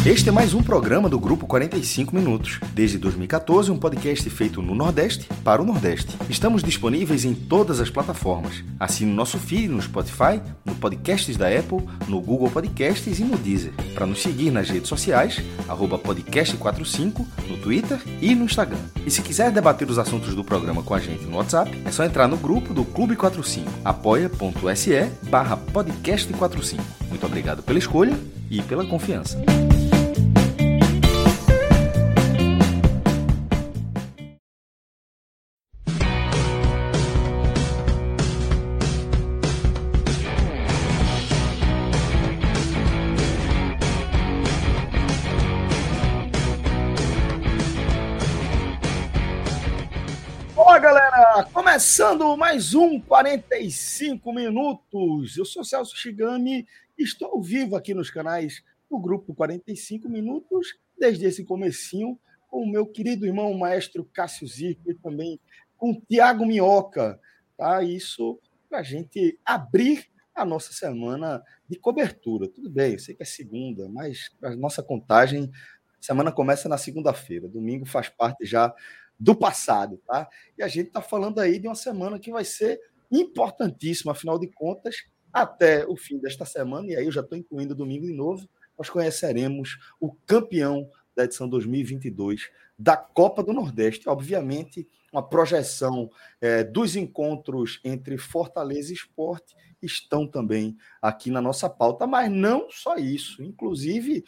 Este é mais um programa do Grupo 45 Minutos. Desde 2014, um podcast feito no Nordeste para o Nordeste. Estamos disponíveis em todas as plataformas. Assine o nosso feed no Spotify, no Podcasts da Apple, no Google Podcasts e no Deezer. Para nos seguir nas redes sociais, @podcast45, no Twitter e no Instagram. E se quiser debater os assuntos do programa com a gente no WhatsApp, é só entrar no grupo do Clube 45, apoia.se/podcast45. Muito obrigado pela escolha e pela confiança. Olá, galera! Começando mais um 45 Minutos. Eu sou Celso Shigami e estou ao vivo aqui nos canais do Grupo 45 Minutos, desde esse comecinho, com o meu querido irmão maestro Cássio Zirco e também com o Tiago Minhoca, tá? Isso para a gente abrir a nossa semana de cobertura. Tudo bem, eu sei que é segunda, mas a nossa contagem, a semana começa na segunda-feira. Domingo faz parte já do passado, tá? E a gente está falando aí de uma semana que vai ser importantíssima, afinal de contas, até o fim desta semana, e aí eu já estou incluindo domingo de novo, nós conheceremos o campeão da edição 2022 da Copa do Nordeste. Obviamente, uma projeção dos encontros entre Fortaleza e Sport estão também aqui na nossa pauta, mas não só isso. Inclusive,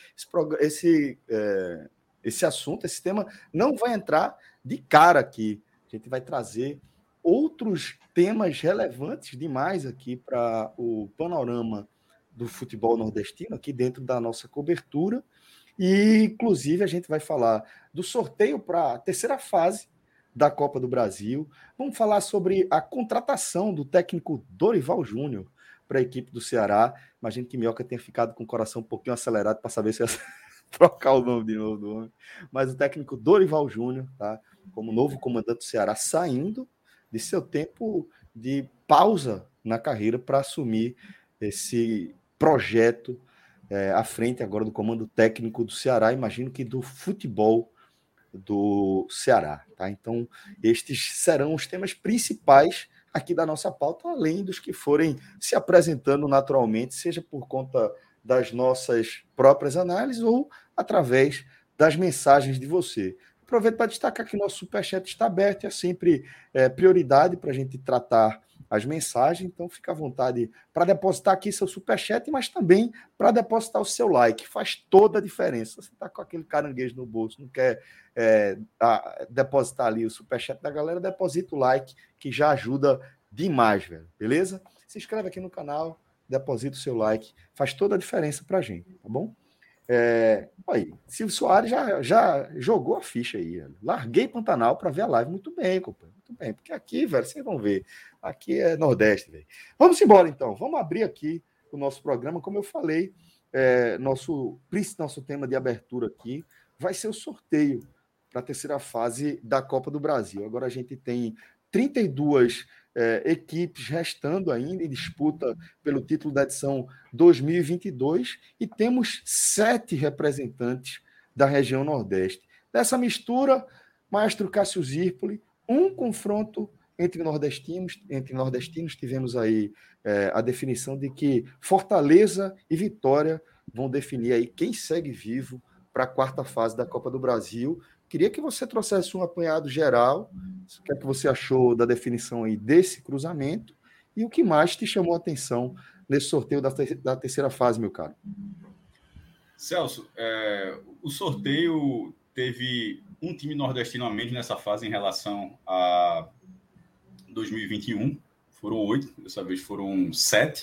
esse assunto, esse tema, não vai entrar de cara aqui. A gente vai trazer outros temas relevantes demais aqui para o panorama do futebol nordestino, aqui dentro da nossa cobertura. E, inclusive, a gente vai falar do sorteio para a terceira fase da Copa do Brasil. Vamos falar sobre a contratação do técnico Dorival Júnior para a equipe do Ceará. Imagino que Minhoca tenha ficado com o coração um pouquinho acelerado para saber se trocar o nome de novo do homem. Mas o técnico Dorival Júnior, tá, como novo comandante do Ceará, saindo de seu tempo de pausa na carreira para assumir esse projeto à frente agora do comando técnico do Ceará, imagino que do futebol do Ceará. Tá? Então, estes serão os temas principais aqui da nossa pauta, além dos que forem se apresentando naturalmente, seja por conta das nossas próprias análises ou através das mensagens de você. Aproveito para destacar que nosso superchat está aberto, é sempre prioridade para a gente tratar as mensagens, então fica à vontade para depositar aqui seu superchat, mas também para depositar o seu like, faz toda a diferença. Você está com aquele caranguejo no bolso, não quer depositar ali o superchat da galera, deposita o like, que já ajuda demais, velho, beleza? Se inscreve aqui no canal, deposita o seu like, faz toda a diferença para a gente, tá bom? Aí, Silvio Soares já jogou a ficha aí. Velho. Larguei Pantanal para ver a live. Muito bem, companheiro. Muito bem. Porque aqui, velho, vocês vão ver. Aqui é Nordeste, velho. Vamos embora, então. Vamos abrir aqui o nosso programa. Como eu falei, nosso tema de abertura aqui vai ser o sorteio para a terceira fase da Copa do Brasil. Agora a gente tem 32 equipes restando ainda em disputa pelo título da edição 2022 e temos 7 representantes da região Nordeste. Dessa mistura, maestro Cássio Zirpoli, um confronto entre nordestinos, tivemos aí a definição de que Fortaleza e Vitória vão definir aí quem segue vivo para a quarta fase da Copa do Brasil. Queria que você trouxesse um apanhado geral, o que é que você achou da definição aí desse cruzamento e o que mais te chamou a atenção nesse sorteio da terceira fase, meu caro. Celso, o sorteio teve um time nordestino a menos nessa fase em relação a 2021. Foram 8, dessa vez foram 7.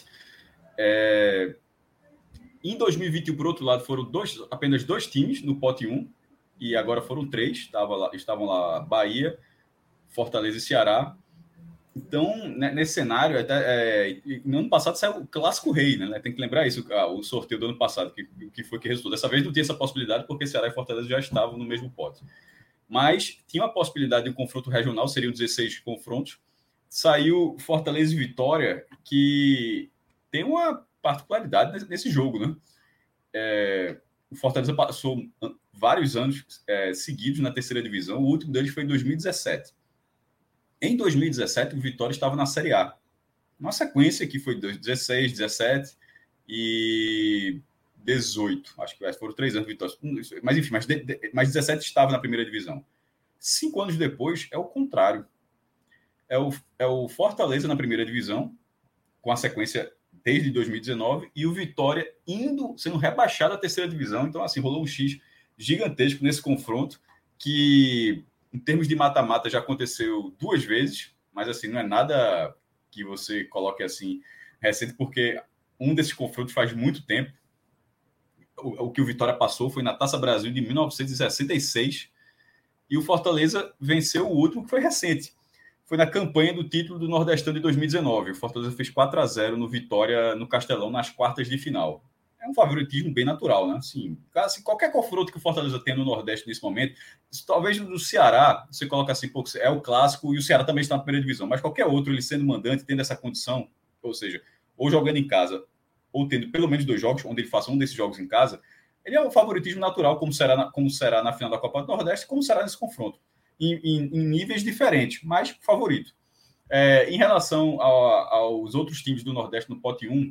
Em 2021, por outro lado, foram apenas 2 times no pote 1, e agora foram 3, estavam lá Bahia, Fortaleza e Ceará. Então, nesse cenário, no ano passado saiu o Clássico Rei, né? Tem que lembrar isso, o sorteio do ano passado, que foi que resultou. Dessa vez não tinha essa possibilidade, porque Ceará e Fortaleza já estavam no mesmo pote. Mas tinha uma possibilidade de um confronto regional, seriam 16 confrontos. Saiu Fortaleza e Vitória, que tem uma particularidade nesse jogo, né? o Fortaleza passou vários anos seguidos na terceira divisão. O último deles foi em 2017. Em 2017, o Vitória estava na Série A. Uma sequência que foi 16, 17 e 18. Acho que foram 3 anos de Vitória. Mas, enfim, mas 17 estava na primeira divisão. 5 anos depois, é o contrário. É o Fortaleza na primeira divisão, com a sequência desde 2019, e o Vitória sendo rebaixado à terceira divisão. Então, assim, rolou um X gigantesco nesse confronto, que, em termos de mata-mata, já aconteceu 2 vezes, mas, assim, não é nada que você coloque, assim, recente, porque um desses confrontos faz muito tempo. O que o Vitória passou foi na Taça Brasil de 1966, e o Fortaleza venceu o último, que foi recente. Foi na campanha do título do Nordestão de 2019. O Fortaleza fez 4-0 no Vitória, no Castelão, nas quartas de final. É um favoritismo bem natural, né? Assim, qualquer confronto que o Fortaleza tem no Nordeste nesse momento, talvez no Ceará, você coloca assim, pô, é o clássico e o Ceará também está na primeira divisão, mas qualquer outro, ele sendo mandante, tendo essa condição, ou seja, ou jogando em casa, ou tendo pelo menos 2 jogos, onde ele faça um desses jogos em casa, ele é um favoritismo natural, como será na final da Copa do Nordeste, como será nesse confronto. Em níveis diferentes, mas favorito. Em relação aos outros times do Nordeste no pote 1,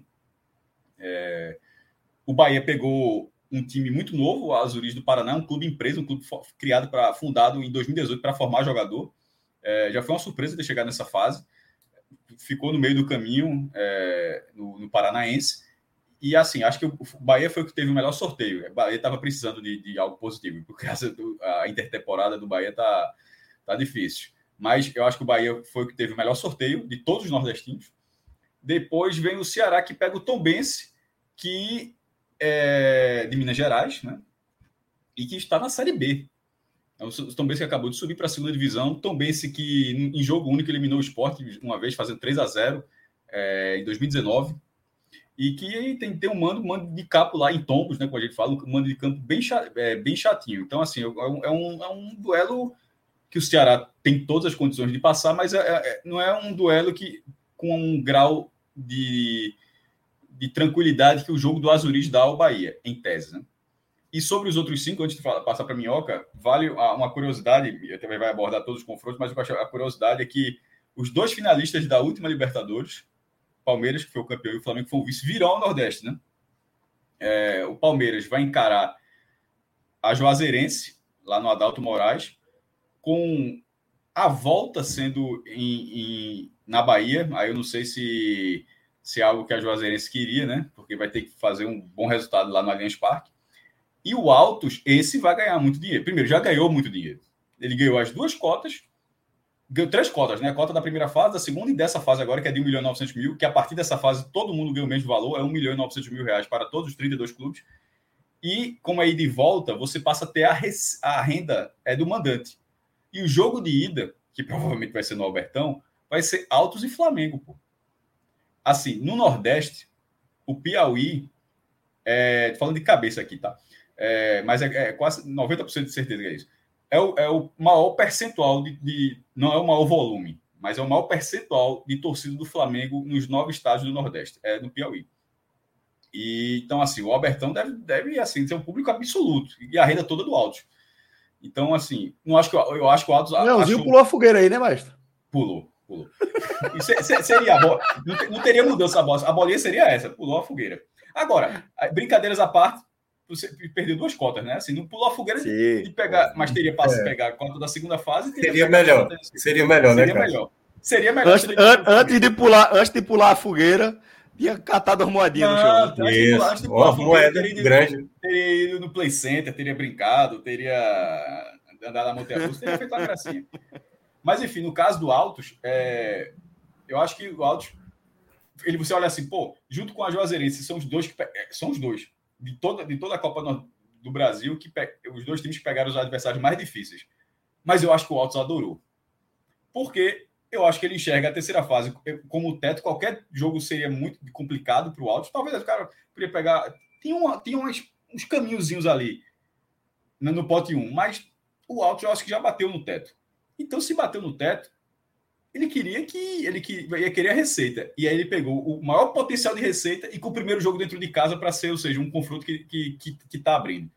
o Bahia pegou um time muito novo, o Azuris do Paraná, um clube empresa, um clube fundado em 2018 para formar jogador. Já foi uma surpresa ter chegado nessa fase. Ficou no meio do caminho no Paranaense. E, assim, acho que o Bahia foi o que teve o melhor sorteio. O Bahia estava precisando de algo positivo, porque a intertemporada do Bahia tá difícil. Mas eu acho que o Bahia foi o que teve o melhor sorteio de todos os nordestinos. Depois vem o Ceará, que pega o Tombense, que é de Minas Gerais, né? E que está na Série B. O Tombense que acabou de subir para a segunda divisão. Tombense que, em jogo único, eliminou o Sport uma vez, fazendo 3-0 em 2019. E que tem um mando de campo lá em Tombos, né, como a gente fala, um mando de campo bem chatinho. Então, assim, é um duelo que o Ceará tem todas as condições de passar, mas não é um duelo com um grau de tranquilidade que o jogo do Azuris dá ao Bahia, em tese, né? E sobre os outros 5, antes de passar para a Minhoca, vale uma curiosidade, eu também vai abordar todos os confrontos, mas a curiosidade é que os 2 finalistas da última Libertadores, Palmeiras, que foi o campeão, e o Flamengo, que foi o vice, virão ao Nordeste, né? O Palmeiras vai encarar a Juazeirense, lá no Adalto Moraes, com a volta sendo na Bahia. Aí eu não sei se é algo que a Juazeirense queria, né? Porque vai ter que fazer um bom resultado lá no Allianz Parque. E o Altos, esse vai ganhar muito dinheiro. Primeiro, já ganhou muito dinheiro. Ele ganhou as 2 cotas, ganhou 3 cotas, né? A cota da primeira fase, da segunda e dessa fase agora, que é de 1.900.000, que a partir dessa fase todo mundo ganha o mesmo valor, é 1.900.000 reais para todos os 32 clubes. E, como é ida e volta, você passa a ter a renda do mandante. E o jogo de ida, que provavelmente vai ser no Albertão, vai ser Altos e Flamengo, pô. Assim, no Nordeste, o Piauí, falando de cabeça aqui, tá? Mas é quase 90% de certeza que é isso. É o maior percentual não é o maior volume, mas é o maior percentual de torcida do Flamengo nos 9 estados do Nordeste, no Piauí. E, então, assim, o Albertão deve assim, ser um público absoluto, e a renda toda do Altos. Então, assim, eu acho que o Altos... Leãozinho pulou a fogueira aí, né, mestre? Pulou. Seria a bola. Não teria mudança a bola. A bolinha seria essa, pulou a fogueira. Agora, brincadeiras à parte, você perdeu 2 cotas, né? Assim, não pulou a fogueira de pegar, mas teria para pegar a cota da segunda fase. Seria melhor. Seria melhor, né, cara? Seria melhor. Antes de pular a fogueira, tinha catado as moedinhas no chão. Antes de pular a fogueira, grande. Teria ido no Play Center, teria brincado, teria andado na montanha-russa, teria feito uma gracinha. Mas, enfim, no caso do Altos, eu acho que o Altos, você olha assim, pô, junto com a Juazeirense, são os dois de toda a Copa do Brasil, os 2 times que pegaram os adversários mais difíceis. Mas eu acho que o Altos adorou. Porque eu acho que ele enxerga a terceira fase como o teto. Qualquer jogo seria muito complicado para o Altos. Talvez o cara poderia pegar... Tinha uns caminhozinhos ali no pote 1, mas o Altos eu acho que já bateu no teto. Então, se bateu no teto, ele ia querer a receita. E aí ele pegou o maior potencial de receita e com o primeiro jogo dentro de casa para ser, ou seja, um confronto que está abrindo.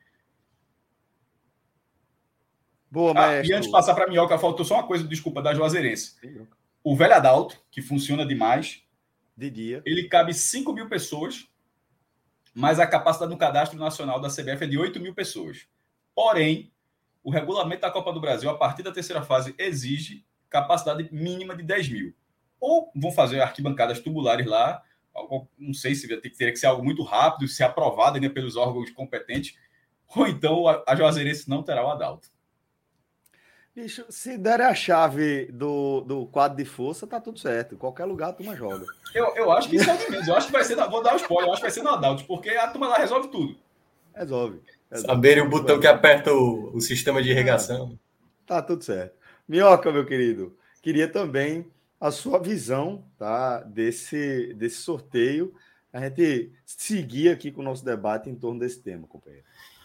Boa, maestro. E antes de passar para a Minhoca, faltou só uma coisa, desculpa, da Juazeirense. O Velho Adalto, que funciona demais. De dia. Ele cabe 5 mil pessoas, mas a capacidade no cadastro nacional da CBF é de 8 mil pessoas. Porém, o regulamento da Copa do Brasil, a partir da terceira fase, exige capacidade mínima de 10 mil. Ou vão fazer arquibancadas tubulares lá, não sei se teria que ser algo muito rápido, ser aprovado ainda pelos órgãos competentes, ou então a Juazeirense não terá o Adalto. Bicho, se der a chave do quadro de força, tá tudo certo. Qualquer lugar a turma joga. Eu acho que isso é o de menos. Eu acho que vai ser, vou dar um spoiler, eu acho que vai ser no Adalto, porque a turma lá resolve tudo. Resolve. Saberem o botão que aperta o sistema de irrigação. Tá tudo certo. Minhoca, meu querido, queria também a sua visão, tá, desse sorteio. A gente seguir aqui com o nosso debate em torno desse tema, companheiro.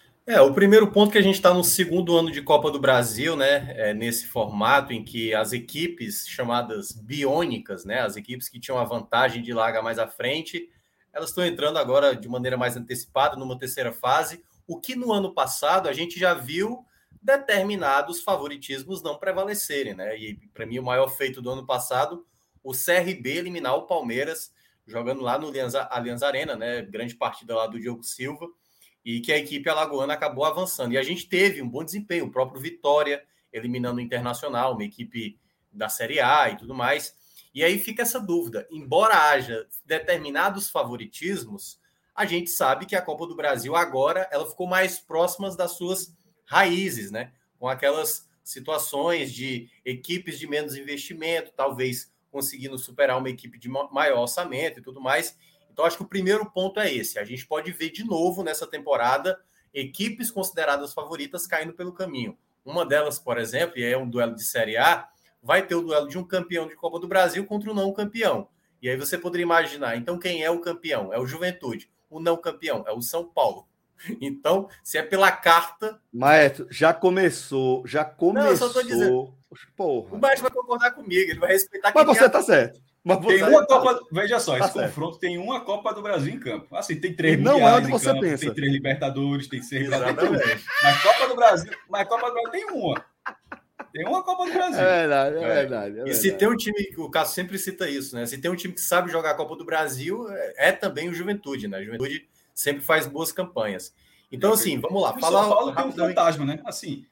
O primeiro ponto que a gente está no segundo ano de Copa do Brasil, né? Nesse formato em que as equipes chamadas biônicas, né? As equipes que tinham a vantagem de largar mais à frente, elas estão entrando agora de maneira mais antecipada, numa terceira fase. O que no ano passado a gente já viu determinados favoritismos não prevalecerem, né? E para mim o maior feito do ano passado, o CRB eliminar o Palmeiras, jogando lá no Allianz Arena, né? Grande partida lá do Diogo Silva. E que a equipe alagoana acabou avançando. E a gente teve um bom desempenho, o próprio Vitória eliminando o Internacional, uma equipe da Série A e tudo mais. E aí fica essa dúvida. Embora haja determinados favoritismos, a gente sabe que a Copa do Brasil agora ela ficou mais próxima das suas raízes, né? Com aquelas situações de equipes de menos investimento, talvez conseguindo superar uma equipe de maior orçamento e tudo mais. Então, acho que o primeiro ponto é esse. A gente pode ver de novo nessa temporada equipes consideradas favoritas caindo pelo caminho. Uma delas, por exemplo, e é um duelo de Série A, vai ter o duelo de um campeão de Copa do Brasil contra um não campeão. E aí você poderia imaginar, então quem é o campeão? É o Juventude. O não campeão é o São Paulo. Então, se é pela carta... Maestro, já começou. Não, eu só estou dizendo. Porra. O Maestro vai concordar comigo, ele vai respeitar... Mas você tá certo. Tem uma Copa, veja só, esse confronto tem uma Copa do Brasil em campo. Assim, tem 3 mundiais não é onde você campo, pensa. Tem 3 Libertadores, tem 6 Brasileiros. Mas Copa do Brasil tem uma. Tem uma Copa do Brasil. É verdade. E se tem um time, o Cássio sempre cita isso, né? Se tem um time que sabe jogar a Copa do Brasil, é também o Juventude, né? A Juventude sempre faz boas campanhas. Então, assim, vamos lá. O São Paulo tem um fantasma, né? Assim,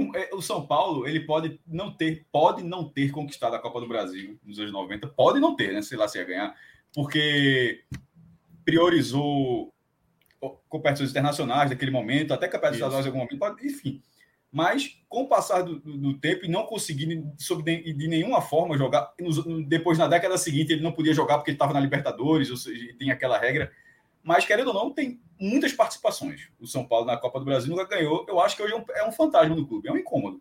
o São Paulo, ele pode não ter conquistado a Copa do Brasil nos anos 90, pode não ter, né? Sei lá se ia ganhar, porque priorizou competições internacionais naquele momento, até campeonatos estaduais em algum momento, enfim. Mas, com o passar do tempo e não conseguindo de nenhuma forma jogar, depois, na década seguinte, ele não podia jogar porque ele estava na Libertadores, ou seja, tem aquela regra. Mas, querendo ou não, tem muitas participações. O São Paulo na Copa do Brasil nunca ganhou. Eu acho que hoje é um fantasma do clube, é um incômodo.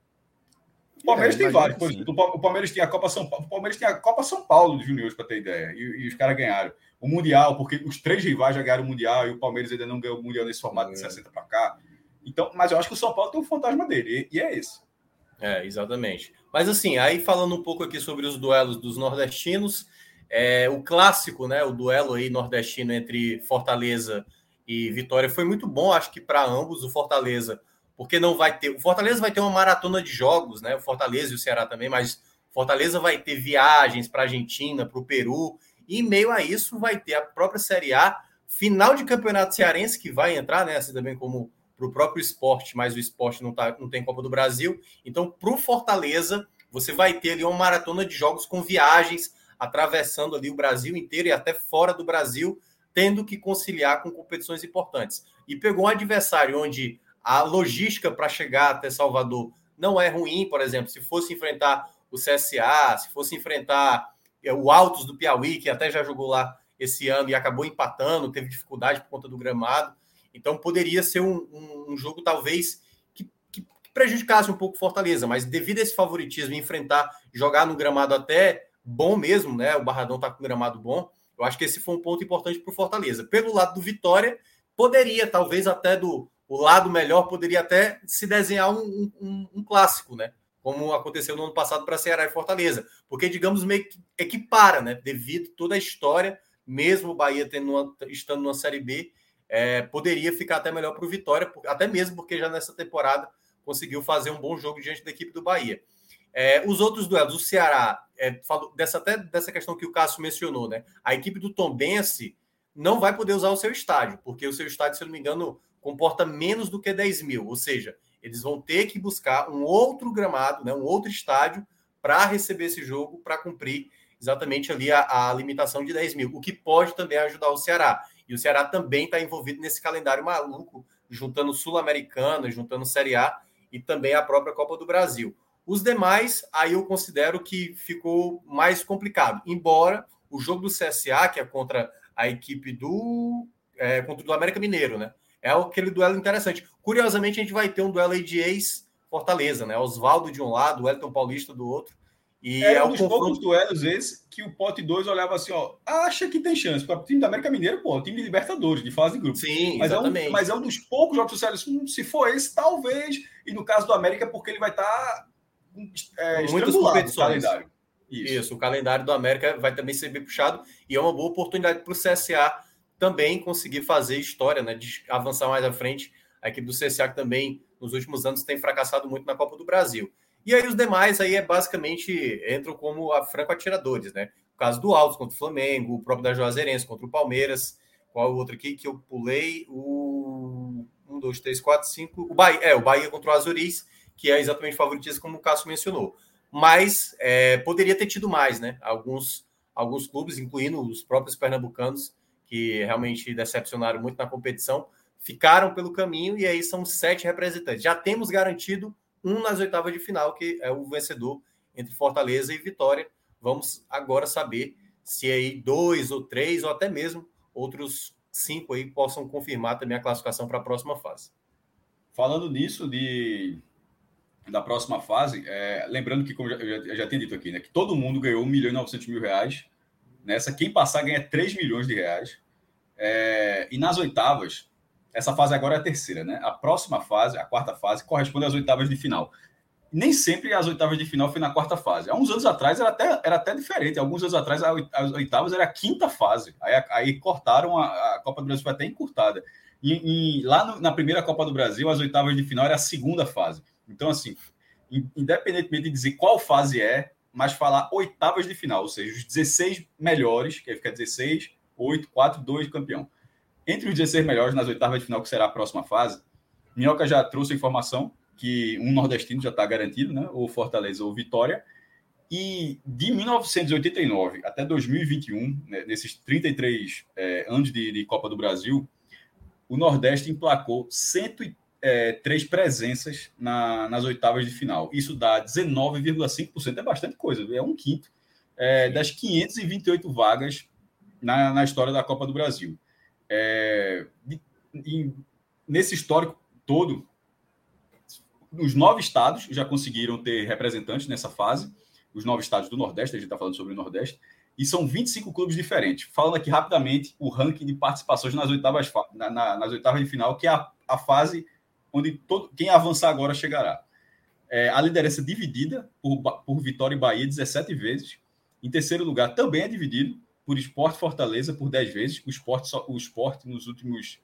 O Palmeiras tem vários. Por exemplo, o Palmeiras tem a Copa São Paulo. O Palmeiras tem a Copa São Paulo de juniores, para ter ideia. E os caras ganharam. O Mundial, porque os 3 rivais já ganharam o Mundial e o Palmeiras ainda não ganhou o Mundial nesse formato de 60 para cá. Então, mas eu acho que o São Paulo tem um fantasma dele. E é esse. Exatamente. Mas assim, aí falando um pouco aqui sobre os duelos dos nordestinos, o clássico, né, o duelo aí nordestino entre Fortaleza e Vitória foi muito bom, acho que para ambos. O Fortaleza, porque não vai ter... O Fortaleza vai ter uma maratona de jogos, né, o Fortaleza e o Ceará também, mas o Fortaleza vai ter viagens para a Argentina, para o Peru, e em meio a isso vai ter a própria Série A, final de campeonato cearense, que vai entrar, né, assim também como para o próprio esporte, mas o esporte não tem Copa do Brasil. Então, para o Fortaleza, você vai ter ali uma maratona de jogos com viagens, atravessando ali o Brasil inteiro e até fora do Brasil, tendo que conciliar com competições importantes. E pegou um adversário onde a logística para chegar até Salvador não é ruim, por exemplo, se fosse enfrentar o CSA, se fosse enfrentar o Altos do Piauí, que até já jogou lá esse ano e acabou empatando, teve dificuldade por conta do gramado. Então poderia ser um jogo talvez que prejudicasse um pouco o Fortaleza, mas devido a esse favoritismo, jogar no gramado até bom mesmo, né? O Barradão tá com um gramado bom. Eu acho que esse foi um ponto importante para o Fortaleza. Pelo lado do Vitória, poderia, talvez até o lado melhor, poderia até se desenhar um clássico, né? como aconteceu no ano passado para Ceará e Fortaleza, porque, digamos, meio que equipara, né? Devido a toda a história, mesmo o Bahia estando na Série B, poderia ficar até melhor para o Vitória, até mesmo porque já nessa temporada conseguiu fazer um bom jogo diante da equipe do Bahia. Os outros duelos, o Ceará, dessa questão que o Cássio mencionou, né? A equipe do Tombense não vai poder usar o seu estádio, porque o seu estádio, se eu não me engano, comporta menos do que 10 mil, ou seja, eles vão ter que buscar um outro gramado, né, um outro estádio para receber esse jogo, para cumprir exatamente ali a limitação de 10 mil, o que pode também ajudar o Ceará. E o Ceará também está envolvido nesse calendário maluco, juntando Sul-Americana, juntando Série A e também a própria Copa do Brasil. Os demais, aí eu considero que ficou mais complicado, embora o jogo do CSA, que é contra a equipe contra o do América Mineiro, né? É aquele duelo interessante. Curiosamente, a gente vai ter um duelo aí de ex-Fortaleza, né? Oswaldo de um lado, o Wellington Paulista do outro. E é um dos poucos duelos esse que o Pote 2 olhava assim, ó, acha que tem chance. Para o time do América Mineiro, pô, o time de Libertadores, de fase de grupo. Sim, mas exatamente. Mas é um dos poucos jogos sociais. Se for esse, talvez. E no caso do América, porque ele vai estar muitas competições. Calendário. Isso, o calendário do América vai também ser bem puxado. E é uma boa oportunidade para o CSA também conseguir fazer história, né, de avançar mais à frente. A equipe do CSA que também, nos últimos anos, tem fracassado muito na Copa do Brasil. E aí os demais aí basicamente entram como franco-atiradores, né? O caso do Altos contra o Flamengo, o próprio da Juazeirense contra o Palmeiras. Qual o outro aqui que eu pulei? O 1, 2, 3, 4, 5... O Bahia contra o Azuris, que é exatamente favoritismo, como o Cássio mencionou. Mas poderia ter tido mais, né? Alguns clubes, incluindo os próprios pernambucanos, que realmente decepcionaram muito na competição, ficaram pelo caminho, e aí são 7 representantes. Já temos garantido um nas oitavas de final, que é o vencedor entre Fortaleza e Vitória. Vamos agora saber se aí 2 ou 3, ou até mesmo outros 5 aí possam confirmar também a classificação para a próxima fase. Falando nisso, da próxima fase, lembrando que, como eu já tinha dito aqui, né, que todo mundo ganhou R$1.900.000 nessa. Quem passar ganha R$3 milhões. E nas oitavas, essa fase agora é a terceira, né? A próxima fase, a quarta fase, corresponde às oitavas de final. Nem sempre as oitavas de final foi na quarta fase. Há uns anos atrás era até diferente. Alguns anos atrás as oitavas era a quinta fase. Aí cortaram, a Copa do Brasil foi até encurtada. Lá na primeira Copa do Brasil, as oitavas de final era a segunda fase. Então, assim, independentemente de dizer qual fase mas falar oitavas de final, ou seja, os 16 melhores, que aí fica 16, 8, 4, 2, campeão. Entre os 16 melhores nas oitavas de final, que será a próxima fase, Minhoca já trouxe a informação que um nordestino já está garantido, né? Ou Fortaleza ou Vitória. E de 1989 até 2021, né, nesses 33 anos de Copa do Brasil, o Nordeste emplacou 103 presenças nas oitavas de final. Isso dá 19,5%, é bastante coisa, é um quinto das 528 vagas na história da Copa do Brasil. Nesse histórico todo, os 9 estados já conseguiram ter representantes nessa fase, os 9 estados do Nordeste, a gente está falando sobre o Nordeste, e são 25 clubes diferentes. Falando aqui rapidamente o ranking de participações nas oitavas, nas oitavas de final, que é a fase onde quem avançar agora chegará. A liderança dividida por Vitória e Bahia 17 vezes. Em terceiro lugar também é dividido por Sport Fortaleza por 10 vezes. O Sport nos últimos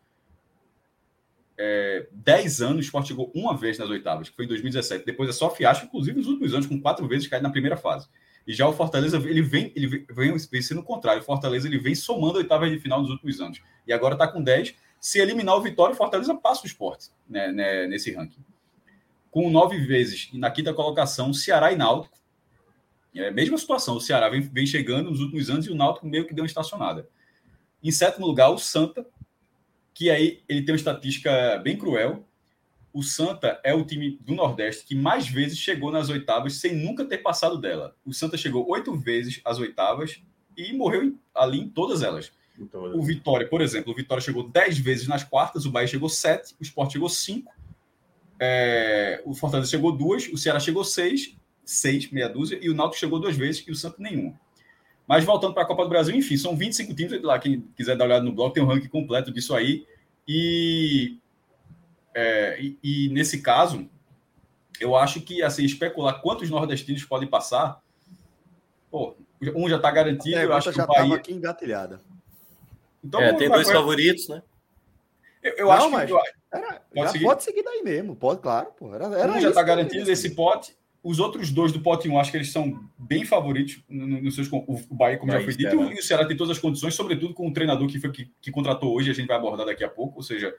10 anos, o Sport chegou uma vez nas oitavas, que foi em 2017. Depois é só fiasco, inclusive nos últimos anos, com 4 vezes cai na primeira fase. E já o Fortaleza, ele vem sendo o contrário. O Fortaleza ele vem somando oitavas de final nos últimos anos. E agora está com 10. Se eliminar o Vitória, o Fortaleza passa o Sport, né, nesse ranking. Com 9 vezes, e na quinta colocação, Ceará e Náutico. Mesma situação, o Ceará vem chegando nos últimos anos e o Náutico meio que deu uma estacionada. Em sétimo lugar, o Santa, que aí ele tem uma estatística bem cruel. O Santa é o time do Nordeste que mais vezes chegou nas oitavas sem nunca ter passado dela. O Santa chegou 8 vezes às oitavas e morreu ali em todas elas. O Vitória, por exemplo, o Vitória chegou 10 vezes nas quartas, o Bahia chegou 7, o Sport chegou 5, o Fortaleza chegou 2, o Ceará chegou 6, meia dúzia, e o Náutico chegou 2 vezes e o Santa nenhuma. Mas voltando para a Copa do Brasil, enfim, são 25 times lá. Quem quiser dar uma olhada no blog, tem um ranking completo disso aí. E nesse caso, eu acho que, assim, especular quantos nordestinos podem passar, pô, um já está garantido. Eu acho que já o Bahia... estava aqui engatilhada. Então, tem dois favoritos, né? Eu acho que... Pode seguir daí mesmo, pode, claro. Pô, um já está garantido desse pote. Os outros dois do pote 1, acho que eles são bem favoritos nos seus... O Bahia, como já foi dito, e o Ceará tem todas as condições, sobretudo com o treinador que contratou hoje, a gente vai abordar daqui a pouco, ou seja,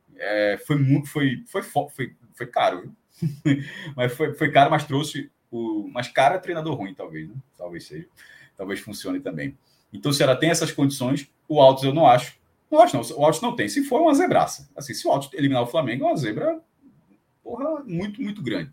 foi caro, viu? Mas foi caro, mas trouxe mas caro é treinador ruim, talvez, né? Talvez seja. Talvez funcione também. Então, o Ceará tem essas condições. O Altos eu não acho. Não acho, não. O Altos não tem. Se for, é uma zebraça. Assim, se o Altos eliminar o Flamengo, é uma zebra, porra, muito, muito grande.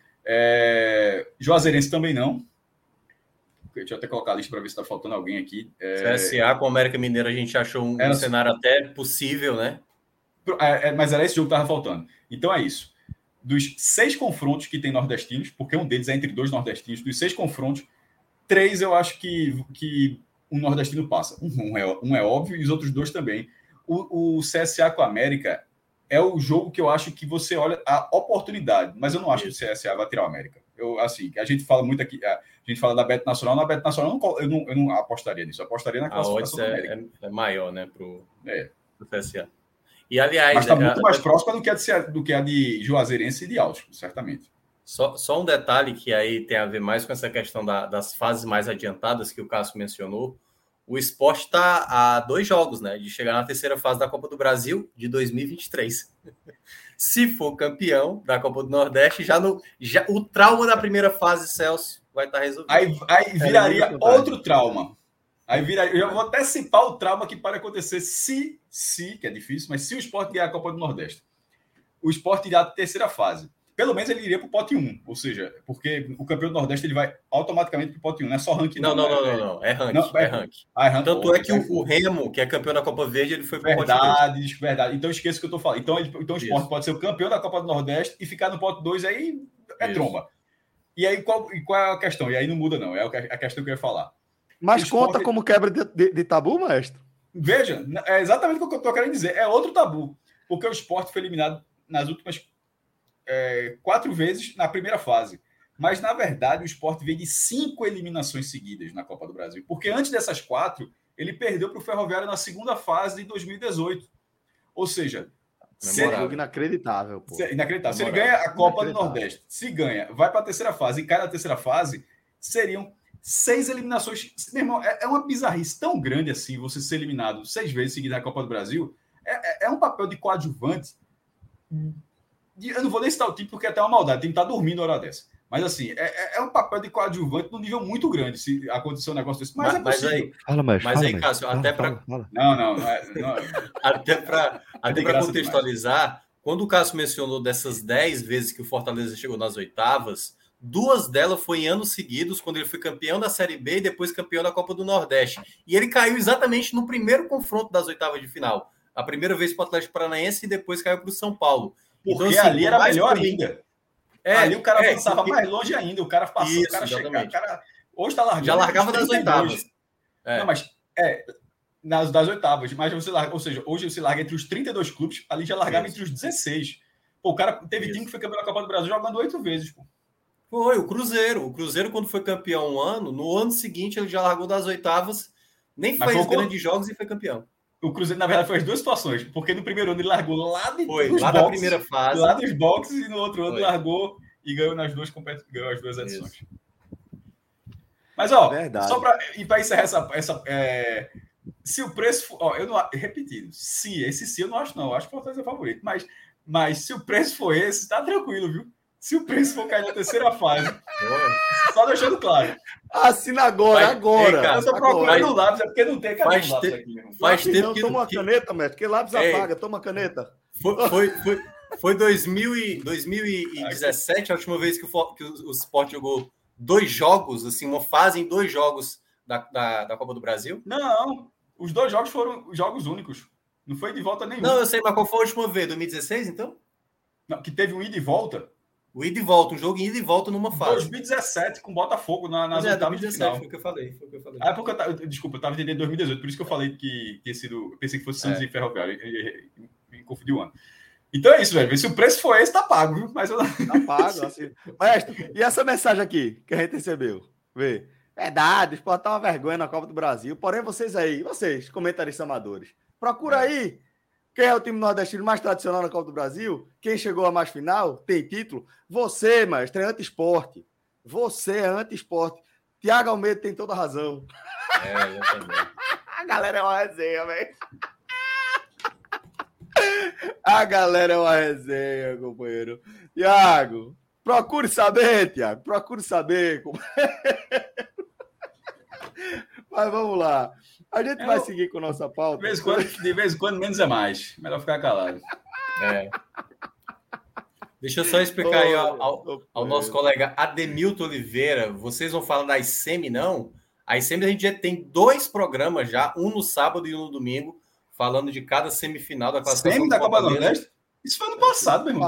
Juazeirense também não. Deixa eu até colocar a lista para ver se está faltando alguém aqui. CSA com o América Mineiro a gente achou um cenário até possível, né? Mas era esse jogo que estava faltando. Então é isso. Dos 6 confrontos que tem nordestinos, porque um deles é entre 2 nordestinos, dos 6 confrontos, 3 eu acho que um nordestino passa. Um é óbvio e os outros 2 também. O CSA com a América é o jogo que eu acho que você olha a oportunidade, mas eu não acho que o CSA vai tirar o América. Assim, a gente fala muito aqui, a gente fala da Beto Nacional, na Beto Nacional eu não apostaria nisso, eu apostaria na classificação do América. É maior, né, pro CSA. E, aliás, mas está muito mais próxima do que a de Juazeirense e de Altos, certamente. Só um detalhe que aí tem a ver mais com essa questão das fases mais adiantadas que o Cássio mencionou. O Sport está a 2 jogos, né, de chegar na terceira fase da Copa do Brasil de 2023. Se for campeão da Copa do Nordeste, o trauma da primeira fase, Celso, vai estar resolvido. Aí viraria outro trauma. Eu já vou até citar o trauma que pode acontecer que é difícil, mas se o Sport ganhar a Copa do Nordeste. O Sport irá à terceira fase. Pelo menos ele iria para o pote 1, ou seja, porque o campeão do Nordeste ele vai automaticamente para o pote 1, não é só ranking. Não, é ranking. Tanto é que o Remo, que é campeão da Copa Verde, ele foi para o pote 2. Verdade. Então esqueça o que eu estou falando. Então o Sport pode ser o campeão da Copa do Nordeste e ficar no pote 2, aí é tromba. E aí qual é a questão? E aí não muda não, é a questão que eu ia falar. Mas conta como quebra de tabu, maestro? Veja, é exatamente o que eu estou querendo dizer. É outro tabu, porque o Sport foi eliminado nas últimas 4 vezes na primeira fase. Mas, na verdade, o Sport veio de 5 eliminações seguidas na Copa do Brasil. Porque antes dessas 4, ele perdeu para o Ferroviário na segunda fase de 2018. Ou seja... Inacreditável, pô. Inacreditável. Se ele ganha a Copa do Nordeste, se ganha, vai para a terceira fase e cai na terceira fase, seriam 6 eliminações. Meu irmão, é uma bizarrice tão grande assim, você ser eliminado 6 vezes seguidas na Copa do Brasil. É um papel de coadjuvante. Eu não vou nem citar o time porque é até uma maldade, o time está dormindo na hora dessa. Mas assim, é um papel de coadjuvante num nível muito grande se acontecer um negócio desse. Mas é possível. Mas aí, Cássio, até para... Não. Até para contextualizar, quando o Cássio mencionou dessas 10 vezes que o Fortaleza chegou nas oitavas, 2 delas foi em anos seguidos, quando ele foi campeão da Série B e depois campeão da Copa do Nordeste. E ele caiu exatamente no primeiro confronto das oitavas de final. A primeira vez para o Atlético Paranaense e depois caiu para o São Paulo. Porque então, assim, ali era melhor ainda. Ali o cara avançava mais longe ainda. O cara passou, o cara chegava. Hoje está largando. Já largava das oitavas. Não, mas das oitavas. Mas você larga, ou seja, hoje você larga entre os 32 clubes, ali já largava entre os 16. Pô, o cara teve time que foi campeão da Copa do Brasil jogando 8 vezes, pô. Foi o Cruzeiro. O Cruzeiro, quando foi campeão no ano seguinte, ele já largou das oitavas, nem fez grandes jogos e foi campeão. O Cruzeiro, na verdade, foi as 2 situações, porque no primeiro ano ele largou lá da primeira fase. Lá dos boxes, e no outro ano largou e ganhou nas 2 ganhou as 2 edições. Isso. Mas, só para encerrar se o preço for... eu não... Repetindo, esse eu não acho, não. Eu acho que o Fortaleza é favorito. Mas se o preço for esse, tá tranquilo, viu? Se o preço for cair na terceira fase, só deixando claro. Assina agora. Eu tô procurando o lápis, é porque não tem lápis aqui. Faz tempo que... Toma uma caneta, mestre, porque lápis apaga. Toma uma caneta. Foi 2017 a última vez que o Sport jogou 2 jogos, assim, uma fase em 2 jogos da Copa do Brasil? Não, os 2 jogos foram jogos únicos. Não foi de volta nenhum. Não, eu sei, mas qual foi a última vez? 2016, então? Não, que teve um ida e volta. O ida e volta, um jogo em ida e volta numa fase. 2017, com Botafogo nas oitavas de final. Foi o que eu falei. Desculpa, eu estava entendendo 2018, por isso que eu falei que tinha sido... Pensei que fosse Santos e Ferroviário, me confundi o ano. Então é isso, velho. Se o preço for esse, tá pago, viu? Mas eu... Tá pago, assim. Mestre, e essa mensagem aqui que a gente recebeu? Vê. Verdade, o Sport tá uma vergonha na Copa do Brasil. Porém, vocês, comentaristas amadores, procura aí quem é o time nordestino mais tradicional na Copa do Brasil, quem chegou à mais final, tem título. Você, mestre, é anti-esporte. Você é anti-esporte. Thiago Almeida tem toda a razão. Eu também. A galera é uma resenha, velho. A galera é uma resenha, companheiro. Thiago, procure saber, Thiago. Procure saber. Mas vamos lá. A gente vai seguir com a nossa pauta. De vez em quando, menos é mais. Melhor ficar calado. Deixa eu só explicar aí ao nosso colega Ademilton Oliveira. Vocês vão falar das semi, não? As semi a gente já tem 2 programas já, um no sábado e um no domingo, falando de cada semifinal da classificação. Semi da Copa do Nordeste? Isso foi ano passado, meu irmão.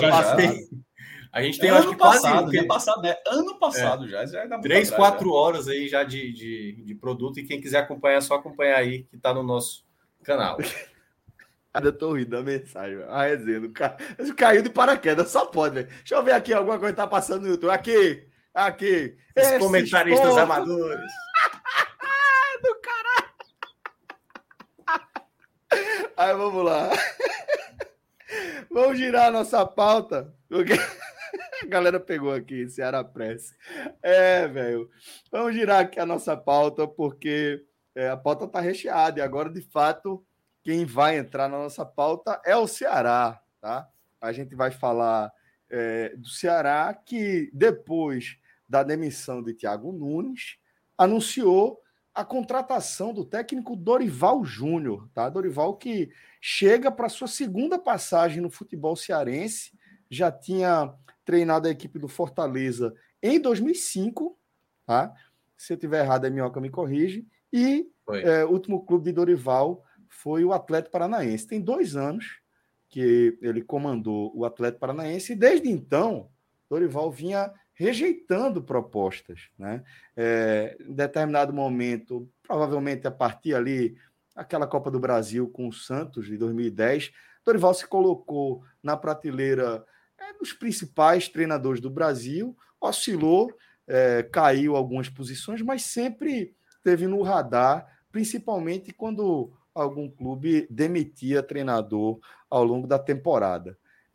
A gente tem, acho que quase... Ano passado já. 3, 4 horas aí já de produto. E quem quiser acompanhar, é só acompanhar aí, que tá no nosso canal. Eu tô rindo da mensagem. A resenha do cara. Caiu de paraquedas, só pode, velho. Deixa eu ver aqui alguma coisa que tá passando no YouTube. Aqui. Os comentaristas amadores. Do caralho. Aí, vamos lá. Vamos girar a nossa pauta. Porque... A galera pegou aqui, Ceará Press. Velho. Vamos girar aqui a nossa pauta, porque a pauta tá recheada. E agora, de fato, quem vai entrar na nossa pauta é o Ceará, tá? A gente vai falar do Ceará, que depois da demissão de Thiago Nunes, anunciou a contratação do técnico Dorival Júnior, tá? Dorival que chega para sua segunda passagem no futebol cearense, já tinha treinado a equipe do Fortaleza em 2005, tá? Se eu tiver errado, a Minhoca me corrige. E o último clube de Dorival foi o Atlético Paranaense. Tem 2 anos que ele comandou o Atlético Paranaense e desde então Dorival vinha rejeitando propostas, né? Em determinado momento, provavelmente a partir ali, aquela Copa do Brasil com o Santos de 2010, Dorival se colocou na prateleira dos principais treinadores do Brasil, oscilou, caiu algumas posições, mas sempre teve no radar, principalmente quando algum clube demitia treinador ao longo da temporada.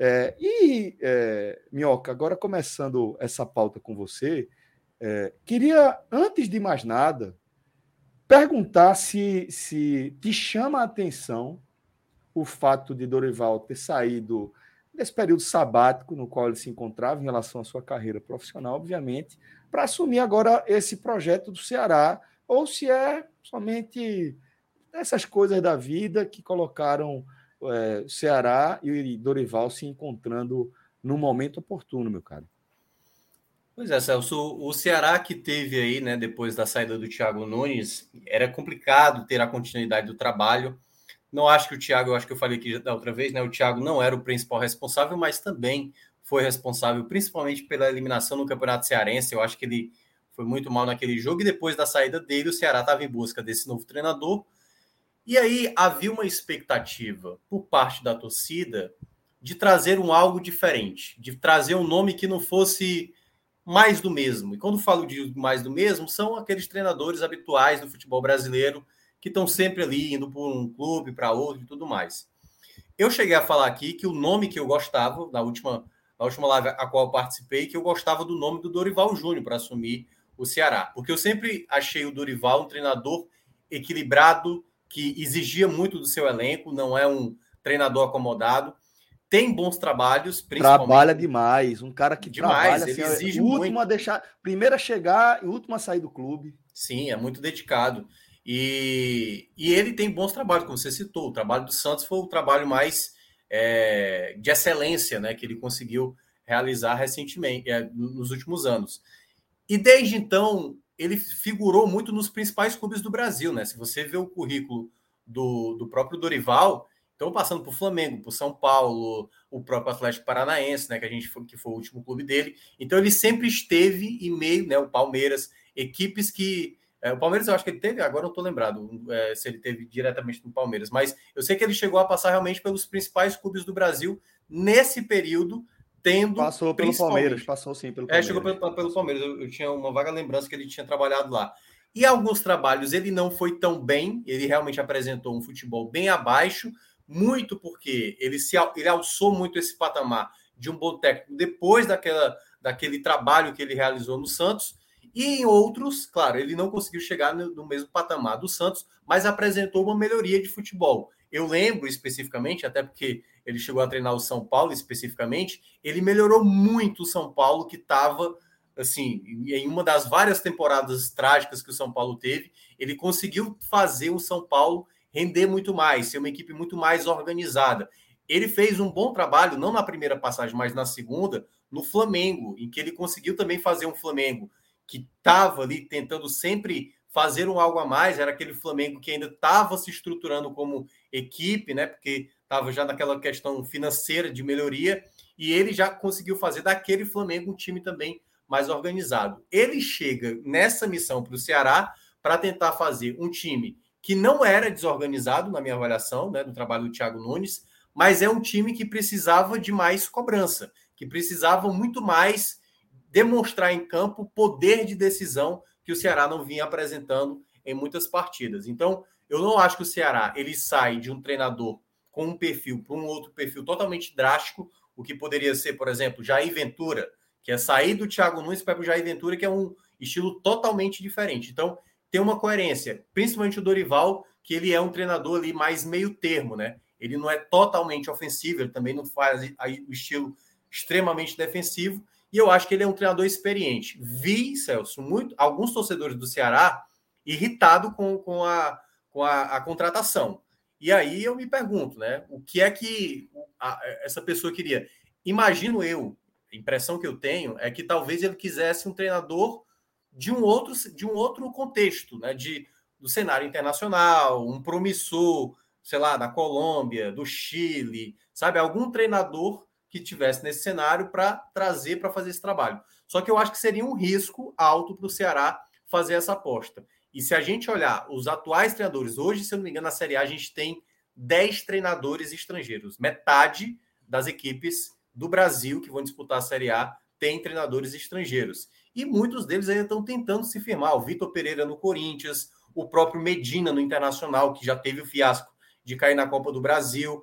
Minhoca, agora começando essa pauta com você, queria, antes de mais nada, perguntar se te chama a atenção o fato de Dorival ter saído desse período sabático no qual ele se encontrava em relação à sua carreira profissional, obviamente, para assumir agora esse projeto do Ceará, ou se é somente essas coisas da vida que colocaram o Ceará e Dorival se encontrando no momento oportuno, meu caro. Pois é, Celso, o Ceará que teve aí, né, depois da saída do Thiago Nunes, era complicado ter a continuidade do trabalho. Não acho que o Thiago, eu acho que eu falei aqui da outra vez, né? O Thiago não era o principal responsável, mas também foi responsável, principalmente pela eliminação no Campeonato Cearense. Eu acho que ele foi muito mal naquele jogo e depois da saída dele, o Ceará estava em busca desse novo treinador. E aí havia uma expectativa por parte da torcida de trazer algo diferente, de trazer um nome que não fosse mais do mesmo. E quando falo de mais do mesmo, são aqueles treinadores habituais do futebol brasileiro que estão sempre ali, indo por um clube, para outro e tudo mais. Eu cheguei a falar aqui que o nome que eu gostava, na última live a qual eu participei, que eu gostava do nome do Dorival Júnior para assumir o Ceará. Porque eu sempre achei o Dorival um treinador equilibrado, que exigia muito do seu elenco, não é um treinador acomodado. Tem bons trabalhos, principalmente... Trabalha demais, um cara que demais, trabalha, ele assim, exige o último muito. a deixar, primeiro a chegar e o último a sair do clube. Sim, é muito dedicado. E ele tem bons trabalhos, como você citou. O trabalho do Santos foi o trabalho mais de excelência, né, que ele conseguiu realizar recentemente, nos últimos anos. E desde então, ele figurou muito nos principais clubes do Brasil, né? Se você vê o currículo do próprio Dorival, então passando por Flamengo, por São Paulo, o próprio Atlético Paranaense, né, que foi o último clube dele. Então ele sempre esteve em meio, né, o Palmeiras, equipes que O Palmeiras eu acho que ele teve, agora não estou lembrado se ele teve diretamente no Palmeiras, mas eu sei que ele chegou a passar realmente pelos principais clubes do Brasil nesse período, tendo... Passou pelo Palmeiras, passou sim pelo Palmeiras. Chegou pelo Palmeiras, eu tinha uma vaga lembrança que ele tinha trabalhado lá. E alguns trabalhos ele não foi tão bem, ele realmente apresentou um futebol bem abaixo, muito porque ele alçou muito esse patamar de um bom técnico depois daquele trabalho que ele realizou no Santos, e em outros, claro, ele não conseguiu chegar no mesmo patamar do Santos, mas apresentou uma melhoria de futebol. Eu lembro especificamente, até porque ele chegou a treinar o São Paulo especificamente, ele melhorou muito o São Paulo, que estava, assim, em uma das várias temporadas trágicas que o São Paulo teve, ele conseguiu fazer o São Paulo render muito mais, ser uma equipe muito mais organizada. Ele fez um bom trabalho, não na primeira passagem, mas na segunda, no Flamengo, em que ele conseguiu também fazer um Flamengo que estava ali tentando sempre fazer um algo a mais, era aquele Flamengo que ainda estava se estruturando como equipe, né? Porque estava já naquela questão financeira de melhoria, e ele já conseguiu fazer daquele Flamengo um time também mais organizado. Ele chega nessa missão para o Ceará para tentar fazer um time que não era desorganizado, na minha avaliação, né, do trabalho do Thiago Nunes, mas é um time que precisava de mais cobrança, que precisava muito mais demonstrar em campo poder de decisão que o Ceará não vinha apresentando em muitas partidas. Então, eu não acho que o Ceará ele sai de um treinador com um perfil para um outro perfil totalmente drástico, o que poderia ser, por exemplo, Jair Ventura, que é sair do Thiago Nunes para o Jair Ventura, que é um estilo totalmente diferente. Então, tem uma coerência, principalmente o Dorival, que ele é um treinador ali mais meio termo, né? Ele não é totalmente ofensivo, ele também não faz o estilo extremamente defensivo, e eu acho que ele é um treinador experiente. Vi, Celso, alguns torcedores do Ceará irritados com a contratação. E aí eu me pergunto, né? O que é que essa pessoa queria? Imagino eu, a impressão que eu tenho é que talvez ele quisesse um treinador de um outro contexto, né? Do cenário internacional, um promissor, sei lá, da Colômbia, do Chile, sabe? Algum treinador que tivesse nesse cenário para trazer para fazer esse trabalho. Só que eu acho que seria um risco alto para o Ceará fazer essa aposta. E se a gente olhar os atuais treinadores, hoje, se eu não me engano, na Série A a gente tem 10 treinadores estrangeiros. Metade das equipes do Brasil que vão disputar a Série A tem treinadores estrangeiros. E muitos deles ainda estão tentando se firmar. O Vitor Pereira no Corinthians, o próprio Medina no Internacional, que já teve o fiasco de cair na Copa do Brasil.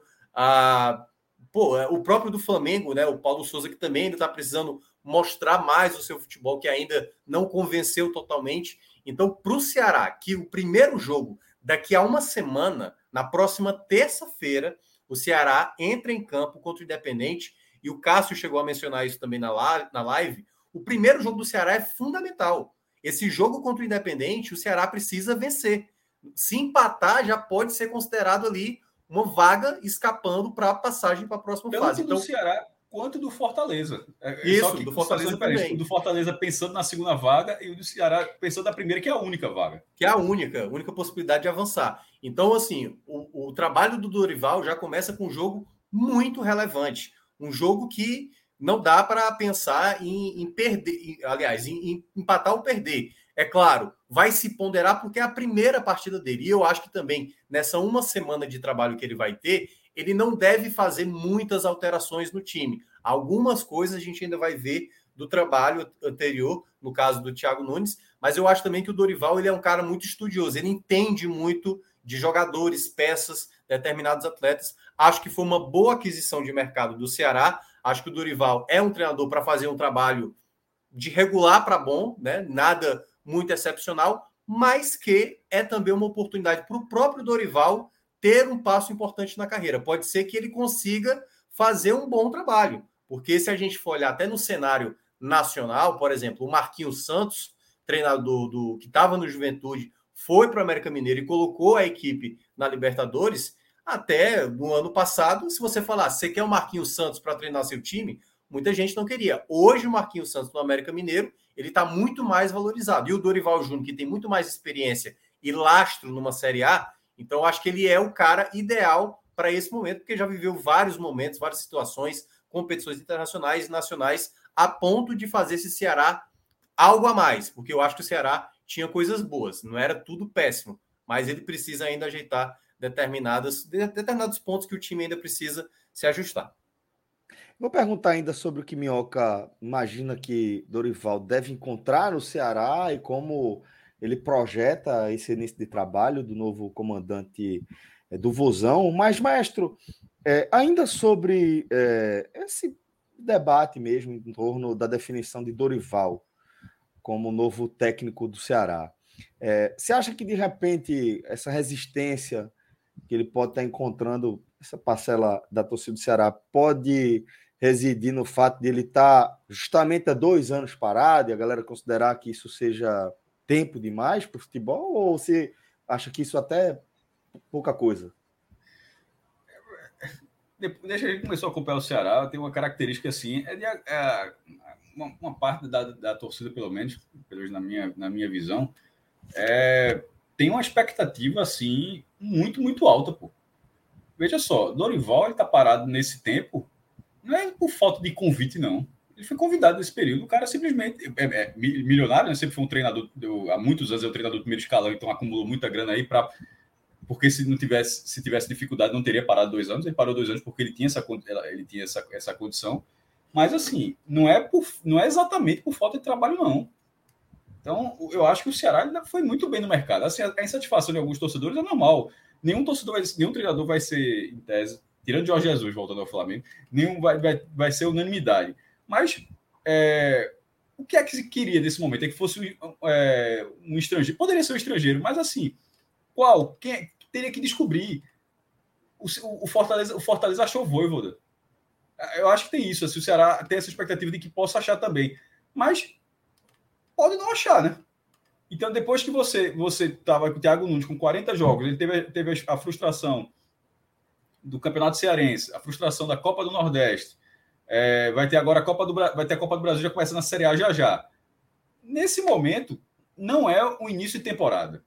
O próprio do Flamengo, né? O Paulo Souza, que também ainda está precisando mostrar mais o seu futebol, que ainda não convenceu totalmente. Então, para o Ceará, que o primeiro jogo, daqui a uma semana, na próxima terça-feira, o Ceará entra em campo contra o Independente, e o Cássio chegou a mencionar isso também na live, o primeiro jogo do Ceará é fundamental. Esse jogo contra o Independente, o Ceará precisa vencer. Se empatar, já pode ser considerado ali uma vaga escapando para a passagem para a próxima fase. Tanto do Ceará quanto do Fortaleza. Isso, só que do Fortaleza também. O do Fortaleza pensando na segunda vaga e o do Ceará pensando na primeira, que é a única vaga. Que é a única possibilidade de avançar. Então, assim, o trabalho do Dorival já começa com um jogo muito relevante. Um jogo que não dá para pensar em perder, aliás, em empatar ou perder. É claro, vai se ponderar porque é a primeira partida dele. E eu acho que também, nessa uma semana de trabalho que ele vai ter, ele não deve fazer muitas alterações no time. Algumas coisas a gente ainda vai ver do trabalho anterior, no caso do Thiago Nunes, mas eu acho também que o Dorival ele é um cara muito estudioso, ele entende muito de jogadores, peças, determinados atletas. Acho que foi uma boa aquisição de mercado do Ceará. Acho que o Dorival é um treinador para fazer um trabalho de regular para bom, né? Nada muito excepcional, mas que é também uma oportunidade para o próprio Dorival ter um passo importante na carreira. Pode ser que ele consiga fazer um bom trabalho, porque se a gente for olhar até no cenário nacional, por exemplo, o Marquinhos Santos, treinador que estava no Juventude, foi para o América Mineiro e colocou a equipe na Libertadores. Até no ano passado, se você falar, você quer o Marquinhos Santos para treinar seu time, muita gente não queria. Hoje, o Marquinhos Santos no América Mineiro, ele está muito mais valorizado. E o Dorival Júnior, que tem muito mais experiência e lastro numa Série A, então acho que ele é o cara ideal para esse momento, porque já viveu vários momentos, várias situações, competições internacionais e nacionais, a ponto de fazer esse Ceará algo a mais, porque eu acho que o Ceará tinha coisas boas, não era tudo péssimo, mas ele precisa ainda ajeitar determinados pontos que o time ainda precisa se ajustar. Vou perguntar ainda sobre o que Minhoca imagina que Dorival deve encontrar no Ceará e como ele projeta esse início de trabalho do novo comandante do Vozão. Mas, maestro, ainda sobre esse debate mesmo em torno da definição de Dorival como novo técnico do Ceará, você acha que, de repente, essa resistência que ele pode estar encontrando, essa parcela da torcida do Ceará, pode residir no fato de ele estar justamente há 2 anos parado e a galera considerar que isso seja tempo demais para o futebol, ou você acha que isso até é pouca coisa? Desde que a gente começou a acompanhar o Ceará, tem uma característica assim, uma parte da torcida, pelo menos na minha visão, tem uma expectativa assim muito, muito alta, pô. Veja só, Dorival está parado nesse tempo, não é por falta de convite, não. Ele foi convidado nesse período, o cara simplesmente é milionário, né? Sempre foi um treinador, há muitos anos é o treinador do primeiro escalão, então acumulou muita grana aí porque se tivesse dificuldade não teria parado 2 anos. Ele parou 2 anos porque ele tinha essa condição, mas assim não é exatamente por falta de trabalho, não. Então eu acho que o Ceará ainda foi muito bem no mercado. Assim, a insatisfação de alguns torcedores é normal. Nenhum treinador vai ser, em tese, tirando Jorge Jesus voltando ao Flamengo, nenhum vai ser unanimidade. Mas o que é que se queria nesse momento? É que fosse um estrangeiro. Poderia ser um estrangeiro, mas assim, qual? Quem teria que descobrir? O Fortaleza achou o Vojvoda. Eu acho que tem isso. Assim, o Ceará tem essa expectativa de que possa achar também. Mas pode não achar, né? Então, depois que você estava com o Thiago Nunes com 40 jogos, ele teve a frustração do Campeonato Cearense, a frustração da Copa do Nordeste, vai ter agora a Copa do Brasil, já começa na Série A já. Nesse momento, não é o início de temporada.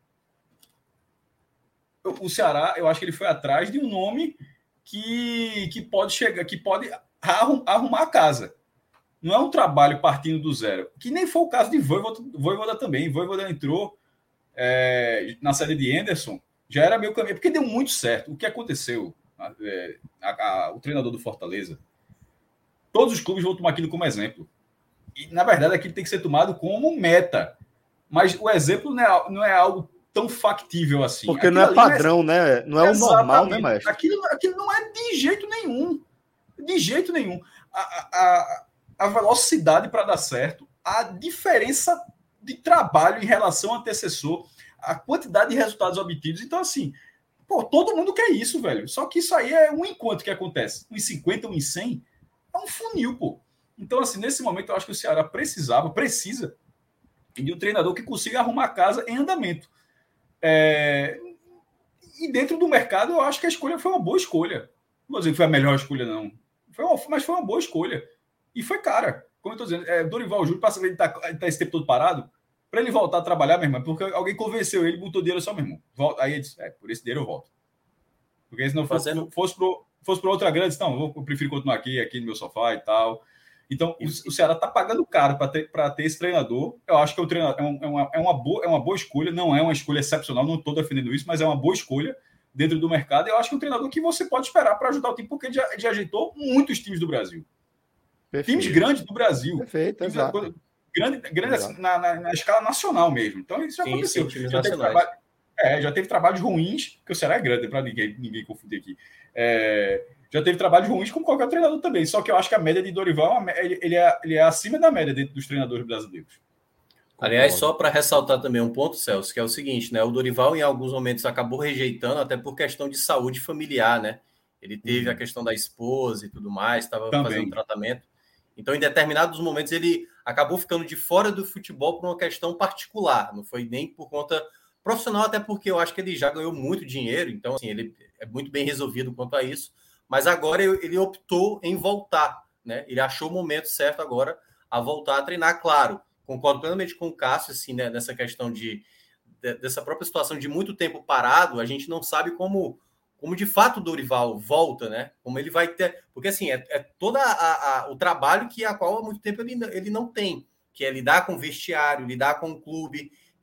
O Ceará, eu acho que ele foi atrás de um nome que pode chegar, que pode arrumar a casa. Não é um trabalho partindo do zero. Que nem foi o caso de Vojvoda também. Vojvoda entrou na série de Anderson, já era meio caminho, porque deu muito certo. O que aconteceu? O treinador do Fortaleza, todos os clubes vão tomar aquilo como exemplo. E, na verdade, aquilo tem que ser tomado como meta. Mas o exemplo não é algo tão factível assim. Porque aquilo não é padrão, né? Não é o normal, né, maestro? Aquilo não é de jeito nenhum. De jeito nenhum. A velocidade para dar certo, a diferença de trabalho em relação ao antecessor, a quantidade de resultados obtidos. Então, assim, todo mundo quer isso, velho. Só que isso aí é um enquanto que acontece. 1 em 50, 1 em 100, é um funil, pô. Então, assim, nesse momento, eu acho que o Ceará precisa de um treinador que consiga arrumar a casa em andamento. E dentro do mercado, eu acho que a escolha foi uma boa escolha. Não vou dizer que foi a melhor escolha, não. Mas foi uma boa escolha. E foi cara. Como eu estou dizendo, Dorival Júnior, passa ele está esse tempo todo parado, para ele voltar a trabalhar, meu irmão, porque alguém convenceu ele, botou dinheiro só, meu irmão. Aí ele disse, por esse dinheiro eu volto. Porque se não fosse para outra grande, não, eu prefiro continuar aqui no meu sofá e tal. Então, o Ceará está pagando caro para ter esse treinador. Eu acho que o treinador é uma boa escolha, não é uma escolha excepcional, não estou defendendo isso, mas é uma boa escolha dentro do mercado. Eu acho que é um treinador que você pode esperar para ajudar o time, porque ele já ajeitou muitos times do Brasil. Perfeito. Times grandes do Brasil. Perfeito, exato. Grande assim, na escala nacional mesmo. Então, isso já aconteceu. Já teve trabalhos ruins, porque o Ceará é grande, para ninguém confundir aqui. Já teve trabalhos ruins com qualquer treinador também. Só que eu acho que a média de Dorival ele é acima da média dentro dos treinadores brasileiros. Aliás, só para ressaltar também um ponto, Celso, que é o seguinte, né? O Dorival, em alguns momentos, acabou rejeitando, até por questão de saúde familiar, né? Ele teve a questão da esposa e tudo mais, estava fazendo tratamento. Então, em determinados momentos, ele acabou ficando de fora do futebol por uma questão particular. Não foi nem por conta profissional, até porque eu acho que ele já ganhou muito dinheiro. Então, assim, ele é muito bem resolvido quanto a isso. Mas agora ele optou em voltar, né? Ele achou o momento certo agora a voltar a treinar. Claro, concordo plenamente com o Cássio, assim, né? Nessa questão dessa própria situação de muito tempo parado. A gente não sabe como de fato o Dorival volta, né? Como ele vai ter... Porque, assim, todo o trabalho a qual há muito tempo ele não tem, que é lidar com o vestiário, lidar com o clube,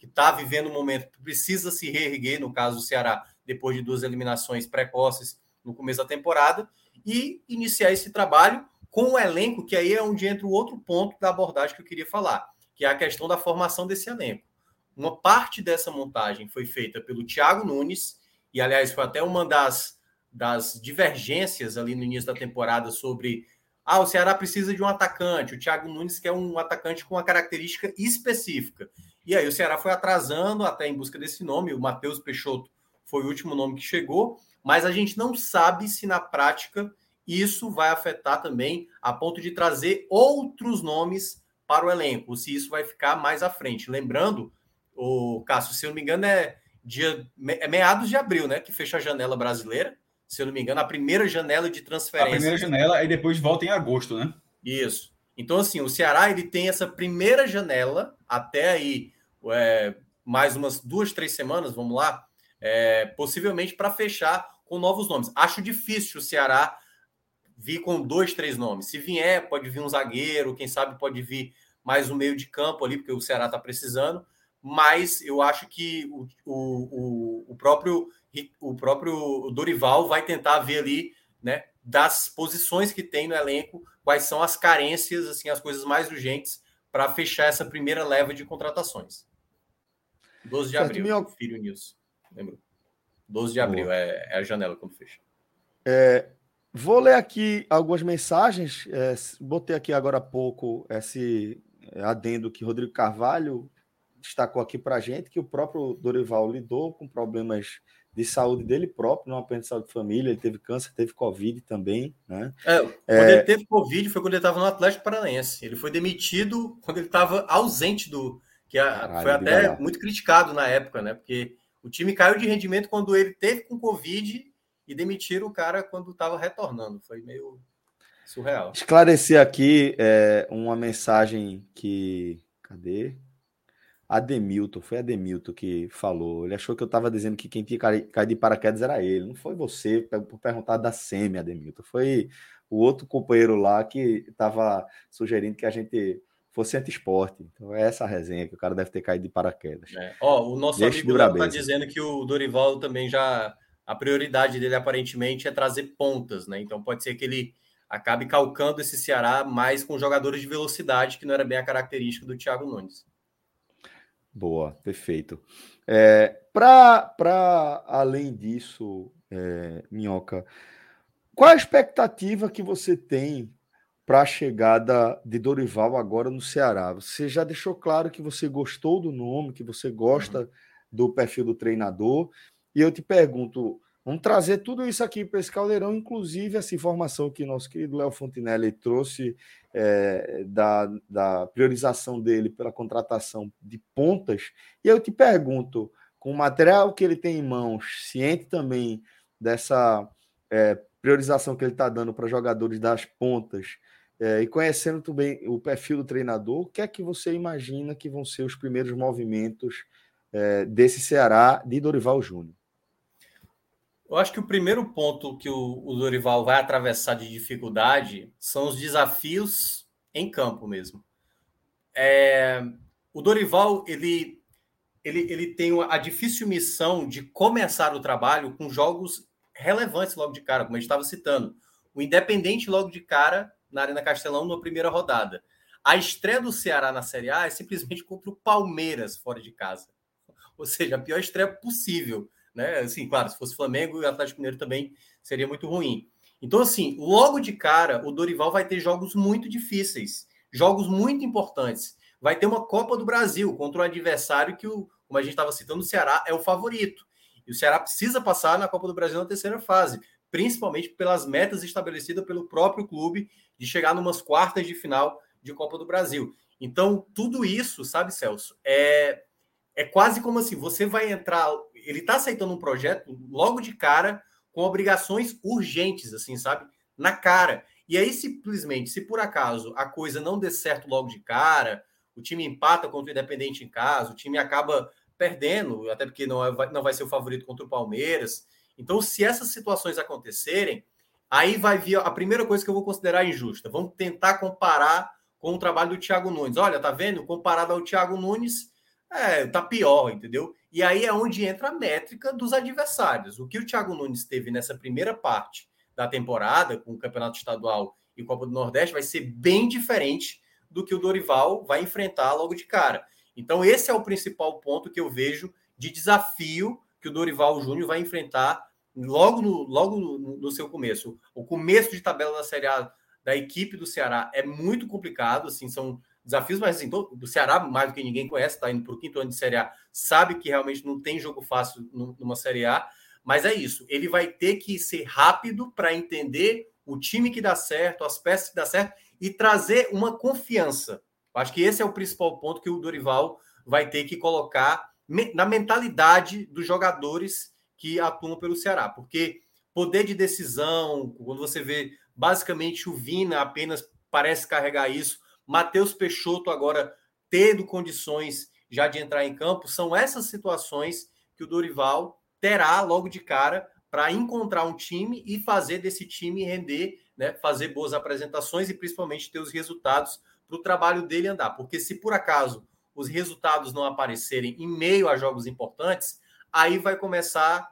que está vivendo um momento que precisa se reerguer, no caso do Ceará, depois de 2 eliminações precoces no começo da temporada, e iniciar esse trabalho com o elenco, que aí é onde entra o outro ponto da abordagem que eu queria falar, que é a questão da formação desse elenco. Uma parte dessa montagem foi feita pelo Thiago Nunes, e aliás foi até uma das divergências ali no início da temporada sobre o Ceará precisa de um atacante, o Thiago Nunes quer um atacante com uma característica específica. E aí o Ceará foi atrasando até em busca desse nome, o Matheus Peixoto foi o último nome que chegou, mas a gente não sabe se na prática isso vai afetar também a ponto de trazer outros nomes para o elenco, ou se isso vai ficar mais à frente. Lembrando, o Cássio, se eu não me engano, é meados de abril, né, que fecha a janela brasileira, se eu não me engano, a primeira janela de transferência. A primeira janela, e depois volta em agosto, né? Isso. Então, assim, o Ceará ele tem essa primeira janela, até aí, mais umas 2, 3 semanas, vamos lá, possivelmente para fechar com novos nomes. Acho difícil o Ceará vir com 2, 3 nomes. Se vier, pode vir um zagueiro, quem sabe pode vir mais um meio de campo ali, porque o Ceará está precisando, mas eu acho que o próprio Dorival vai tentar ver ali, né, das posições que tem no elenco, quais são as carências, assim, as coisas mais urgentes para fechar essa primeira leva de contratações. 12 de abril, Filho News. Lembro? 12 de abril é a janela quando fecha. Vou ler aqui algumas mensagens. Botei aqui agora há pouco esse adendo que Rodrigo Carvalho destacou aqui para a gente, que o próprio Dorival lidou com problemas de saúde dele próprio, não apenas saúde de família, ele teve câncer, teve Covid também, né? Quando ele teve Covid foi quando ele estava no Atlético Paranaense. Ele foi demitido quando ele estava ausente foi até muito criticado na época, né? Porque o time caiu de rendimento quando ele teve com Covid e demitiram o cara quando estava retornando. Foi meio surreal. Esclarecer aqui uma mensagem que... Cadê? Foi Ademilton que falou. Ele achou que eu estava dizendo que quem tinha caído de paraquedas era ele. Não foi você, por perguntar da SEMI, Ademilton. Foi o outro companheiro lá que estava sugerindo que a gente fosse anti-esporte. Então é essa a resenha, que o cara deve ter caído de paraquedas. O nosso amigo Léo está dizendo que o Dorival também já... A prioridade dele, aparentemente, é trazer pontas, né? Então pode ser que ele acabe calcando esse Ceará mais com jogadores de velocidade, que não era bem a característica do Thiago Nunes. Boa, perfeito. Para além disso, Minhoca, qual a expectativa que você tem para a chegada de Dorival agora no Ceará? Você já deixou claro que você gostou do nome, que você gosta do perfil do treinador, e eu te pergunto, vamos trazer tudo isso aqui para esse caldeirão, inclusive essa informação que nosso querido Léo Fontinelli trouxe da priorização dele pela contratação de pontas. E eu te pergunto, com o material que ele tem em mãos, ciente também dessa priorização que ele está dando para jogadores das pontas, e conhecendo também o perfil do treinador, o que é que você imagina que vão ser os primeiros movimentos desse Ceará de Dorival Júnior? Eu acho que o primeiro ponto que o Dorival vai atravessar de dificuldade são os desafios em campo mesmo. O Dorival ele tem a difícil missão de começar o trabalho com jogos relevantes logo de cara, como a gente estava citando. O Independente logo de cara na Arena Castelão na primeira rodada. A estreia do Ceará na Série A é simplesmente contra o Palmeiras fora de casa. Ou seja, a pior estreia possível. Né? Assim, claro, se fosse Flamengo e Atlético Mineiro também seria muito ruim. Então, assim, logo de cara, o Dorival vai ter jogos muito difíceis, jogos muito importantes. Vai ter uma Copa do Brasil contra um adversário que, como a gente estava citando, o Ceará é o favorito. E o Ceará precisa passar na Copa do Brasil na terceira fase, principalmente pelas metas estabelecidas pelo próprio clube de chegar numas quartas de final de Copa do Brasil. Então, tudo isso, sabe, Celso, é quase como assim, você vai entrar... Ele está aceitando um projeto logo de cara com obrigações urgentes, assim, sabe? Na cara. E aí, simplesmente, se por acaso a coisa não der certo logo de cara, o time empata contra o Independente em casa, o time acaba perdendo, até porque não vai ser o favorito contra o Palmeiras. Então, se essas situações acontecerem, aí vai vir a primeira coisa que eu vou considerar injusta. Vamos tentar comparar com o trabalho do Thiago Nunes. Olha, tá vendo? Comparado ao Thiago Nunes, tá pior, entendeu? E aí é onde entra a métrica dos adversários. O que o Thiago Nunes teve nessa primeira parte da temporada, com o Campeonato Estadual e Copa do Nordeste, vai ser bem diferente do que o Dorival vai enfrentar logo de cara. Então, esse é o principal ponto que eu vejo de desafio que o Dorival Júnior vai enfrentar logo no seu começo. O começo de tabela da Série A da equipe do Ceará é muito complicado, assim, são desafios, mas assim, do Ceará, mais do que ninguém conhece, está indo para o 5º ano de Série A, sabe que realmente não tem jogo fácil numa Série A, mas é isso, ele vai ter que ser rápido para entender o time que dá certo, as peças que dá certo, e trazer uma confiança. Acho que esse é o principal ponto que o Dorival vai ter que colocar na mentalidade dos jogadores que atuam pelo Ceará, porque poder de decisão, quando você vê basicamente o Vina apenas parece carregar isso, Matheus Peixoto agora tendo condições já de entrar em campo, são essas situações que o Dorival terá logo de cara para encontrar um time e fazer desse time render, né, fazer boas apresentações e principalmente ter os resultados para o trabalho dele andar. Porque se por acaso os resultados não aparecerem em meio a jogos importantes, aí vai começar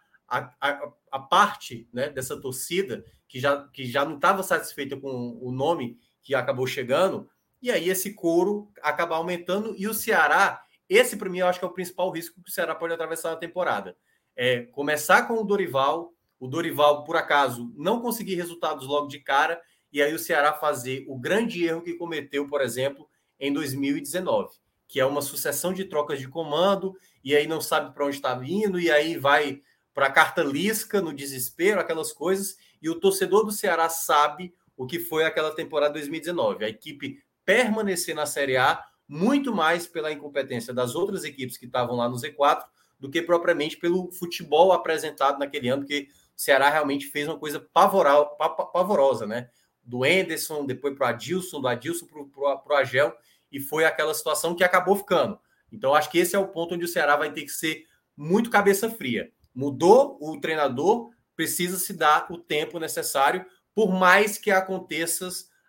a parte, né, dessa torcida que já não estava satisfeita com o nome que acabou chegando, e aí esse coro acaba aumentando, e o Ceará, esse para mim eu acho que é o principal risco que o Ceará pode atravessar na temporada. É começar com o Dorival por acaso não conseguir resultados logo de cara, e aí o Ceará fazer o grande erro que cometeu, por exemplo, em 2019, que é uma sucessão de trocas de comando, e aí não sabe para onde está vindo, e aí vai para a carta lisca, no desespero, aquelas coisas, e o torcedor do Ceará sabe o que foi aquela temporada 2019. A equipe permanecer na Série A muito mais pela incompetência das outras equipes que estavam lá no Z4 do que propriamente pelo futebol apresentado naquele ano, porque o Ceará realmente fez uma coisa pavorosa, né? Do Enderson, depois para o Adilson, do Adilson para o Agel, e foi aquela situação que acabou ficando. Então, acho que esse é o ponto onde o Ceará vai ter que ser muito cabeça fria. Mudou o treinador, precisa se dar o tempo necessário, por mais que aconteça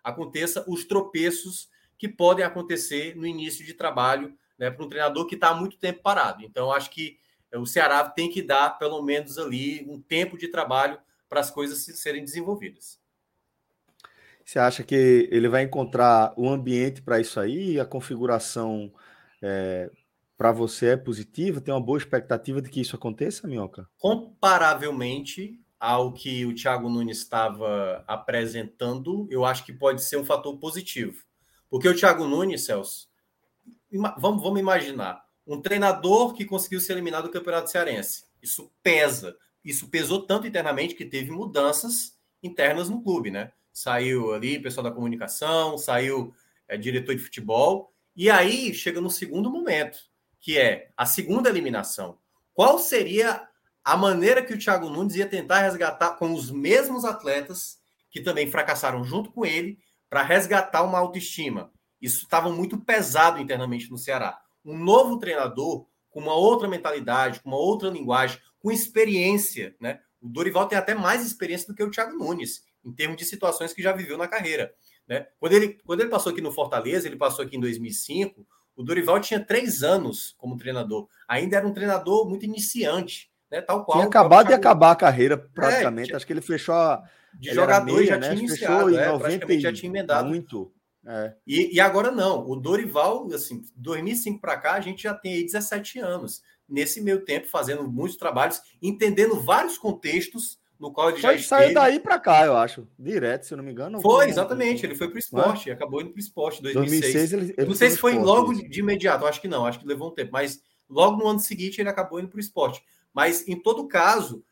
os tropeços que podem acontecer no início de trabalho, né, para um treinador que está há muito tempo parado. Então, acho que o Ceará tem que dar, pelo menos ali, um tempo de trabalho para as coisas serem desenvolvidas. Você acha que ele vai encontrar o ambiente para isso aí? A configuração para você é positiva? Tem uma boa expectativa de que isso aconteça, Minhoca? Comparavelmente ao que o Thiago Nunes estava apresentando, eu acho que pode ser um fator positivo. Porque o Thiago Nunes, Celso, vamos imaginar, um treinador que conseguiu ser eliminado do Campeonato Cearense. Isso pesa. Isso pesou tanto internamente que teve mudanças internas no clube, né? Saiu ali pessoal da comunicação, saiu diretor de futebol, e aí chega no segundo momento, que é a segunda eliminação. Qual seria a maneira que o Thiago Nunes ia tentar resgatar com os mesmos atletas que também fracassaram junto com ele para resgatar uma autoestima? Isso estava muito pesado internamente no Ceará. Um novo treinador com uma outra mentalidade, com uma outra linguagem, com experiência, né? O Dorival tem até mais experiência do que o Thiago Nunes, em termos de situações que já viveu na carreira, né? Quando ele passou aqui no Fortaleza, ele passou aqui em 2005, o Dorival tinha 3 anos como treinador. Ainda era um treinador muito iniciante, né? Tal qual. Tinha acabado de acabar a carreira, praticamente. Acho que ele fechou de jogador meia, já né? tinha iniciado, fechou em 90 praticamente já tinha emendado. Muito. E agora não. O Dorival, assim, 2005 para cá, a gente já tem aí 17 anos. Nesse meio tempo, fazendo muitos trabalhos, entendendo vários contextos no qual ele já esteve. Saiu daí para cá, eu acho. Direto, se eu não me engano. Foi, exatamente. Ele foi para o esporte, acabou indo para o esporte em 2006. ele não sei se foi logo de imediato, acho que não, acho que levou um tempo. Mas logo no ano seguinte ele acabou indo para o esporte. Mas, em todo caso,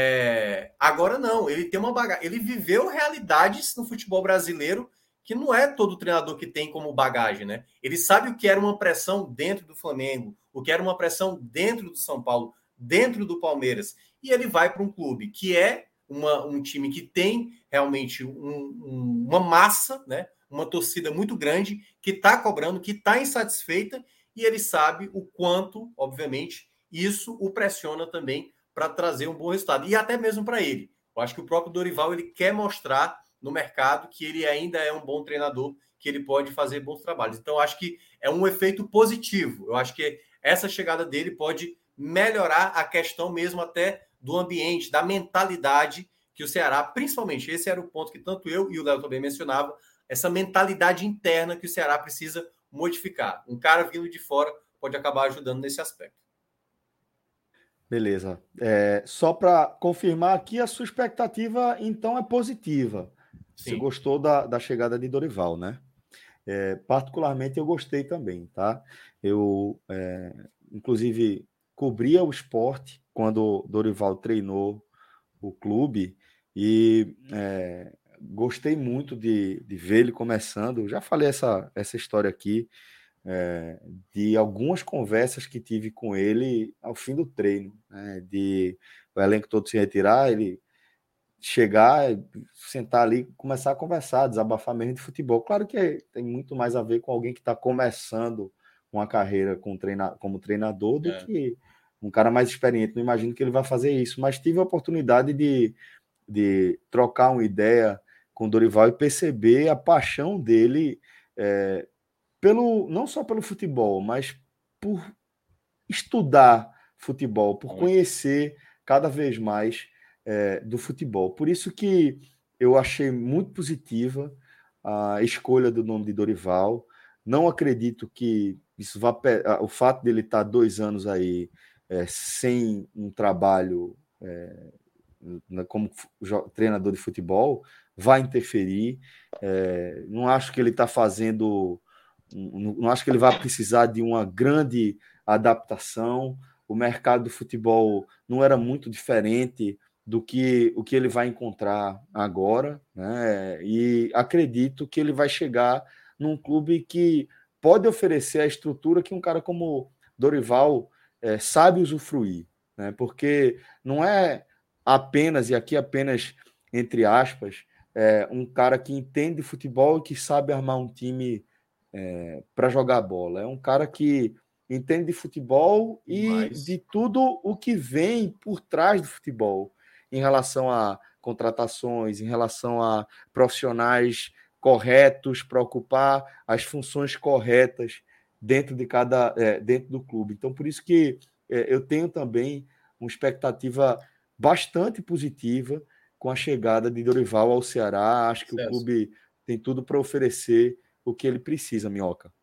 agora não. Ele tem uma bagagem. Ele viveu realidades no futebol brasileiro que não é todo treinador que tem como bagagem, né? Ele sabe o que era uma pressão dentro do Flamengo, o que era uma pressão dentro do São Paulo, dentro do Palmeiras. E ele vai para um clube que é um time que tem realmente uma massa, né? Uma torcida muito grande, que está cobrando, que está insatisfeita, e ele sabe o quanto, obviamente, isso o pressiona também para trazer um bom resultado. E até mesmo para ele. Eu acho que o próprio Dorival ele quer mostrar no mercado que ele ainda é um bom treinador, que ele pode fazer bons trabalhos. Então, acho que é um efeito positivo. Eu acho que essa chegada dele pode melhorar a questão mesmo até do ambiente, da mentalidade que o Ceará, principalmente, esse era o ponto que tanto eu e o Léo também mencionava, essa mentalidade interna que o Ceará precisa modificar. Um cara vindo de fora pode acabar ajudando nesse aspecto. Beleza. Só para confirmar aqui, a sua expectativa, então, é positiva. Você Sim. gostou da chegada de Dorival, né? Particularmente, eu gostei também, tá? Eu, inclusive, cobria o esporte quando Dorival treinou o clube e gostei muito de ver ele começando. Já falei essa história aqui, de algumas conversas que tive com ele ao fim do treino, né? De o elenco todo se retirar, ele chegar, sentar ali, começar a conversar, desabafar mesmo de futebol. Claro que tem muito mais a ver com alguém que está começando uma carreira como treinador do que um cara mais experiente. Não imagino que ele vai fazer isso, mas tive a oportunidade de trocar uma ideia com o Dorival e perceber a paixão dele, não só pelo futebol, mas por estudar futebol, por conhecer cada vez mais do futebol. Por isso que eu achei muito positiva a escolha do nome de Dorival. Não acredito que isso vá o fato dele estar 2 anos aí sem um trabalho como treinador de futebol vai interferir. Não acho que ele está fazendo, não acho que ele vai precisar de uma grande adaptação. O mercado do futebol não era muito diferente do que o que ele vai encontrar agora, né? E acredito que ele vai chegar num clube que pode oferecer a estrutura que um cara como Dorival sabe usufruir, né? Porque não é apenas, e aqui apenas entre aspas, um cara que entende futebol e que sabe armar um time para jogar bola. É um cara que entende de futebol e de tudo o que vem por trás do futebol, em relação a contratações, em relação a profissionais corretos para ocupar as funções corretas dentro dentro do clube. Então, por isso que eu tenho também uma expectativa bastante positiva com a chegada de Dorival ao Ceará. Acho que o clube tem tudo para oferecer o que ele precisa, Minhoca.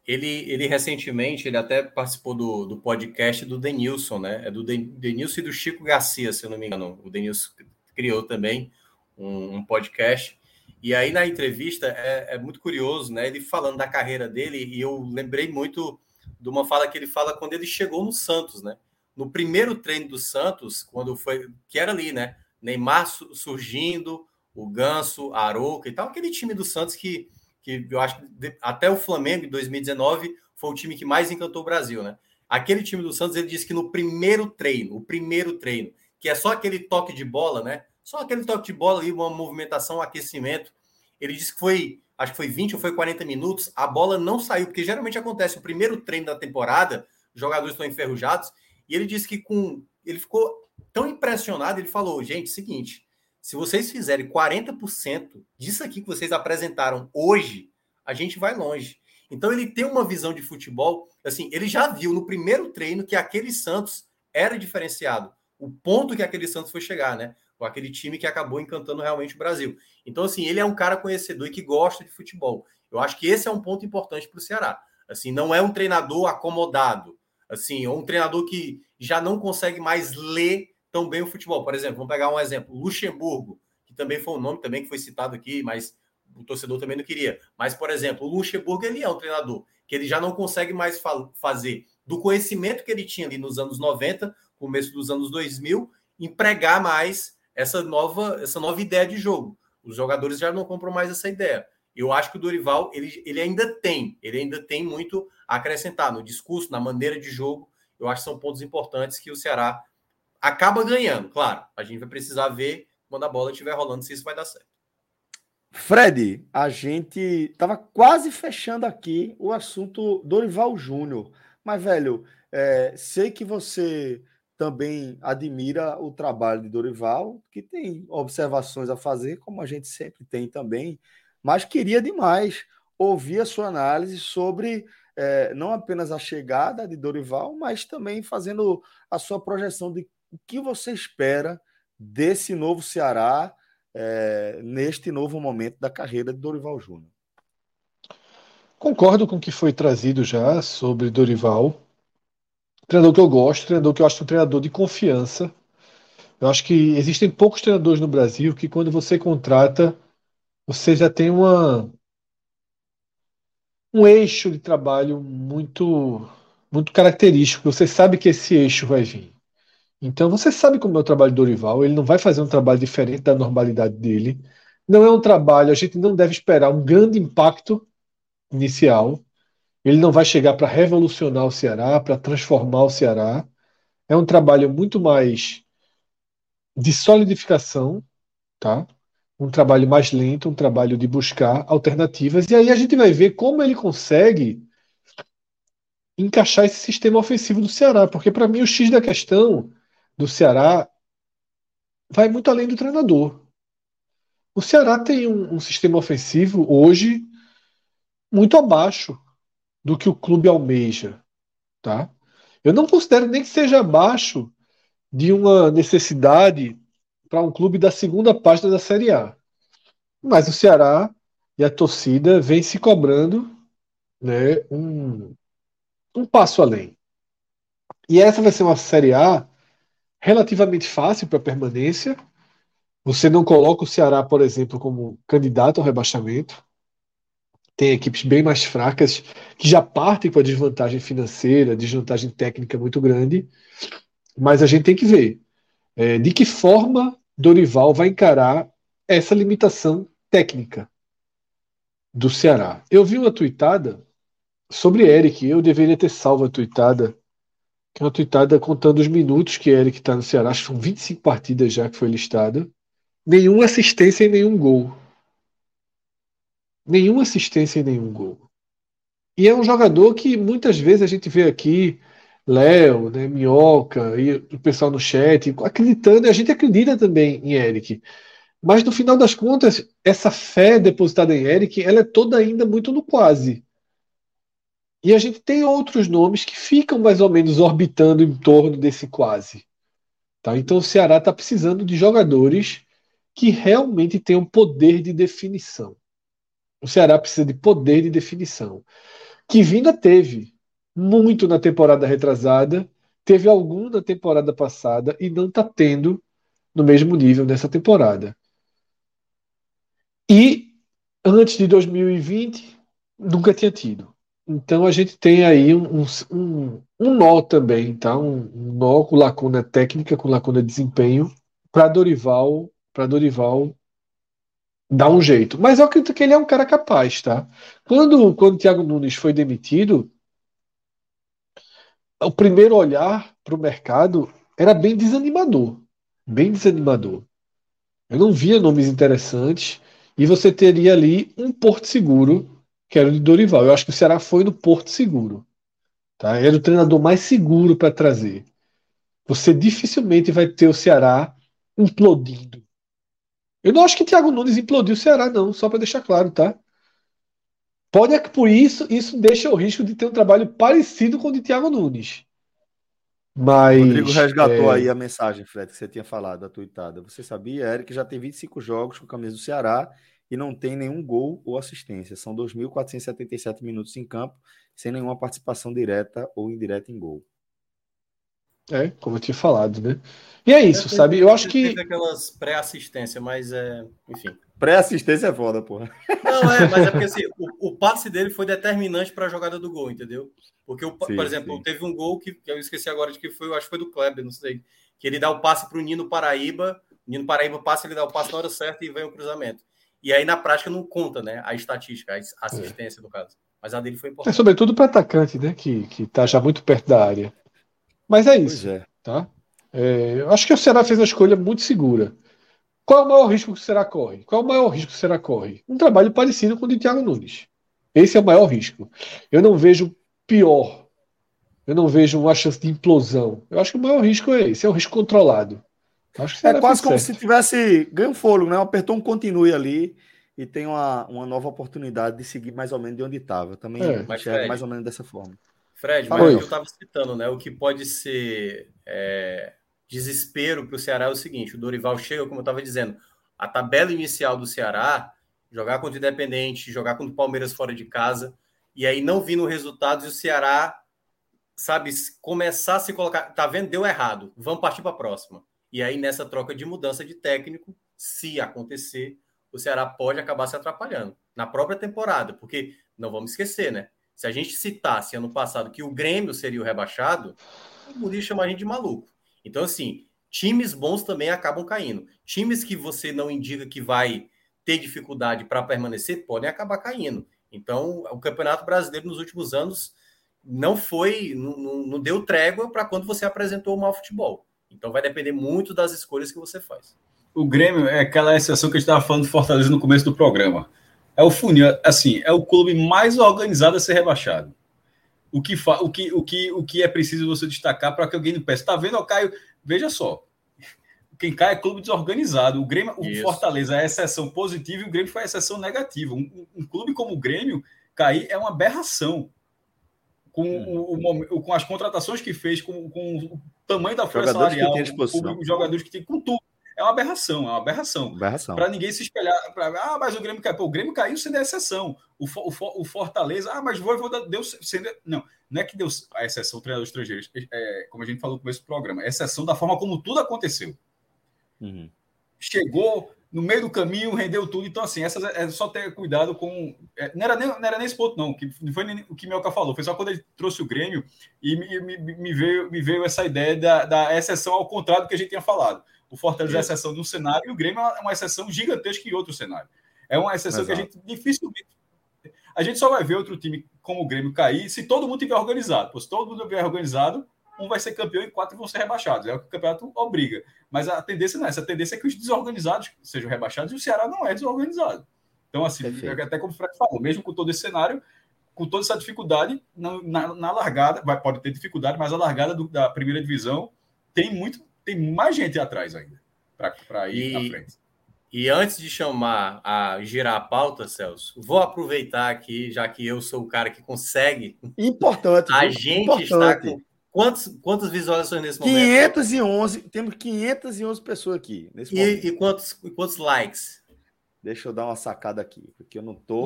Ele recentemente, ele até participou do podcast do Denilson, né? É do Denilson e do Chico Garcia, se eu não me engano. O Denilson criou também um podcast. E aí, na entrevista, é muito curioso, né? Ele falando da carreira dele, e eu lembrei muito de uma fala que ele fala quando ele chegou no Santos, né? No primeiro treino do Santos, quando foi, que era ali, né? Neymar surgindo, o Ganso, a Arouca e tal, aquele time do Santos que eu acho que até o Flamengo, em 2019, foi o time que mais encantou o Brasil, né? Aquele time do Santos, ele disse que no primeiro treino, que é só aquele toque de bola, né? Só aquele toque de bola ali, uma movimentação, um aquecimento. Ele disse que foi, acho que foi 20 ou foi 40 minutos, a bola não saiu, porque geralmente acontece o primeiro treino da temporada, os jogadores estão enferrujados, e ele disse que ele ficou tão impressionado, ele falou, gente, seguinte, se vocês fizerem 40% disso aqui que vocês apresentaram hoje, a gente vai longe. Então ele tem uma visão de futebol, assim, ele já viu no primeiro treino que aquele Santos era diferenciado. O ponto que aquele Santos foi chegar, né? Com aquele time que acabou encantando realmente o Brasil. Então, assim, ele é um cara conhecedor e que gosta de futebol. Eu acho que esse é um ponto importante para o Ceará. Assim, não é um treinador acomodado, assim, ou um treinador que já não consegue mais ler tão bem o futebol. Por exemplo, vamos pegar um exemplo, Luxemburgo, que também foi um nome também que foi citado aqui, mas o torcedor também não queria. Mas, por exemplo, o Luxemburgo, ele é um treinador que ele já não consegue mais fazer do conhecimento que ele tinha ali nos anos 90, começo dos anos 2000, empregar mais essa nova ideia de jogo. Os jogadores já não compram mais essa ideia. Eu acho que o Dorival, ele ainda tem muito a acrescentar no discurso, na maneira de jogo. Eu acho que são pontos importantes que o Ceará acaba ganhando, claro. A gente vai precisar ver quando a bola estiver rolando se isso vai dar certo. Fred, a gente estava quase fechando aqui o assunto Dorival Júnior, mas, velho, sei que você também admira o trabalho de Dorival, que tem observações a fazer, como a gente sempre tem também, mas queria demais ouvir a sua análise sobre não apenas a chegada de Dorival, mas também fazendo a sua projeção de o que você espera desse novo Ceará neste novo momento da carreira de Dorival Júnior. Concordo com o que foi trazido já sobre Dorival. Treinador que eu gosto, treinador que eu acho um treinador de confiança. Eu acho que existem poucos treinadores no Brasil que quando você contrata, você já tem um eixo de trabalho muito característico. Você sabe que esse eixo vai vir. Então você sabe como é o trabalho do Dorival, ele não vai fazer um trabalho diferente da normalidade dele. Não é um trabalho, a gente não deve esperar um grande impacto inicial. Ele não vai chegar para revolucionar o Ceará, para transformar o Ceará. É um trabalho muito mais de solidificação, tá? Um trabalho mais lento, um trabalho de buscar alternativas. E aí a gente vai ver como ele consegue encaixar esse sistema ofensivo do Ceará, porque para mim o X da questão do Ceará vai muito além do treinador. O Ceará tem um sistema ofensivo hoje muito abaixo do que o clube almeja, tá? Eu não considero nem que seja abaixo de uma necessidade para um clube da segunda página da Série A. Mas o Ceará e a torcida vem se cobrando, né, um passo além. E essa vai ser uma Série A relativamente fácil para permanência. Você não coloca o Ceará, por exemplo, como candidato ao rebaixamento. Tem equipes bem mais fracas que já partem com a desvantagem financeira, desvantagem técnica muito grande. Mas a gente tem que ver de que forma Dorival vai encarar essa limitação técnica do Ceará. Eu vi uma tuitada sobre Eric, eu deveria ter salvo a tuitada, que é uma tuitada contando os minutos que Eric está no Ceará, acho que são 25 partidas já que foi listada. Nenhuma assistência e nenhum gol. Nenhuma assistência e nenhum gol. E é um jogador que muitas vezes a gente vê aqui, Léo, né, Minhoca, e o pessoal no chat, acreditando, e a gente acredita também em Eric. Mas no final das contas, essa fé depositada em Eric, ela é toda ainda muito no quase. E a gente tem outros nomes que ficam mais ou menos orbitando em torno desse quase. Tá? Então o Ceará está precisando de jogadores que realmente tenham poder de definição. O Ceará precisa de poder de definição. Que Vinda teve muito na temporada retrasada, teve algum na temporada passada e não está tendo no mesmo nível nessa temporada. E antes de 2020, nunca tinha tido. Então a gente tem aí um nó também, tá? Um nó com lacuna técnica, com lacuna de desempenho, para Dorival dar um jeito. Mas eu acredito que ele é um cara capaz, tá? Quando o Thiago Nunes foi demitido, o primeiro olhar para o mercado era bem desanimador. Bem desanimador. Eu não via nomes interessantes e você teria ali um porto seguro, que era o de Dorival. Eu acho que o Ceará foi no porto seguro. Tá? Era o treinador mais seguro para trazer. Você dificilmente vai ter o Ceará implodindo. Eu não acho que Thiago Nunes implodiu o Ceará, não, só para deixar claro, tá? Pode é que por isso deixa o risco de ter um trabalho parecido com o de Thiago Nunes. Mas, Rodrigo resgatou aí a mensagem, Fred, que você tinha falado, da tuitada. Você sabia, Eric já tem 25 jogos com a camisa do Ceará e não tem nenhum gol ou assistência. São 2.477 minutos em campo, sem nenhuma participação direta ou indireta em gol. Como eu tinha falado, né? E é isso, sabe? Eu acho que... Teve aquelas pré-assistência, mas enfim. Pré-assistência é foda, porra. Não, mas é porque assim, o passe dele foi determinante para a jogada do gol, entendeu? Porque, por exemplo, teve um gol que eu esqueci agora de que foi, acho que foi do Kleber, não sei, que ele dá o passe para o Nino Paraíba passa, ele dá o passe na hora certa e vem o cruzamento. E aí, na prática, não conta, né? A estatística, a assistência, no caso. Mas a dele foi importante. Sobretudo para atacante, né? Que tá já muito perto da área. Mas é isso, tá? Eu acho que o Ceará fez uma escolha muito segura. Qual é o maior risco que o Ceará corre? Um trabalho parecido com o de Thiago Nunes. Esse é o maior risco. Eu não vejo Eu não vejo uma chance de implosão. Eu acho que o maior risco é esse, é o risco controlado. Acho que o Ceará quase fez como certo. se tivesse ganho fôlego, né? Apertou um continue ali e tem uma nova oportunidade de seguir mais ou menos de onde estava. Também Mas, enxergo Fred, mais ou menos dessa forma. Fred, Fala mas aí. o que eu estava citando, né? O que pode ser desespero para o Ceará é o seguinte: o Dorival chega, como eu estava dizendo, a tabela inicial do Ceará, jogar contra o Independente, jogar contra o Palmeiras fora de casa, e aí não vindo resultados e o Ceará, sabe, começar a se colocar. Tá vendo? Deu errado. Vamos partir para a próxima. E aí, nessa troca de mudança de técnico, se acontecer, o Ceará pode acabar se atrapalhando na própria temporada, porque não vamos esquecer, né? Se a gente citasse ano passado que o Grêmio seria o rebaixado, o Murilo chama a gente de maluco. Então, assim, times bons também acabam caindo. Times que você não indica que vai ter dificuldade para permanecer, podem acabar caindo. Então, o Campeonato Brasileiro nos últimos anos não deu trégua para quando você apresentou o mau futebol. Então, vai depender muito das escolhas que você faz. O Grêmio é aquela exceção que a gente estava falando de Fortaleza no começo do programa. É o funil, assim, é o clube mais organizado a ser rebaixado. O que é preciso você destacar para que alguém não peça? Está vendo, Caio? Veja só. Quem cai é clube desorganizado. O Grêmio, o Fortaleza é a exceção positiva e o Grêmio foi a exceção negativa. Um clube como o Grêmio cair é uma aberração. Com as contratações que fez, com o tamanho da folha salarial, os jogadores que tem, com tudo. É uma aberração. Para ninguém se espelhar. Mas o Grêmio caiu. Pô, o Grêmio caiu sendo a exceção. O Fortaleza, mas Vojvoda deu. Não é que deu a exceção do treinador estrangeiro, como a gente falou no começo do programa, é a exceção da forma como tudo aconteceu. Uhum. Chegou no meio do caminho, rendeu tudo. Então, assim, é só ter cuidado com. Não era nem esse ponto, não. Que não foi nem o que Mioca falou. Foi só quando ele trouxe o Grêmio e me veio essa ideia da exceção ao contrário do que a gente tinha falado. O Fortaleza é a exceção de um cenário e o Grêmio é uma exceção gigantesca em outro cenário. É uma exceção que a gente dificilmente. A gente só vai ver outro time como o Grêmio cair se todo mundo estiver organizado. Se todo mundo estiver organizado, um vai ser campeão e 4 vão ser rebaixados. É o que o campeonato obriga. Mas a tendência não é essa. A tendência é que os desorganizados sejam rebaixados e o Ceará não é desorganizado. Então, assim, até como o Fred falou, mesmo com todo esse cenário, com toda essa dificuldade, na largada, pode ter dificuldade, mas a largada da primeira divisão tem mais gente atrás ainda para ir na frente. E antes de chamar a girar a pauta, Celso, vou aproveitar aqui, já que eu sou o cara que consegue. Importante. A gente está com. Quantas visualizações nesse momento? 511. Temos 511 pessoas aqui nesse momento. E quantos likes? Deixa eu dar uma sacada aqui, porque eu não tô.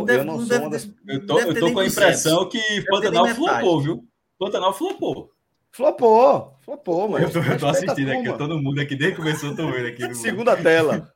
Eu tô com a impressão que Pantanal flopou, viu? Pantanal flopou. Flopou, mano. Eu tô assistindo aqui, eu tô no mundo aqui, desde que começou, eu tô vendo aqui. Segunda tela.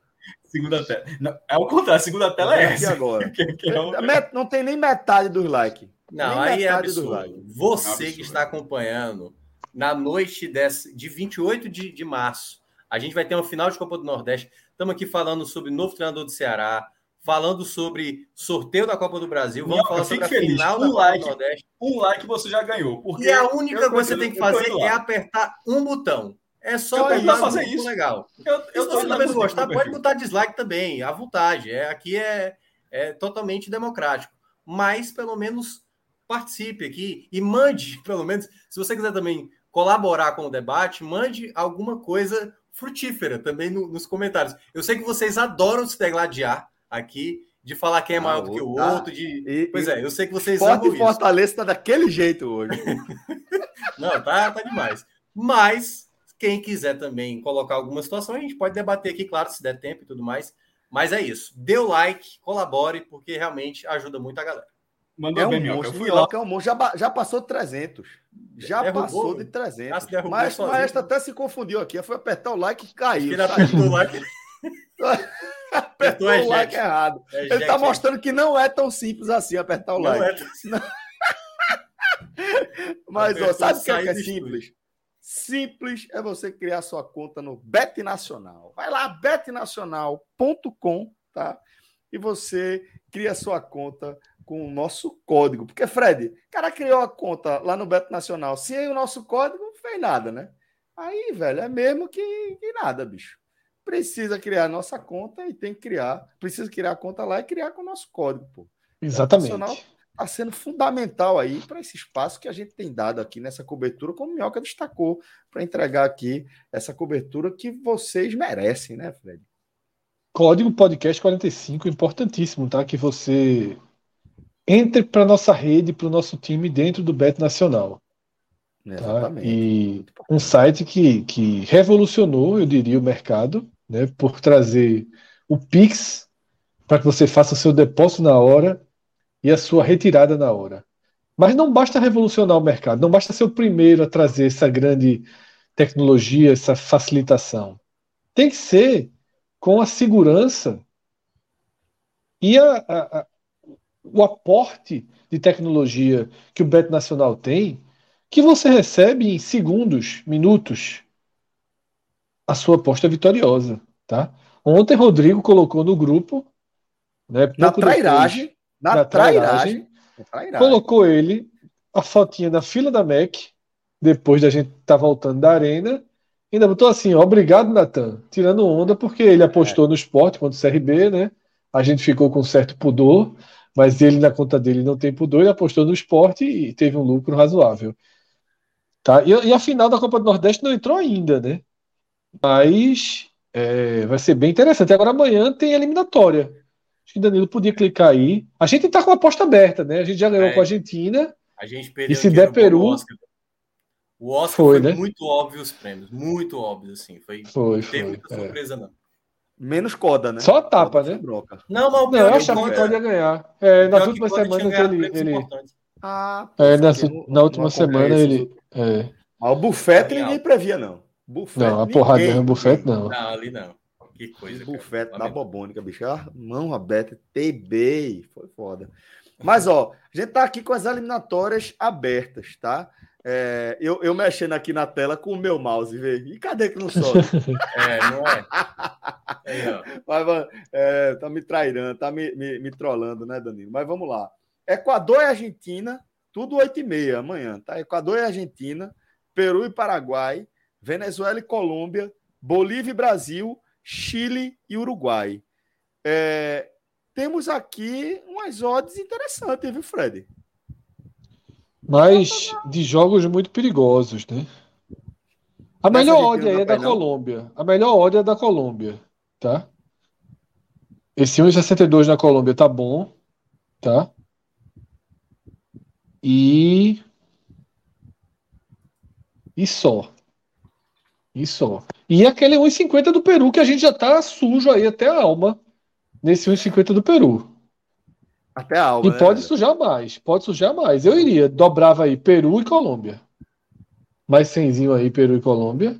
Não, é o contrário, a segunda tela é essa. Agora. Não tem nem metade dos likes. Não, aí é absurdo. Você que está acompanhando, na noite de 28 de março, a gente vai ter uma final de Copa do Nordeste. Estamos aqui falando sobre o novo treinador do Ceará, falando sobre sorteio da Copa do Brasil. Vamos falar sobre a final da Copa do Nordeste. Um like você já ganhou. E a única coisa que você tem que fazer é apertar um botão. É só fazer isso. Legal. Se você também não gostar, pode botar dislike também, à vontade. Aqui é totalmente democrático. Mas, pelo menos, participe aqui e mande, pelo menos, se você quiser também colaborar com o debate, mande alguma coisa frutífera também nos comentários. Eu sei que vocês adoram se degladiar aqui, de falar quem é maior do que o outro. Eu sei que vocês amam isso. Fortaleza está daquele jeito hoje. Não, tá demais. Mas, quem quiser também colocar alguma situação, a gente pode debater aqui, claro, se der tempo e tudo mais. Mas é isso. Dê o like, colabore, porque realmente ajuda muito a galera. Mandou bem, Mioca. Eu fui lá. É um monstro. Já passou de 300. Passou de 300. Mas o Maestro até se confundiu aqui. Foi apertar o like e caiu. Ele apertou o like. Apertou o like errado. Ele está mostrando que não é tão simples assim apertar o like. Mas, sabe o que é simples? Simples é você criar sua conta no Bet Nacional. Vai lá, betnacional.com, tá? E você cria sua conta com o nosso código. Porque, Fred, o cara criou a conta lá no Bet Nacional. Sem o nosso código, não fez nada, né? Aí, velho, é mesmo que nada, bicho. Precisa criar a nossa conta e tem que criar. Precisa criar a conta lá e criar com o nosso código, pô. Exatamente. está sendo fundamental aí para esse espaço que a gente tem dado aqui nessa cobertura, como o Minhoca destacou, para entregar aqui essa cobertura que vocês merecem, né, Fred? Código Podcast 45, importantíssimo, tá? Que você entre para nossa rede, para o nosso time dentro do Bet Nacional. Tá? Exatamente. E um site que revolucionou, eu diria, o mercado, né? Por trazer o Pix para que você faça o seu depósito na hora e a sua retirada na hora. Mas não basta revolucionar o mercado, não basta ser o primeiro a trazer essa grande tecnologia, essa facilitação. Tem que ser com a segurança e o aporte de tecnologia que o Bet Nacional tem, que você recebe em segundos, minutos, a sua aposta vitoriosa. Tá? Ontem, Rodrigo colocou no grupo, né, Na trairagem, colocou ele, a fotinha na fila da MEC, depois da gente estar voltando da arena, ainda botou assim, ó, obrigado, Natan, tirando onda, porque ele apostou no Sport contra o CRB, né? A gente ficou com certo pudor, mas ele, na conta dele, não tem pudor, ele apostou no Sport e teve um lucro razoável. Tá? E a final da Copa do Nordeste não entrou ainda, né? Mas vai ser bem interessante. Agora amanhã tem eliminatória. Acho que o Danilo podia clicar aí. A gente tá com a aposta aberta, né? A gente já ganhou com a Argentina. A gente perdeu e se der Peru... O Oscar foi né? Muito óbvio os prêmios. Muito óbvio, assim. Não teve muita surpresa, não. Menos Coda, né? Só a tapa, né? Não, mas o pior eu achava que Coda ia ganhar. Nas últimas semanas ele... na última semana ele... Mas o Buffett ninguém previa, não. Buffett, não, a porrada mesmo, Buffett não. Não, ali não. Que coisa, Buffett da bobônica, bicho. Mão aberta, TB, foi foda. Mas, ó, a gente tá aqui com as eliminatórias abertas, tá? Eu mexendo aqui na tela com o meu mouse, vê? E cadê que não sobe? Não é? Aí, ó. Mas, tá me trairando, tá me trollando, né, Danilo? Mas vamos lá. Equador e Argentina, tudo 8h30 amanhã, tá? Equador e Argentina, Peru e Paraguai, Venezuela e Colômbia, Bolívia e Brasil, Chile e Uruguai. Temos aqui umas odds interessantes, viu, Fred? Mas de jogos muito perigosos, né? A melhor odd aí é da Colômbia. A melhor odd é da Colômbia, tá? Esse 1,62 na Colômbia tá bom, tá? E só. E aquele 1,50 do Peru, que a gente já tá sujo aí até a alma nesse 1,50 do Peru. Até a alma, e pode sujar mais. Eu iria, dobrava aí Peru e Colômbia. Mais 100zinho aí, Peru e Colômbia.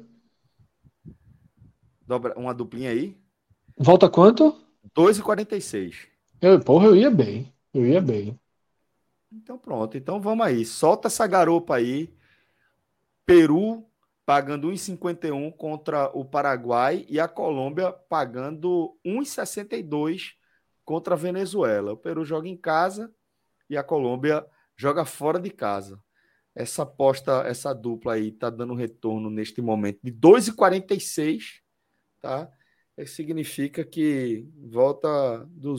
Dobra uma duplinha aí. Volta quanto? 2,46. Eu ia bem. Então pronto, então vamos aí. Solta essa garopa aí. Peru pagando 1,51 contra o Paraguai e a Colômbia pagando 1,62 contra a Venezuela. O Peru joga em casa e a Colômbia joga fora de casa. Essa aposta, essa dupla aí tá dando retorno neste momento de 2,46, tá? Significa que volta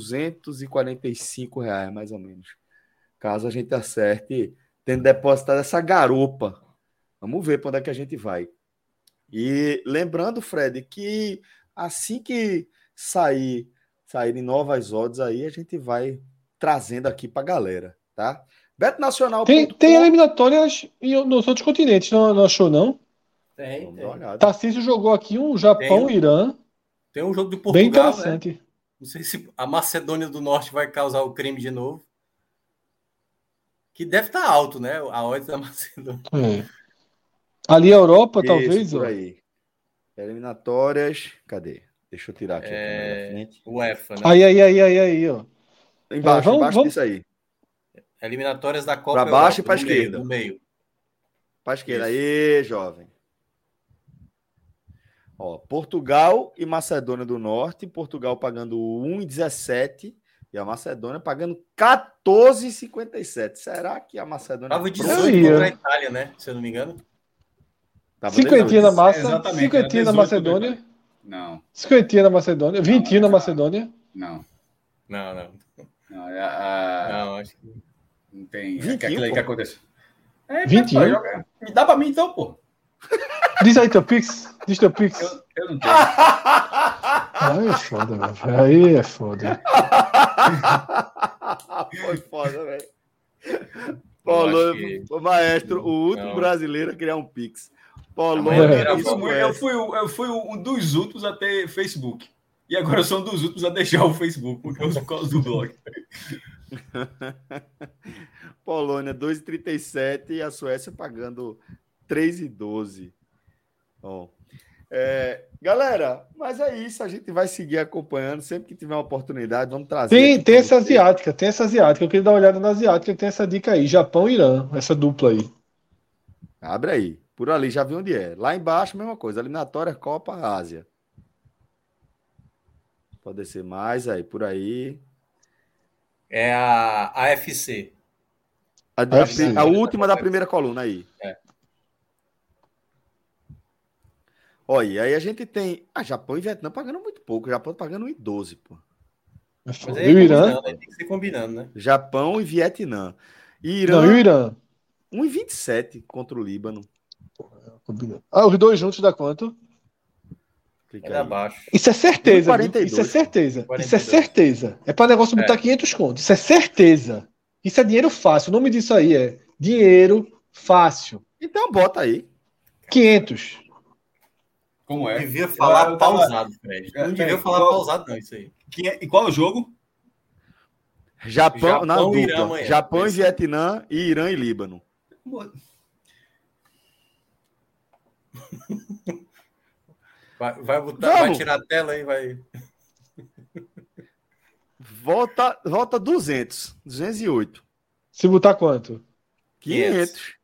R$245 mais ou menos. Caso a gente acerte tendo depositado essa garopa. Vamos ver para onde é que a gente vai. E lembrando, Fred, que assim que saírem novas odds aí, a gente vai trazendo aqui para a galera, tá? BetNacional. Tem eliminatórias nos outros continentes, não achou, não? Tem. Tarcísio jogou aqui um Japão-Irã. Tem um jogo de Portugal, bem interessante. Né? Não sei se a Macedônia do Norte vai causar o crime de novo. Que deve estar alto, né? A odds da Macedônia. Ali a Europa, talvez. Por aí. Eliminatórias. Cadê? Deixa eu tirar aqui a câmera da frente. UEFA, né? Aí, ó. Embaixo disso aí. Eliminatórias da Copa. Para baixo e para esquerda. No meio. Para esquerda. Aí, jovem. Ó, Portugal e Macedônia do Norte. Portugal pagando 1,17 e a Macedônia pagando 14,57. Será que a Macedônia... Tava 18 contra a Itália, né? Se eu não me engano. 50 na massa, 50 na Macedônia. Não. 50 na Macedônia, 20 na Macedônia. Não. Não, Não, acho que... Não tem. 21, Aquilo aí pô. que aconteceu. 21? Me dá pra mim então, pô. Diz aí teu Pix. Diz teu Pix. Eu não tenho. Aí é foda, velho. Aí é foda. Foi foda, velho. acho que- O maestro, o último Não. brasileiro a criar um Pix. Amanhã Polônia. eu, isso fui, é. eu fui um dos últimos a ter Facebook. E agora eu sou um dos últimos a deixar o Facebook, porque eu sou por causa do blog. Polônia 2,37 e a Suécia pagando 3,12. Bom, galera, mas é isso. A gente vai seguir acompanhando. Sempre que tiver uma oportunidade, vamos trazer. Tem aqui pra essa vocês. asiática, tem essa asiática. Eu queria dar uma olhada na asiática, tem essa dica aí. Japão e Irã, essa dupla aí. Abre aí. Por ali, já vi onde é. Lá embaixo, mesma coisa. Eliminatória, Copa, Ásia. Pode descer mais aí, por aí. É a AFC. A última da primeira coluna aí. É. Olha, e aí a gente tem. Japão e Vietnã pagando muito pouco. O Japão tá pagando 1,12, pô. Mas E aí o Irã? combinando, aí tem que ser combinando, né? Japão e Vietnã. E Não, e o Irã, Irã? 1,27 contra o Líbano. Combinando. Ah, os dois juntos dá quanto? Clica Vai dar aí. baixo. Isso é certeza, 1,42, viu? Isso é certeza. Isso é 42. certeza. É para negócio botar 500 contos. Isso é certeza. Isso é dinheiro fácil. O nome disso aí é dinheiro fácil. Então bota aí. 500. Como é? Devia falar Eu tava- pausado, Fred. Não devia falar pausado, não, isso aí. E qual é o jogo? Japão na Japão e Irã dupla. amanhã. Japão e Esse. Vietnã e Irã e Líbano. Vai tirar a tela aí, vai. Volta 200. 208. Se botar quanto? 500.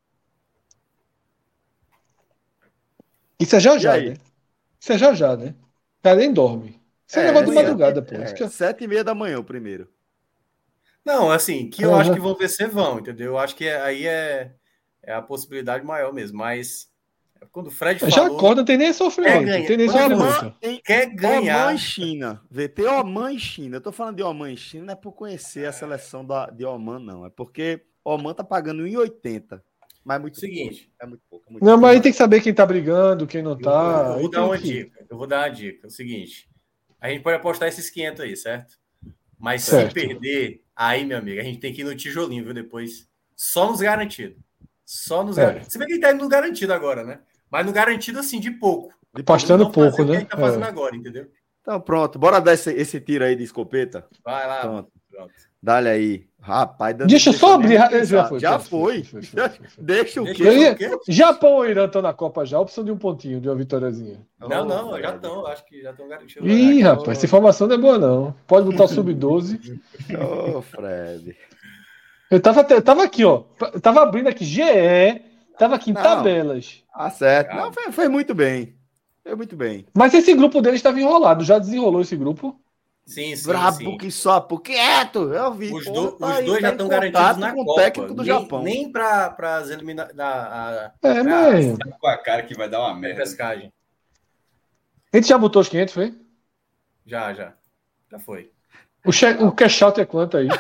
Isso é já E já, aí? né? Isso é já já, né? O cara nem dorme. Isso é negócio de madrugada, pô. Isso que é- 7h30 da manhã o primeiro. Não, assim, que eu acho que vão vencer vão, entendeu? Eu acho que aí é a possibilidade maior mesmo. Mas quando o Fred Já falou, acorda, não tem nem sofrimento. ganha. Tem nem Quando sofrimento. quer ganhar. Oman e China. VT Oman e China. Eu tô falando de Oman e China, não é por conhecer a seleção de Oman, não. É porque Oman tá pagando 1,80. Mas é muito Seguinte. pouco. É muito pouco. É muito Não, pouco. mas aí tem que saber quem tá brigando, quem não Eu tá. vou Aí dar uma tem que- dica. Eu vou dar uma dica. É o seguinte. A gente pode apostar esses 500 aí, certo? Mas Certo. se perder, aí, meu amigo, a gente tem que ir no tijolinho, viu? Depois. Só nos garantidos. Só nos garantidos. Se bem que ele tá indo no garantido agora, né? Mas no garantido, assim, de pouco. Apostando Não fazer pouco, o que a né? gente tá fazendo É. agora, entendeu? Então pronto. Bora dar esse tiro aí de escopeta. Vai lá. Pronto. Pronto. Dá-lhe aí. Rapaz, Danilo, Deixa eu só nem abrir. pensar. Já pronto, foi. foi. Deixa o Deixa quê? eu- quê? Japão ou Irã estão na Copa já, ou precisam de um pontinho, de uma vitóriazinha? Não, Fred. já estão. Acho que já estão garantidos. Ih, rapaz, essa informação não é boa, não. Pode botar o sub-12. Ô, Fred. Eu tava aqui, ó. Eu tava abrindo aqui GE, tava aqui em Não. tabelas. Certo. Calma. Não, foi muito bem. Foi muito bem. Mas esse grupo deles estava enrolado. Já desenrolou esse grupo? Sim, sim, Brabo sim. que só, quieto. Eu vi. Os, Pô, os tá aí, dois tá já em estão contato garantidos na com o Copa. técnico do Japão. Nem para as eliminações. É, mas. Com a cara que vai dar uma merda. Pescagem. A gente já botou os 500, foi? Já. Já foi. O cash out é quanto aí?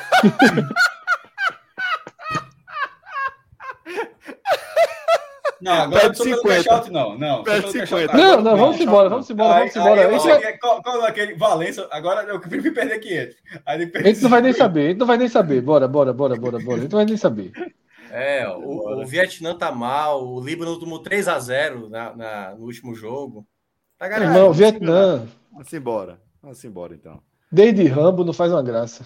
Não, agora Pede não precisa 50. fazer cash out, não. Não, Pede precisa fazer 50. cash out. Não, vamos embora. Aí eu Isso sei que qual é aquele Valença. Agora eu prefiro perder 500. Aí ele A gente não vai nem saber. Bora. A gente não vai nem saber. O Vietnã tá mal, o Líbano tomou 3-0 no último jogo. Tá garantido. Irmão, Vietnã, Vamos embora, então. desde Rambo não faz uma graça.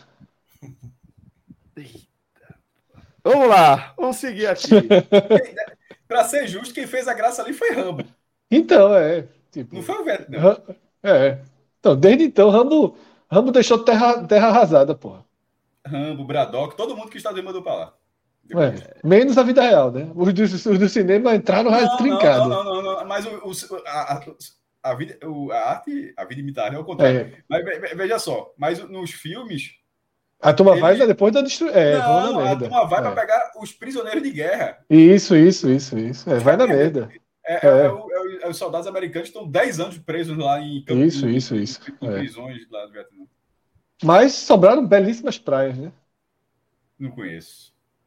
Vamos lá. Vamos seguir aqui. Pra ser justo, quem fez a graça ali foi Rambo. Então, tipo, Não foi o Vietnã. Então, desde então, Rambo deixou terra arrasada, porra. Rambo, Braddock, todo mundo que está mandou pra lá. Menos a vida real, né? Os do cinema entraram trincados. Não. Mas a vida militar é o contrário. Mas veja só, mas nos filmes. A turma vai depois da destruição. Vão na merda. A turma vai para pegar os prisioneiros de guerra. Isso. Vai na merda. Os soldados americanos estão 10 anos presos lá em campo. Isso. Em prisões lá do Vietnã. Mas sobraram belíssimas praias, né? Não conheço.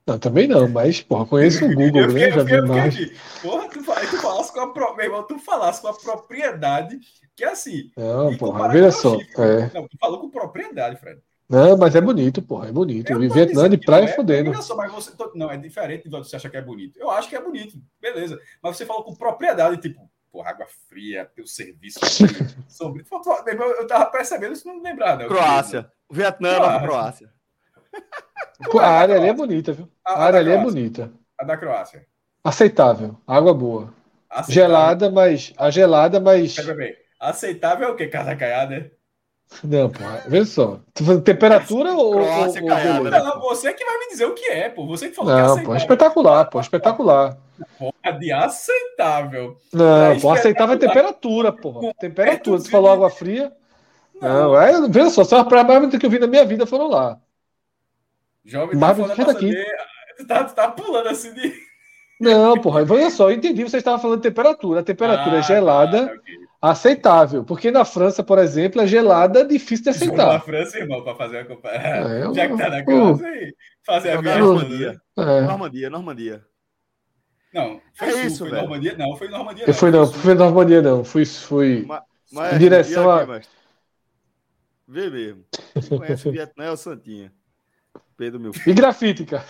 Não, também não, mas, porra, conheço o Google, né? Já vi mais. Porra, tu falasse meu irmão, tu falasse com a propriedade, que é assim. Não, E porra, comparar veja com o só. Recife. Não, tu falou com propriedade, Fred. Não, mas é bonito, porra, é bonito. Eu E tô Vietnã de dizendo que praia não é, fodendo. olha só, mas você. Não, é diferente de você achar que é bonito. Eu acho que é bonito, beleza. Mas você falou com propriedade, tipo, porra, água fria, teu serviço sobre. Eu tava percebendo isso, não lembrar, né? Croácia. O Vietnã era da Croácia. Pô, a área ali é bonita, viu? A área ali é bonita. A da Croácia. Aceitável. Água boa. Aceitável. Gelada, mas. Peraí. Aceitável é o quê? Casa caiada, né? Não, pô. Veja só. Tu falando temperatura ou caiada, né? Não, você que vai me dizer o que é, pô. Você que falou não, que é aceitável. Pô, espetacular, pô. Espetacular. Porra, de aceitável. Não, pô. Aceitável é temperatura, porra. Temperatura. Tu falou água fria? Não. Veja só. Só as praias mais bonitas que eu vi na minha vida foram lá. Jovem, mais tá bonita aqui. Tu tá pulando assim de... Não, porra. Veja só. Eu entendi. Você estava falando de temperatura. A temperatura é gelada. Tá, okay. Aceitável, porque na França, por exemplo, é gelada, difícil de aceitar. Na França, irmão, para fazer a comparação. Já que tá na França, fazer a viagem. Normandia. Não, foi isso, foi Normandia. Não, foi Normandia. Não. Foi Normandia, não. Fui mas, em direção a. Vê mesmo. Quem conhece o Vietnã é o Santinha. Pedro, meu filho. E grafite, cara.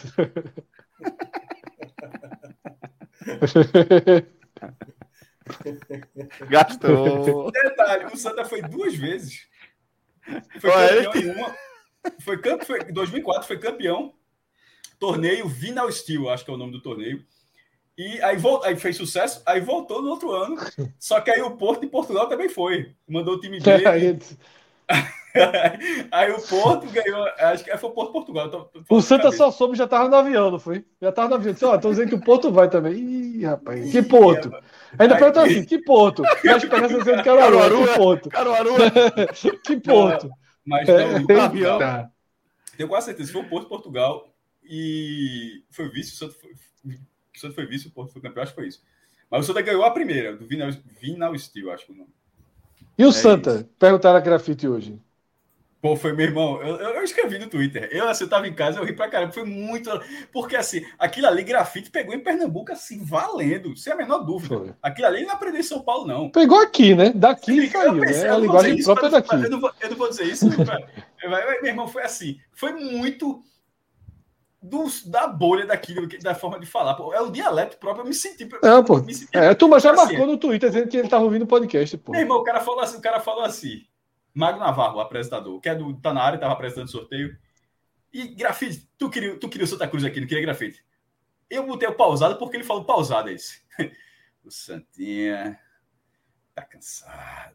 Gastou. Detalhe, o Santa foi 2 vezes. Foi campeão em uma. Foi 2004, foi campeão. Torneio Vinal Steel, acho que é o nome do torneio. E aí fez sucesso, aí voltou no outro ano. Só que aí o Porto de Portugal também foi. Mandou o time dele. Aí o Porto ganhou. Acho que foi o Porto de Portugal. O Santa só soube, já tava no avião, não foi? Já tava no avião. Tô dizendo que o Porto vai também. Ih, rapaz. Que Porto? Ainda perguntou assim: que Porto? Na esperança de ser de Caruaru. Que Porto? Que Porto? Mas não, avião. Tenho quase certeza que foi o Porto de Portugal e foi vice. O Santa foi vice, o Porto foi campeão. Acho que foi isso. Mas o Santa ganhou a primeira, do Vinal Steel, acho que o nome. E o Santa? Isso. Perguntaram a grafite hoje. Pô, foi meu irmão. Eu escrevi no Twitter. Eu tava em casa, eu ri pra caramba. Foi muito. Porque, assim, aquilo ali, grafite, pegou em Pernambuco, assim, valendo, sem a menor dúvida. Foi. Aquilo ali não aprendeu em São Paulo, não. Pegou aqui, né? Daqui saiu, né? É a linguagem própria daqui. Eu não vou dizer isso. Meu irmão, foi assim. Foi muito da bolha daquilo, da forma de falar. Pô, é o dialeto próprio, eu me senti... Não, pô. A turma já marcou no Twitter dizendo que ele tava ouvindo o podcast, pô. Meu irmão, o cara falou assim. Magno Navarro, o apresentador, que tá na área, estava apresentando sorteio. E grafite, tu queria o Santa Cruz aqui, não queria grafite. Eu botei o pausado porque ele falou pausado, é esse. O Santinha tá cansado.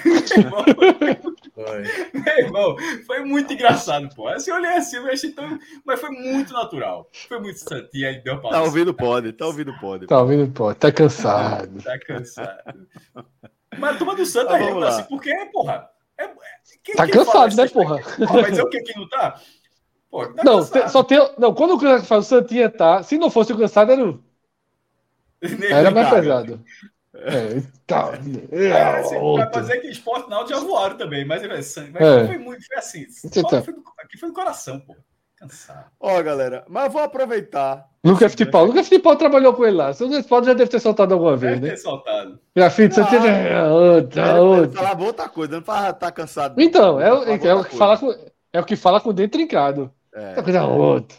Meu irmão, foi muito engraçado, pô. Assim, eu olhei assim, eu achei tão... Mas foi muito natural. Foi muito Santinha, ele deu pausa. Tá ouvindo pode. Tá cansado. Tá cansado. Mas a turma do Santa riu, assim, porque, porra... Tá cansado, né, porra? Vai dizer o que não tá? Pô, tá não, só tem. Não, quando o cara fala o Santinha tá. Se não fosse o cansado, era mais pesado. Tá. Assim, vai fazer que esporte náutico já voaram também, mas foi muito. Foi assim. Aqui foi no coração, pô. Cansado. Ó, galera, mas vou aproveitar. Lucas Fittipaldi trabalhou com ele lá. O Lucas Fittipaldi já deve ter soltado alguma vez, né? Deve ter soltado. Grafite, você tinha. Falava outra coisa, não fala tá cansado. Então, é o que fala com o dente trincado. É. Tá coisa outra.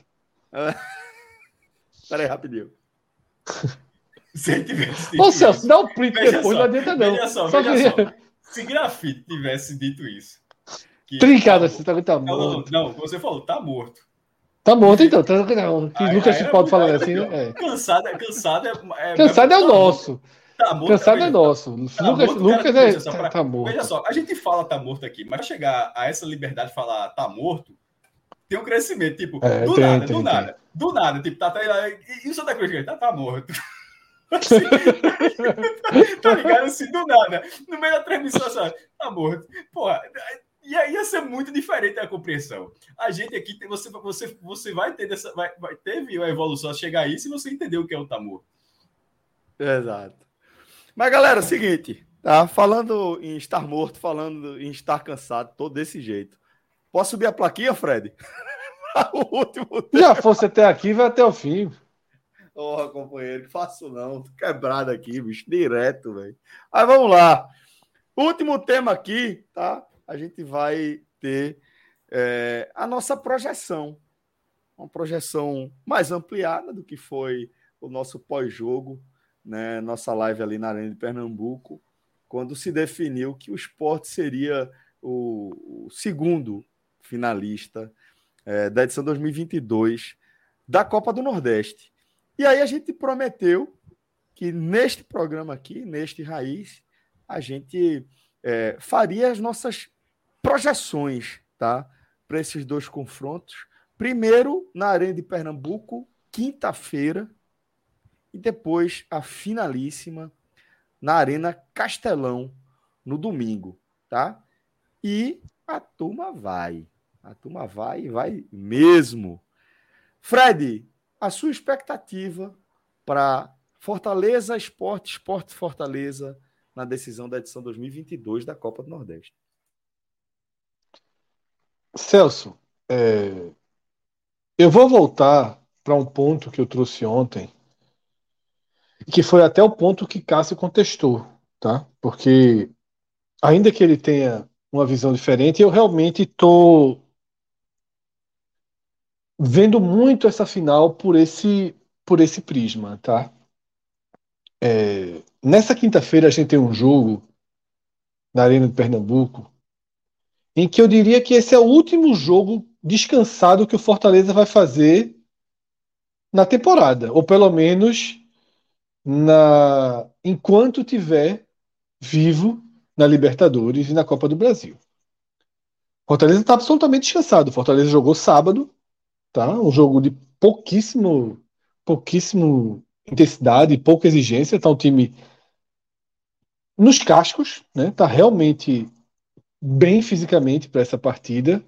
Peraí, rapidinho. Se ele tivesse dito. Ô, Celso, dá um print depois, não adianta não. Veja só. Se Grafite tivesse dito isso. Trincado, você tá morto. Não, você falou, tá morto. Tá morto, então. Que Lucas Fittipaldi falando assim, né? Cansado é o nosso. Tá morto, cansado é nosso. Lucas tá morto. Veja só, a gente fala tá morto aqui, mas chegar a essa liberdade de falar tá morto, tem um crescimento, tipo, do nada, tipo, tá e o Santa Cruz, tá morto. Assim, tá ligado? Assim, do nada, no meio da transmissão, sabe? Tá morto. Porra, e aí ia ser muito diferente a compreensão. A gente aqui, você vai ter teve a evolução a chegar a isso e você entendeu o que é o tá morto. Exato. Mas, galera, é o seguinte, tá? Falando em estar morto, falando em estar cansado, tô desse jeito. Posso subir a plaquinha, Fred? O último Já fosse até aqui, vai até o fim. Porra, companheiro, que faço não. Tô quebrado aqui, bicho, direto, velho. Aí vamos lá. Último tema aqui, tá? A gente vai ter a nossa projeção. Uma projeção mais ampliada do que foi o nosso pós-jogo, né? Nossa live ali na Arena de Pernambuco, quando se definiu que o Sport seria o segundo finalista da edição 2022 da Copa do Nordeste. E aí a gente prometeu que neste programa aqui, neste Raiz, a gente faria as nossas projeções, tá? Para esses dois confrontos. Primeiro, na Arena de Pernambuco, quinta-feira, e depois a finalíssima na Arena Castelão, no domingo, tá? E a turma vai e vai mesmo. Fred, a sua expectativa para Fortaleza Sport, Sport Fortaleza, na decisão da edição 2022 da Copa do Nordeste. Celso, eu vou voltar para um ponto que eu trouxe ontem, que foi até o ponto que Cássio contestou, tá? Porque, ainda que ele tenha uma visão diferente, eu realmente estou vendo muito essa final por esse prisma, tá? Nessa quinta-feira a gente tem um jogo na Arena de Pernambuco em que eu diria que esse é o último jogo descansado que o Fortaleza vai fazer na temporada, ou pelo menos enquanto tiver vivo na Libertadores e na Copa do Brasil. Fortaleza está absolutamente descansado. Fortaleza jogou sábado, tá? Um jogo de pouquíssimo intensidade, pouca exigência. Tá um time nos cascos, né? Tá realmente bem fisicamente para essa partida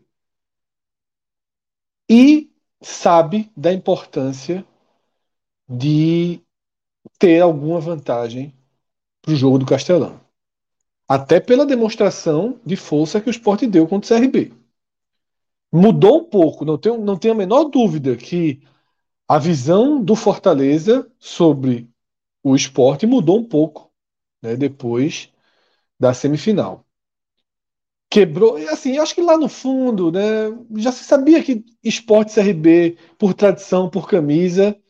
e sabe da importância de ter alguma vantagem para o jogo do Castelão. Até pela demonstração de força que o Sport deu contra o CRB. Mudou um pouco, não tenho a menor dúvida que a visão do Fortaleza sobre o Sport mudou um pouco, né, depois da semifinal. Quebrou, e assim, eu acho que lá no fundo, né, já se sabia que Sport e CRB, por tradição, por camisa,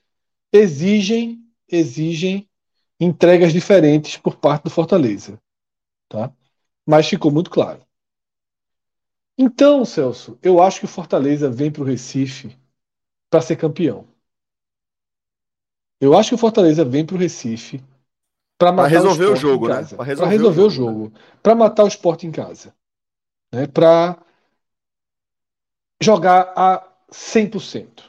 exigem entregas diferentes por parte do Fortaleza, tá? Mas ficou muito claro. Então, Celso, eu acho que o Fortaleza vem para o Recife para ser campeão. Eu acho que o Fortaleza vem para o Recife para matar o resolver o Sport em jogo, né? casa. Para resolver o jogo. Para matar o Sport em casa. Né? Para jogar a 100%.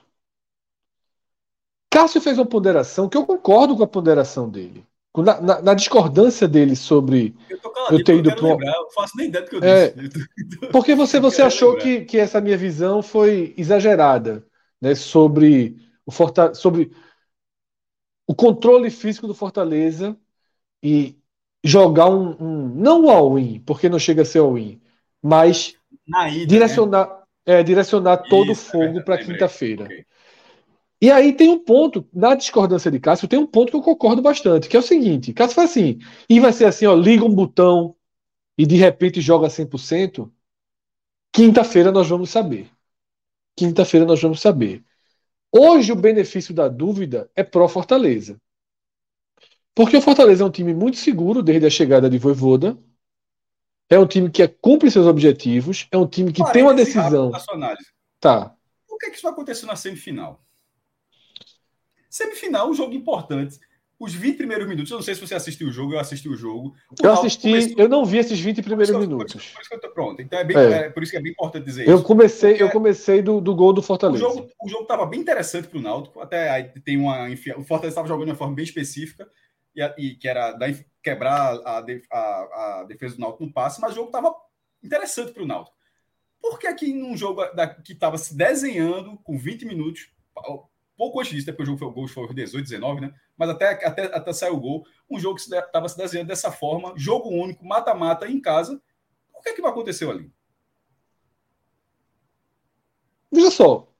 Cássio fez uma ponderação que eu concordo com a ponderação dele. Na discordância dele sobre Eu tô caladinho, ter eu ido quero para lembrar, eu faço nem ideia do que eu disse. Porque você achou que essa minha visão foi exagerada, né, sobre sobre o controle físico do Fortaleza e jogar não um all-in, porque não chega a ser all-in, mas na ida, direcionar todo o Isso, fogo para lembrei. quinta-feira. Okay. E aí tem um ponto, na discordância de Cássio, tem um ponto que eu concordo bastante, que é o seguinte: Cássio fala assim, e vai ser assim, ó, liga um botão e de repente joga 100%. Quinta-feira nós vamos saber. Quinta-feira nós vamos saber. Hoje o benefício da dúvida é pró Fortaleza. Porque o Fortaleza é um time muito seguro desde a chegada de Vojvoda. É um time que cumpre seus objetivos. É um time que tem uma decisão. Na sua análise. Tá. O que é que isso vai acontecer na semifinal? Semifinal, um jogo importante. Os 20 primeiros minutos, eu não sei se você assistiu o jogo, eu assisti o jogo. Eu assisti, eu não vi esses 20 primeiros minutos. Por isso que eu tô pronto. Então por isso que é bem importante dizer isso. Eu comecei do gol do Fortaleza. O jogo estava bem interessante para o Náutico. Até aí tem o Fortaleza estava jogando de uma forma bem específica, e que era quebrar a defesa do Náutico no passe, mas o jogo estava interessante para o Náutico. Por que aqui num jogo que estava se desenhando com 20 minutos, pouco antes disso, depois o gol foi 18, 19, né? Mas até sair o gol, um jogo que estava se desenhando dessa forma, jogo único, mata-mata em casa. O que é que aconteceu ali? Veja só,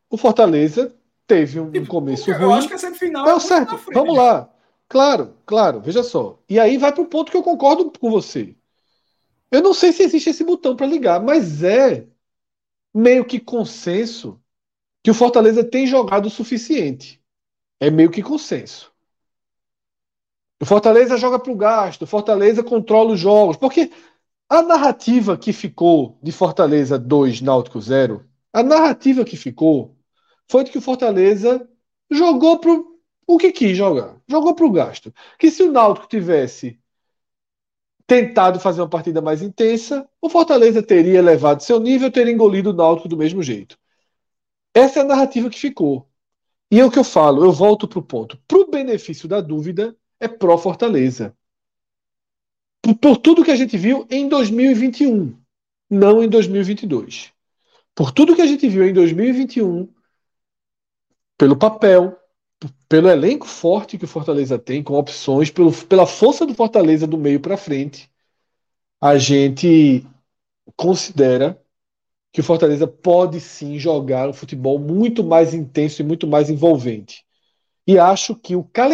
o Fortaleza teve um começo Eu acho ruim. que a semifinal Não, é muito certo, na frente. vamos lá. Claro, veja só. E aí vai para o ponto que eu concordo com você. Eu não sei se existe esse botão para ligar, mas é meio que consenso que o Fortaleza tem jogado o suficiente. É meio que consenso. O Fortaleza joga para o gasto, o Fortaleza controla os jogos. Porque a narrativa que ficou de Fortaleza 2, Náutico 0, a narrativa que ficou foi de que o Fortaleza jogou pro o que quis jogar. Jogou para o gasto. Que se o Náutico tivesse tentado fazer uma partida mais intensa, o Fortaleza teria elevado seu nível, teria engolido o Náutico do mesmo jeito. Essa é a narrativa que ficou. E é o que eu falo, eu volto para o ponto. Para o benefício da dúvida, é pró-Fortaleza. Por tudo que a gente viu em 2021, não em 2022. Por tudo que a gente viu em 2021, pelo papel, pelo elenco forte que o Fortaleza tem, com opções, pela força do Fortaleza do meio para frente, a gente considera que o Fortaleza pode sim jogar um futebol muito mais intenso e muito mais envolvente. E acho que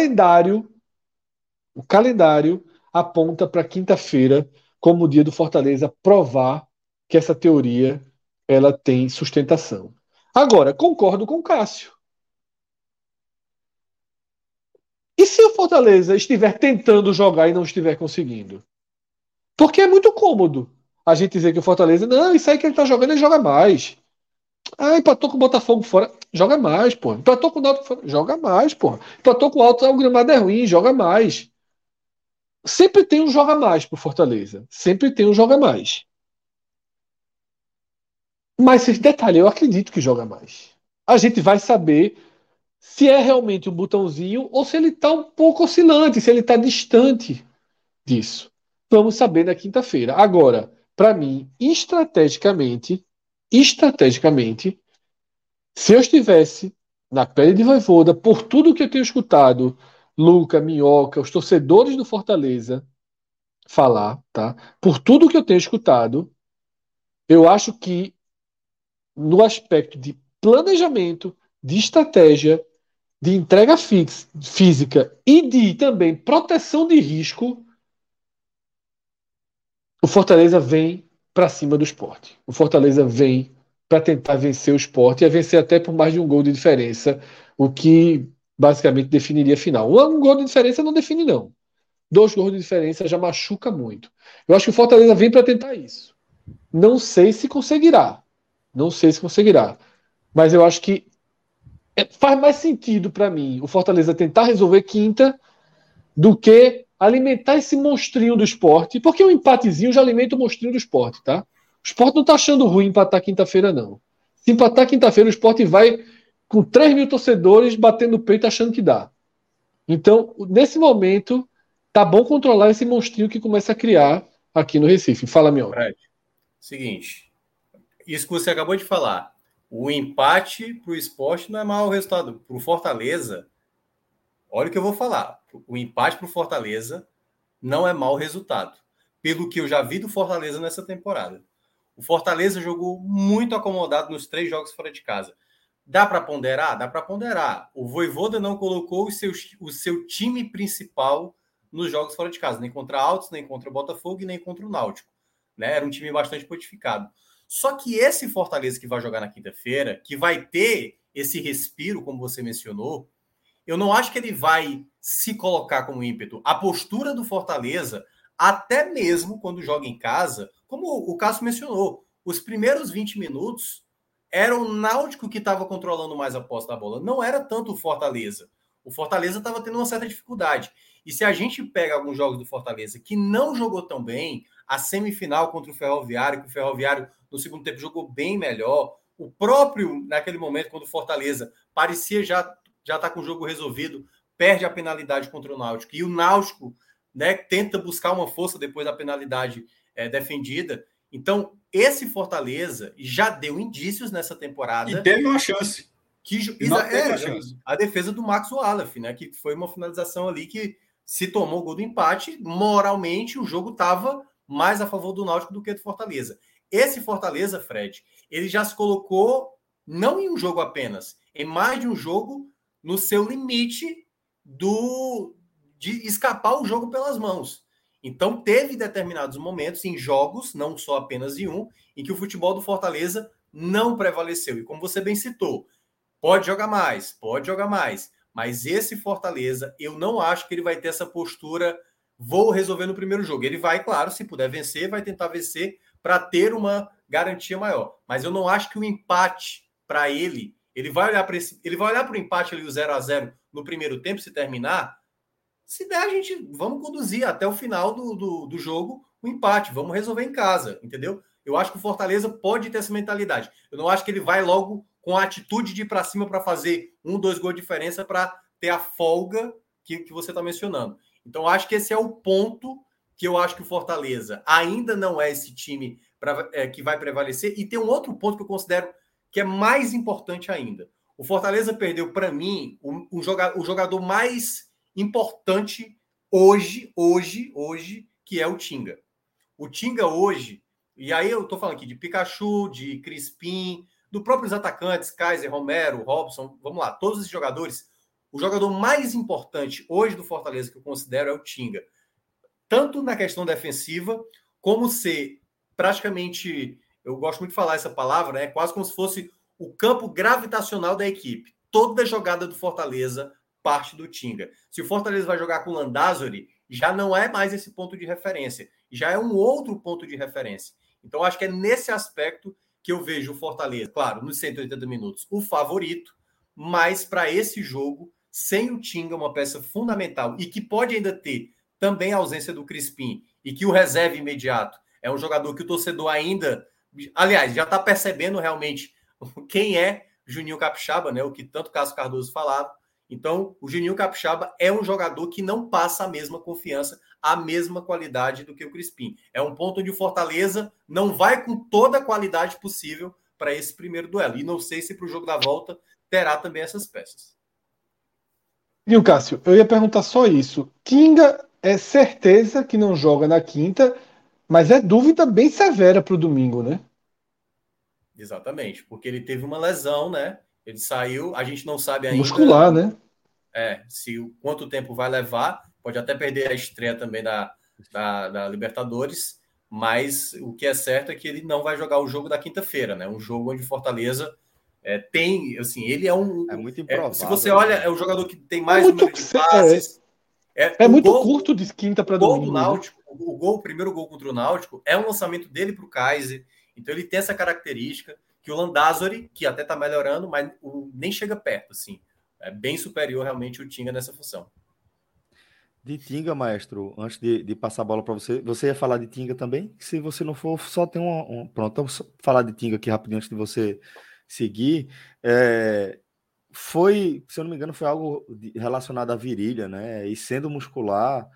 o calendário aponta para quinta-feira como o dia do Fortaleza provar que essa teoria ela tem sustentação. Agora, concordo com o Cássio. E se o Fortaleza estiver tentando jogar e não estiver conseguindo? Porque é muito cômodo a gente dizer que o Fortaleza, não, isso aí que ele tá jogando, ele joga mais. Ah, empatou com o Botafogo fora, joga mais, pô. Empatou com o Náutico fora, joga mais, pô. Empatou com o Alto, o gramado é ruim, joga mais. Sempre tem um joga mais pro Fortaleza. Sempre tem um joga mais. Mas esse detalhe, eu acredito que joga mais. A gente vai saber se é realmente um botãozinho ou se ele está um pouco oscilante, se ele está distante disso. Vamos saber na quinta-feira. Agora, para mim, estrategicamente, se eu estivesse na pele de Vojvoda, por tudo que eu tenho escutado, Luca, Minhoca, os torcedores do Fortaleza falar, tá? Por tudo que eu tenho escutado, eu acho que no aspecto de planejamento, de estratégia, de entrega física e de também proteção de risco, o Fortaleza vem para cima do Sport. O Fortaleza vem para tentar vencer o Sport e a vencer até por mais de um gol de diferença, o que basicamente definiria a final. Um gol de diferença não define, não. 2 gols de diferença já machuca muito. Eu acho que o Fortaleza vem para tentar isso. Não sei se conseguirá. Não sei se conseguirá. Mas eu acho que faz mais sentido para mim o Fortaleza tentar resolver quinta do que alimentar esse monstrinho do esporte, porque o empatezinho já alimenta o monstrinho do esporte, tá? O esporte não tá achando ruim empatar quinta-feira, não. Se empatar quinta-feira, o esporte vai com 3 mil torcedores batendo o peito achando que dá. Então, nesse momento, tá bom controlar esse monstrinho que começa a criar aqui no Recife. Fala, Mioca. Fred, seguinte, isso que você acabou de falar, o empate para o esporte não é mau resultado. Para o Fortaleza, olha o que eu vou falar, o empate para o Fortaleza não é mau resultado, pelo que eu já vi do Fortaleza nessa temporada. O Fortaleza jogou muito acomodado nos 3 jogos fora de casa. Dá para ponderar? Dá para ponderar. O Vojvoda não colocou o seu time principal nos jogos fora de casa, nem contra Altos, nem contra o Botafogo e nem contra o Náutico. Né? Era um time bastante modificado. Só que esse Fortaleza que vai jogar na quinta-feira, que vai ter esse respiro, como você mencionou, eu não acho que ele vai se colocar como ímpeto. A postura do Fortaleza, até mesmo quando joga em casa, como o Cássio mencionou, os primeiros 20 minutos era o Náutico que estava controlando mais a posse da bola. Não era tanto o Fortaleza. O Fortaleza estava tendo uma certa dificuldade. E se a gente pega alguns jogos do Fortaleza que não jogou tão bem, a semifinal contra o Ferroviário, que o Ferroviário no segundo tempo jogou bem melhor, o próprio, naquele momento, quando o Fortaleza parecia já está com o jogo resolvido, perde a penalidade contra o Náutico. E o Náutico, né, tenta buscar uma força depois da penalidade defendida. Então, esse Fortaleza já deu indícios nessa temporada. E teve uma chance. A defesa do Max Wallace, né? Que foi uma finalização ali que se tomou o gol do empate. Moralmente, o jogo estava mais a favor do Náutico do que do Fortaleza. Esse Fortaleza, Fred, ele já se colocou não em um jogo apenas, em mais de um jogo no seu limite de escapar o jogo pelas mãos. Então, teve determinados momentos em jogos, não só apenas em um, em que o futebol do Fortaleza não prevaleceu. E como você bem citou, pode jogar mais, mas esse Fortaleza, eu não acho que ele vai ter essa postura, vou resolver no primeiro jogo. Ele vai, claro, se puder vencer, vai tentar vencer para ter uma garantia maior. Mas eu não acho que o empate para ele vai olhar para o empate ali, o 0-0 no primeiro tempo, se terminar. Se der, a gente vamos conduzir até o final do jogo o empate, vamos resolver em casa, entendeu? Eu acho que o Fortaleza pode ter essa mentalidade. Eu não acho que ele vai logo com a atitude de ir para cima para fazer 1-2 gols de diferença para ter a folga que você está mencionando. Então, eu acho que esse é o ponto que eu acho que o Fortaleza ainda não é esse time que vai prevalecer. E tem um outro ponto que eu considero que é mais importante ainda. O Fortaleza perdeu, para mim, o jogador mais importante hoje, que é o Tinga. O Tinga hoje, e aí eu tô falando aqui de Pikachu, de Crispim, dos próprios atacantes, Kaiser, Romero, Robson, vamos lá, todos esses jogadores, o jogador mais importante hoje do Fortaleza que eu considero é o Tinga. Tanto na questão defensiva, como ser praticamente, eu gosto muito de falar essa palavra, né? Quase como se fosse o campo gravitacional da equipe. Toda jogada do Fortaleza parte do Tinga. Se o Fortaleza vai jogar com o Landázuri, já não é mais esse ponto de referência, já é um outro ponto de referência. Então, acho que é nesse aspecto que eu vejo o Fortaleza, claro, nos 180 minutos, o favorito, mas para esse jogo, sem o Tinga, uma peça fundamental, e que pode ainda ter também a ausência do Crispim, e que o reserva imediato é um jogador que o torcedor ainda, aliás, já está percebendo realmente quem é Juninho Capixaba, né? O que tanto Cássio Cardoso falava. Então, o Juninho Capixaba é um jogador que não passa a mesma confiança, a mesma qualidade do que o Crispim. É um ponto onde o Fortaleza não vai com toda a qualidade possível para esse primeiro duelo. E não sei se para o jogo da volta terá também essas peças. Viu, Cássio? Eu ia perguntar só isso. Tinga é certeza que não joga na quinta, mas é dúvida bem severa para o domingo, né? Exatamente, porque ele teve uma lesão, né? Ele saiu, a gente não sabe ainda Muscular, né? Quanto tempo vai levar, pode até perder a estreia também da Libertadores, mas o que é certo é que ele não vai jogar o jogo da quinta-feira, né? Um jogo onde Fortaleza tem, assim, ele é um... É muito improvável. Se você olha, é o jogador que tem mais muito número de passes. É muito curto de quinta para domingo. Do Náutico, né? O primeiro gol contra o Náutico é um lançamento dele para o Kaiser. Então ele tem essa característica que o Landázuri, que até está melhorando, mas nem chega perto, assim. É bem superior realmente o Tinga nessa função. De Tinga, maestro, antes de passar a bola para você, você ia falar de Tinga também? Se você não for, só tem Pronto, então falar de Tinga aqui rapidinho antes de você seguir. Foi, se eu não me engano, foi algo relacionado à virilha, né? E sendo muscular,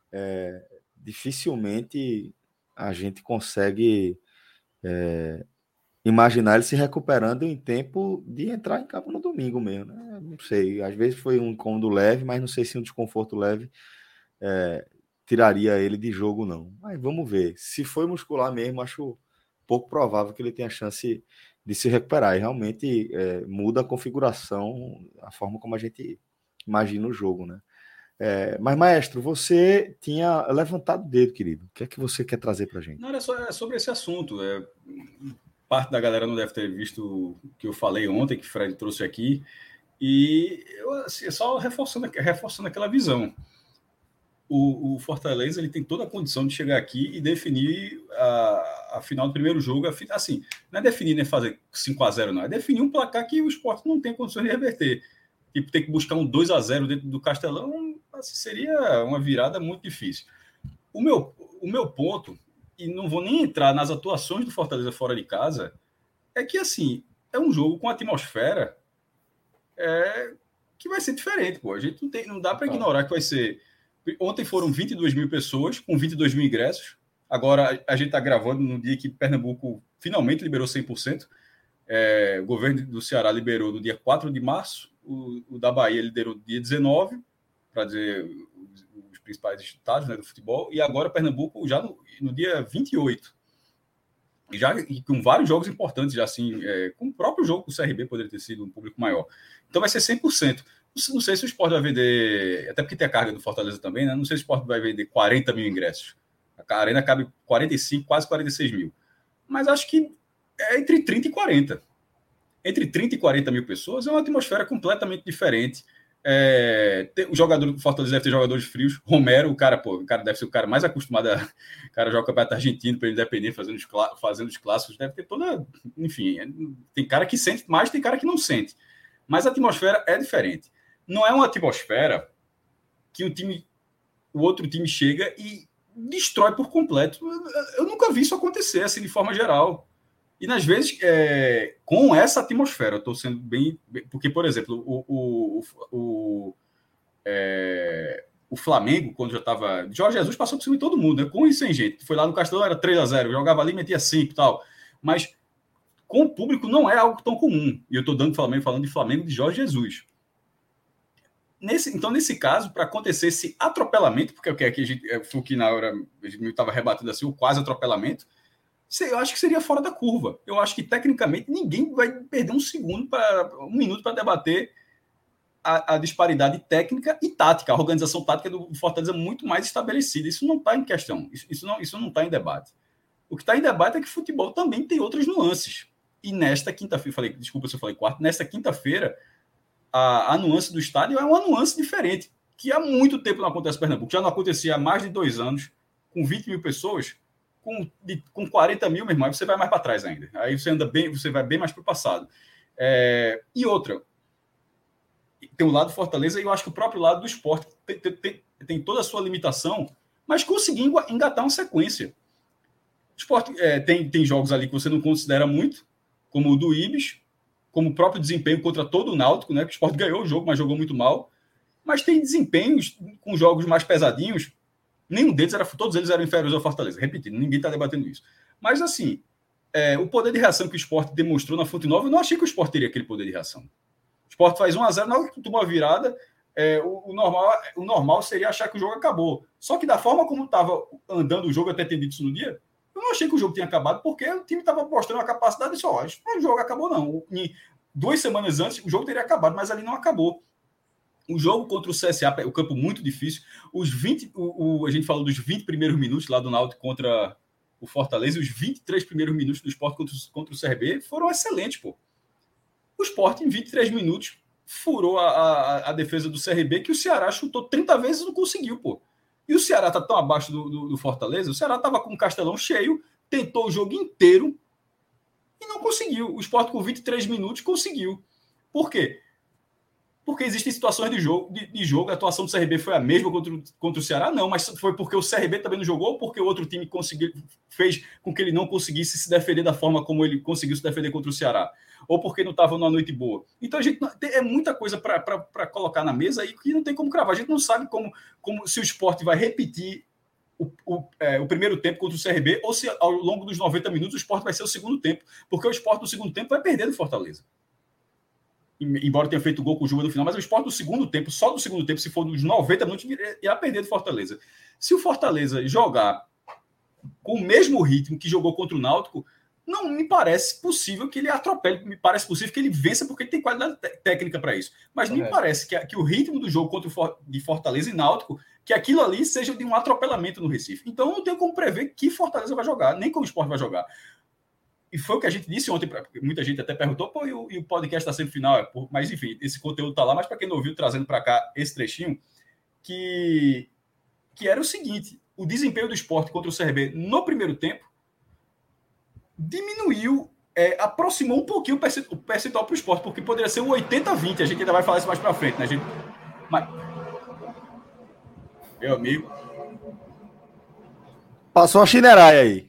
dificilmente a gente consegue imaginar ele se recuperando em tempo de entrar em campo no domingo mesmo, né? Não sei, às vezes foi um incômodo leve, mas não sei se um desconforto leve tiraria ele de jogo, não. Mas vamos ver. Se foi muscular mesmo, acho pouco provável que ele tenha chance de se recuperar. E realmente muda a configuração, a forma como a gente imagina o jogo, né? Mas, maestro, você tinha levantado o dedo, querido. O que é que você quer trazer para a gente? Não, era sobre esse assunto. Parte da galera não deve ter visto o que eu falei ontem, que o Fred trouxe aqui. E eu, assim, só reforçando aquela visão. O Fortaleza ele tem toda a condição de chegar aqui e definir a final do primeiro jogo. Assim, não é definir nem fazer 5-0, não. É definir um placar que o Sport não tem condições de reverter. Tipo, ter que buscar um 2-0 dentro do Castelão, assim, seria uma virada muito difícil. O meu ponto, e não vou nem entrar nas atuações do Fortaleza fora de casa, é que, assim, é um jogo com atmosfera que vai ser diferente, pô. A gente não dá para ignorar que vai ser... Ontem foram 22 mil pessoas, com 22 mil ingressos. Agora, a gente está gravando no dia que Pernambuco finalmente liberou 100%. O governo do Ceará liberou no dia 4 de março, o da Bahia liberou no dia 19, para dizer os principais estados, né, do futebol, e agora Pernambuco já no dia 28. e com vários jogos importantes, já assim, com o próprio jogo com o CRB poderia ter sido um público maior. Então vai ser 100%. Não sei se o Sport vai vender, até porque tem a carga do Fortaleza também, né? Não sei se o Sport vai vender 40 mil ingressos. A Arena cabe 45, quase 46 mil. Mas acho que é entre 30 e 40. Entre 30 e 40 mil pessoas é uma atmosfera completamente diferente. O jogador do Fortaleza deve ter jogadores frios. Romero, o cara deve ser o cara mais acostumado a. O cara joga o campeonato argentino para ele Independente, fazendo os clássicos, deve ter toda. Enfim, tem cara que sente mais, tem cara que não sente. Mas a atmosfera é diferente. Não é uma atmosfera que o outro time chega e destrói por completo. Eu nunca vi isso acontecer assim de forma geral. E, às vezes, com essa atmosfera, eu estou sendo bem... Porque, por exemplo, o Flamengo, quando já estava... Jorge Jesus passou por cima de todo mundo, né? Com e sem gente. Foi lá no Castelão, era 3-0. Jogava ali, metia 5 e tal. Mas com o público não é algo tão comum. E eu estou falando de Flamengo de Jorge Jesus. Então, nesse caso, para acontecer esse atropelamento, porque o que a gente... Foi que na hora a gente estava rebatendo assim, o quase atropelamento, eu acho que seria fora da curva. Eu acho que, tecnicamente, ninguém vai perder um minuto para debater a disparidade técnica e tática. A organização tática do Fortaleza é muito mais estabelecida. Isso não está em questão. Isso não está em debate. O que está em debate é que o futebol também tem outras nuances. E nesta quinta-feira, desculpa se eu falei quarta, nesta quinta-feira, a nuance do estádio é uma nuance diferente, que há muito tempo não acontece em Pernambuco. Já não acontecia há mais de 2 anos, com 20 mil pessoas. Com 40 mil, meu irmão, você vai mais para trás ainda. Aí você vai bem mais para o passado. E outra, tem o lado do Fortaleza e eu acho que o próprio lado do Sport tem toda a sua limitação, mas conseguiu engatar uma sequência. O Sport tem jogos ali que você não considera muito, como o do Ibis, como o próprio desempenho contra todo o Náutico, né? Que o Sport ganhou o jogo, mas jogou muito mal. Mas tem desempenhos com jogos mais pesadinhos. Todos eles eram inferiores ao Fortaleza. Repetindo, ninguém está debatendo isso. Mas, assim, o poder de reação que o Sport demonstrou na Fonte Nova, eu não achei que o Sport teria aquele poder de reação. O Sport faz 1-0, na hora que toma uma virada, o normal seria achar que o jogo acabou. Só que da forma como estava andando o jogo, até ter dito isso no dia, eu não achei que o jogo tinha acabado, porque o time estava mostrando a capacidade de só, o jogo acabou, não. 2 semanas antes, o jogo teria acabado, mas ali não acabou. O jogo contra o CSA, o campo muito difícil. A gente falou dos 20 primeiros minutos lá do Náutico contra o Fortaleza, e os 23 primeiros minutos do Sport contra o CRB foram excelentes, pô. O Sport, em 23 minutos, furou a defesa do CRB, que o Ceará chutou 30 vezes e não conseguiu, pô. E o Ceará tá tão abaixo do Fortaleza, o Ceará tava com o Castelão cheio, tentou o jogo inteiro e não conseguiu. O Sport, com 23 minutos, conseguiu. Por quê? Porque existem situações de jogo. A atuação do CRB foi a mesma contra o Ceará? Não, mas foi porque o CRB também não jogou ou porque o outro time fez com que ele não conseguisse se defender da forma como ele conseguiu se defender contra o Ceará? Ou porque não estava numa noite boa? Então, é muita coisa para colocar na mesa aí que não tem como cravar. A gente não sabe se o Sport vai repetir o primeiro tempo contra o CRB ou se ao longo dos 90 minutos o Sport vai ser o segundo tempo. Porque o Sport no segundo tempo vai perder do Fortaleza. Embora tenha feito gol com o Juba no final, mas o Sport do segundo tempo, só do segundo tempo, se for dos 90 minutos, irá perder do Fortaleza. Se o Fortaleza jogar com o mesmo ritmo que jogou contra o Náutico, não me parece possível que ele atropele, me parece possível que ele vença, porque ele tem qualidade técnica para isso. Mas me parece que o ritmo do jogo de Fortaleza e Náutico, que aquilo ali seja de um atropelamento no Recife. Então não tenho como prever que Fortaleza vai jogar, nem como o Sport vai jogar. E foi o que a gente disse ontem, muita gente até perguntou, pô, e o podcast está sendo final, mas enfim, esse conteúdo está lá, mas para quem não ouviu, trazendo para cá esse trechinho, que era o seguinte: o desempenho do Sport contra o CRB no primeiro tempo diminuiu, aproximou um pouquinho o percentual para o Sport, porque poderia ser um 80-20, a gente ainda vai falar isso mais para frente, né, gente? Mas, meu amigo, passou a chineraia aí.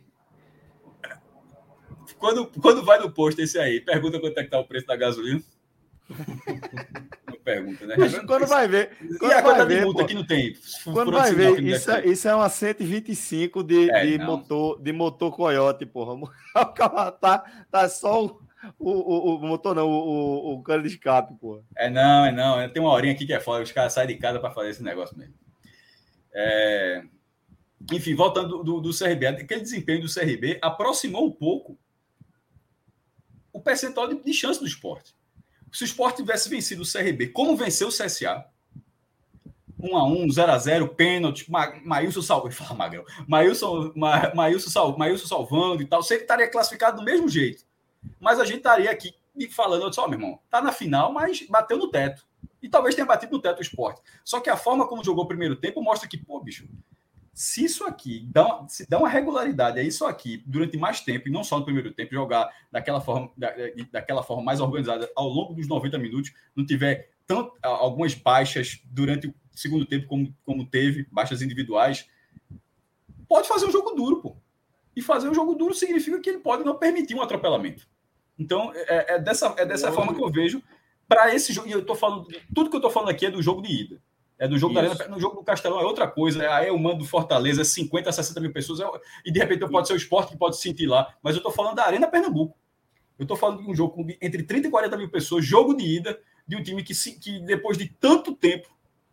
Quando vai no posto esse aí, pergunta quanto é que tá o preço da gasolina. Não pergunta, né? Quando vai ver. E a conta de multa que não tem. Quando vai ver, isso é uma 125 de motor Coyote, porra. O carro tá só o motor, não, o cano de escape, porra. Tem uma horinha aqui que é foda, os caras saem de casa para fazer esse negócio mesmo. enfim, voltando do CRB, aquele desempenho do CRB aproximou um pouco o percentual de chance do Sport. Se o Sport tivesse vencido o CRB, como venceu o CSA, 1-1, 0-0, pênalti, Maílson salvando, fala Magrão, Maílson salvando e tal, você estaria classificado do mesmo jeito. Mas a gente estaria aqui falando, só, meu irmão, tá na final, mas bateu no teto. E talvez tenha batido no teto o Sport. Só que a forma como jogou o primeiro tempo mostra que, pô, bicho, se isso aqui se dá uma regularidade a isso aqui durante mais tempo, e não só no primeiro tempo, jogar daquela forma mais organizada ao longo dos 90 minutos, não tiver algumas baixas durante o segundo tempo como teve, baixas individuais, pode fazer um jogo duro, pô. E fazer um jogo duro significa que ele pode não permitir um atropelamento. Então, é dessa forma que eu vejo para esse jogo. E eu tô falando, tudo que eu tô falando aqui é do jogo de ida. É do jogo da Arena. No jogo do Castelão é outra coisa. Aí eu mando do Fortaleza 50 a 60 mil pessoas. E de repente pode ser o Sport que pode se sentir lá. Mas eu tô falando da Arena Pernambuco. Eu tô falando de um jogo entre 30 e 40 mil pessoas, jogo de ida, de um time que depois de tanto tempo,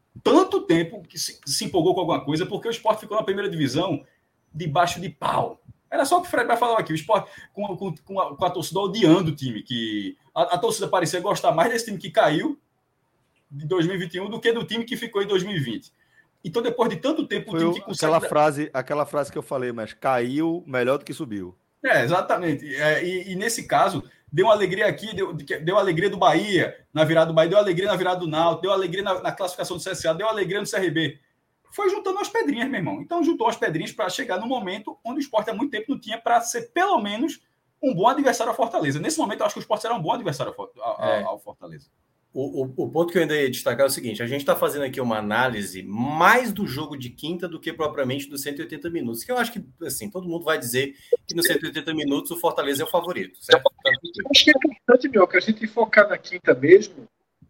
que se empolgou com alguma coisa, porque o Sport ficou na primeira divisão debaixo de pau. Era só o que o Fred vai falar aqui. O Sport com a torcida odiando o time. Que a torcida parecia gostar mais desse time que caiu de 2021 do que do time que ficou em 2020. Então, depois de tanto tempo, o time que consegue... Aquela frase que eu falei, mas caiu melhor do que subiu. Exatamente. E nesse caso, deu uma alegria aqui, deu alegria do Bahia na virada do Bahia, deu alegria na virada do Náutico, deu alegria na classificação do CSA, deu alegria no CRB. Foi juntando as pedrinhas, meu irmão. Então, juntou as pedrinhas para chegar no momento onde o Sport há muito tempo não tinha para ser, pelo menos, um bom adversário ao Fortaleza. Nesse momento, eu acho que o Sport será um bom adversário ao Fortaleza. O ponto que eu ainda ia destacar é o seguinte: a gente está fazendo aqui uma análise mais do jogo de quinta do que propriamente dos 180 minutos, que eu acho que, assim, todo mundo vai dizer que nos 180 minutos o Fortaleza é o favorito, certo? Eu acho que é importante, meu, que a gente focar na quinta mesmo,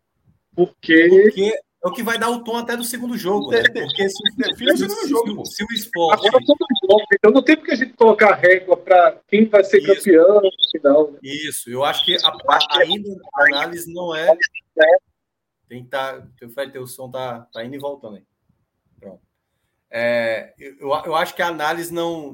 porque é o que vai dar o tom até do segundo jogo, né? Porque se o Sport... Agora todo jogo, então não tem porque a gente colocar a régua para quem vai ser campeão no final. Né? Isso, eu acho que ainda a análise não é... Tem que estar... Teu som tá indo e voltando aí. Pronto. Eu acho que a análise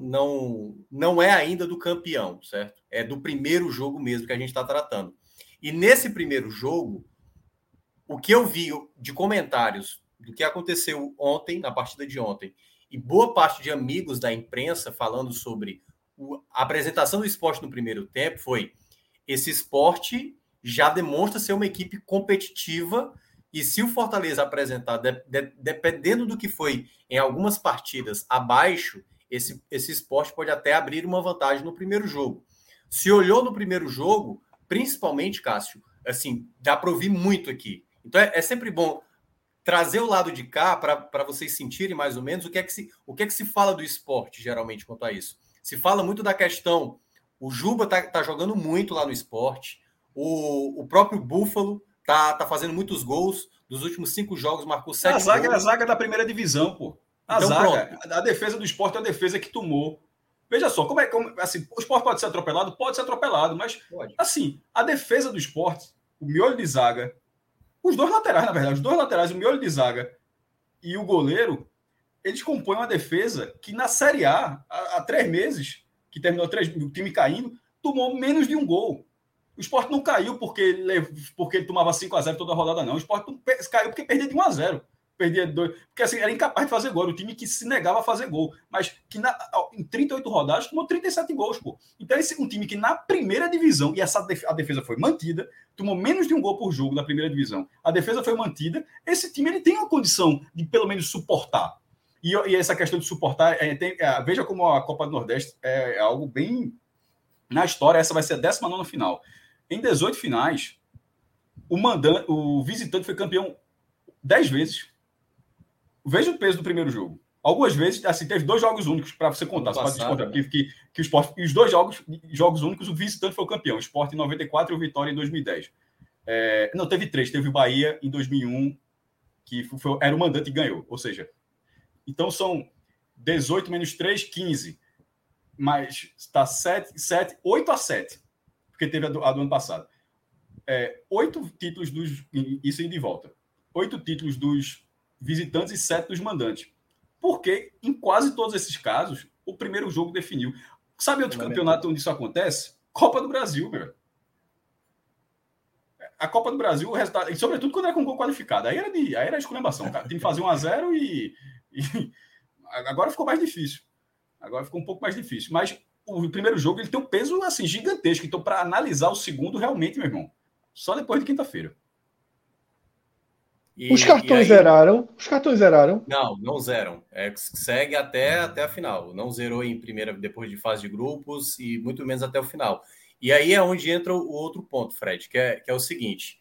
não é ainda do campeão, certo? É do primeiro jogo mesmo que a gente está tratando. E nesse primeiro jogo, o que eu vi de comentários do que aconteceu ontem, na partida de ontem, e boa parte de amigos da imprensa falando sobre a apresentação do Sport no primeiro tempo foi: esse Sport já demonstra ser uma equipe competitiva, e se o Fortaleza apresentar, dependendo do que foi em algumas partidas abaixo, esse Sport pode até abrir uma vantagem no primeiro jogo. Se olhou no primeiro jogo, principalmente, Cássio, assim, dá para ouvir muito aqui. Então, é sempre bom trazer o lado de cá para vocês sentirem mais ou menos o que é que se fala do Sport, geralmente, quanto a isso. Se fala muito da questão... O Juba tá jogando muito lá no Sport. O próprio Búfalo tá fazendo muitos gols. Dos últimos 5 jogos, marcou 7 gols. A zaga da primeira divisão, pô. A defesa do Sport é a defesa que tomou. Veja só, assim, o Sport pode ser atropelado? Pode ser atropelado, mas, assim, a defesa do Sport, o miolho de zaga... Os dois laterais, na verdade, o miolho de zaga e o goleiro, eles compõem uma defesa que na Série A, há 3 meses, que terminou o time caindo, tomou menos de um gol. O Sport não caiu porque ele tomava 5-0 toda a rodada, não. O Sport caiu porque perdia de 1-0. Perdia 2, porque assim, era incapaz de fazer gol. Era o time que se negava a fazer gol. Mas que em 38 rodadas tomou 37 gols, pô. Então, esse é um time que na primeira divisão, e a defesa foi mantida, tomou menos de um gol por jogo na primeira divisão. A defesa foi mantida. Esse time ele tem uma condição de pelo menos suportar. E essa questão de suportar, veja como a Copa do Nordeste é algo bem... Na história, essa vai ser a 19ª final. Em 18 finais, o visitante foi campeão 10 vezes. Veja o peso do primeiro jogo. Algumas vezes, assim, teve 2 jogos únicos para você contar. Você pode descontar, que o Sport, e os 2 jogos únicos, o visitante foi o campeão. O Sport em 94 e o Vitória em 2010. Não, teve 3. Teve o Bahia em 2001, que era o mandante e ganhou. Ou seja, então são 18 menos 3, 15. Mas está 8-7. Porque teve a do ano passado. 8 títulos isso indo de volta. 8 títulos dos visitantes e 7 dos mandantes. porque em quase todos esses casos, o primeiro jogo definiu. Sabe outro campeonato onde isso acontece? Copa do Brasil, meu. A Copa do Brasil, o resultado, e sobretudo quando era com gol qualificado, aí era esculhambação, cara. Tem que fazer 1-0 e agora ficou mais difícil. Agora ficou um pouco mais difícil. Mas o primeiro jogo ele tem um peso assim, gigantesco. Então, para analisar o segundo, realmente, meu irmão, só depois de quinta-feira. Os cartões zeraram? Os cartões zeraram? Não zeram. Segue até a final. Não zerou em primeira, depois de fase de grupos, e muito menos até o final. E aí é onde entra o outro ponto, Fred, que é o seguinte.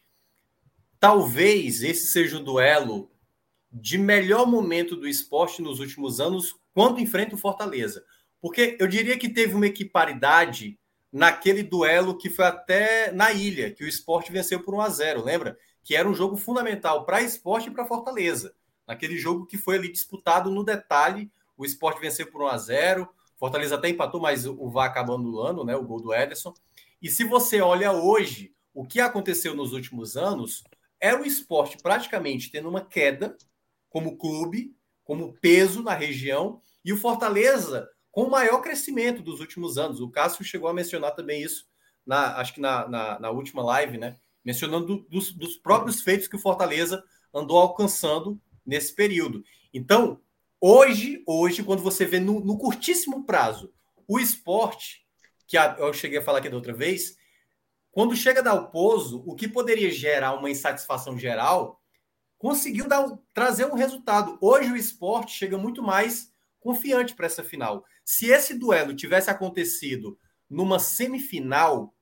Talvez esse seja o duelo de melhor momento do esporte nos últimos anos, quando enfrenta o Fortaleza. Porque eu diria que teve uma equiparidade naquele duelo que foi até na Ilha, que o Sport venceu por 1-0, lembra? Que era um jogo fundamental para Sport e para Fortaleza. Naquele jogo que foi ali disputado no detalhe, o Sport venceu por 1-0, Fortaleza até empatou, mas o VAR acabou anulando, né, o gol do Ederson. E se você olha hoje, o que aconteceu nos últimos anos, era o Sport praticamente tendo uma queda como clube, como peso na região, e o Fortaleza com o maior crescimento dos últimos anos. O Cássio chegou a mencionar também isso, acho que na última live, né? Mencionando dos próprios feitos que o Fortaleza andou alcançando nesse período. Então, hoje quando você vê no curtíssimo prazo, o Sport, que eu cheguei a falar aqui da outra vez, quando chega a dar o pouso, o que poderia gerar uma insatisfação geral, conseguiu trazer um resultado. Hoje o Sport chega muito mais confiante para essa final. Se esse duelo tivesse acontecido numa semifinal,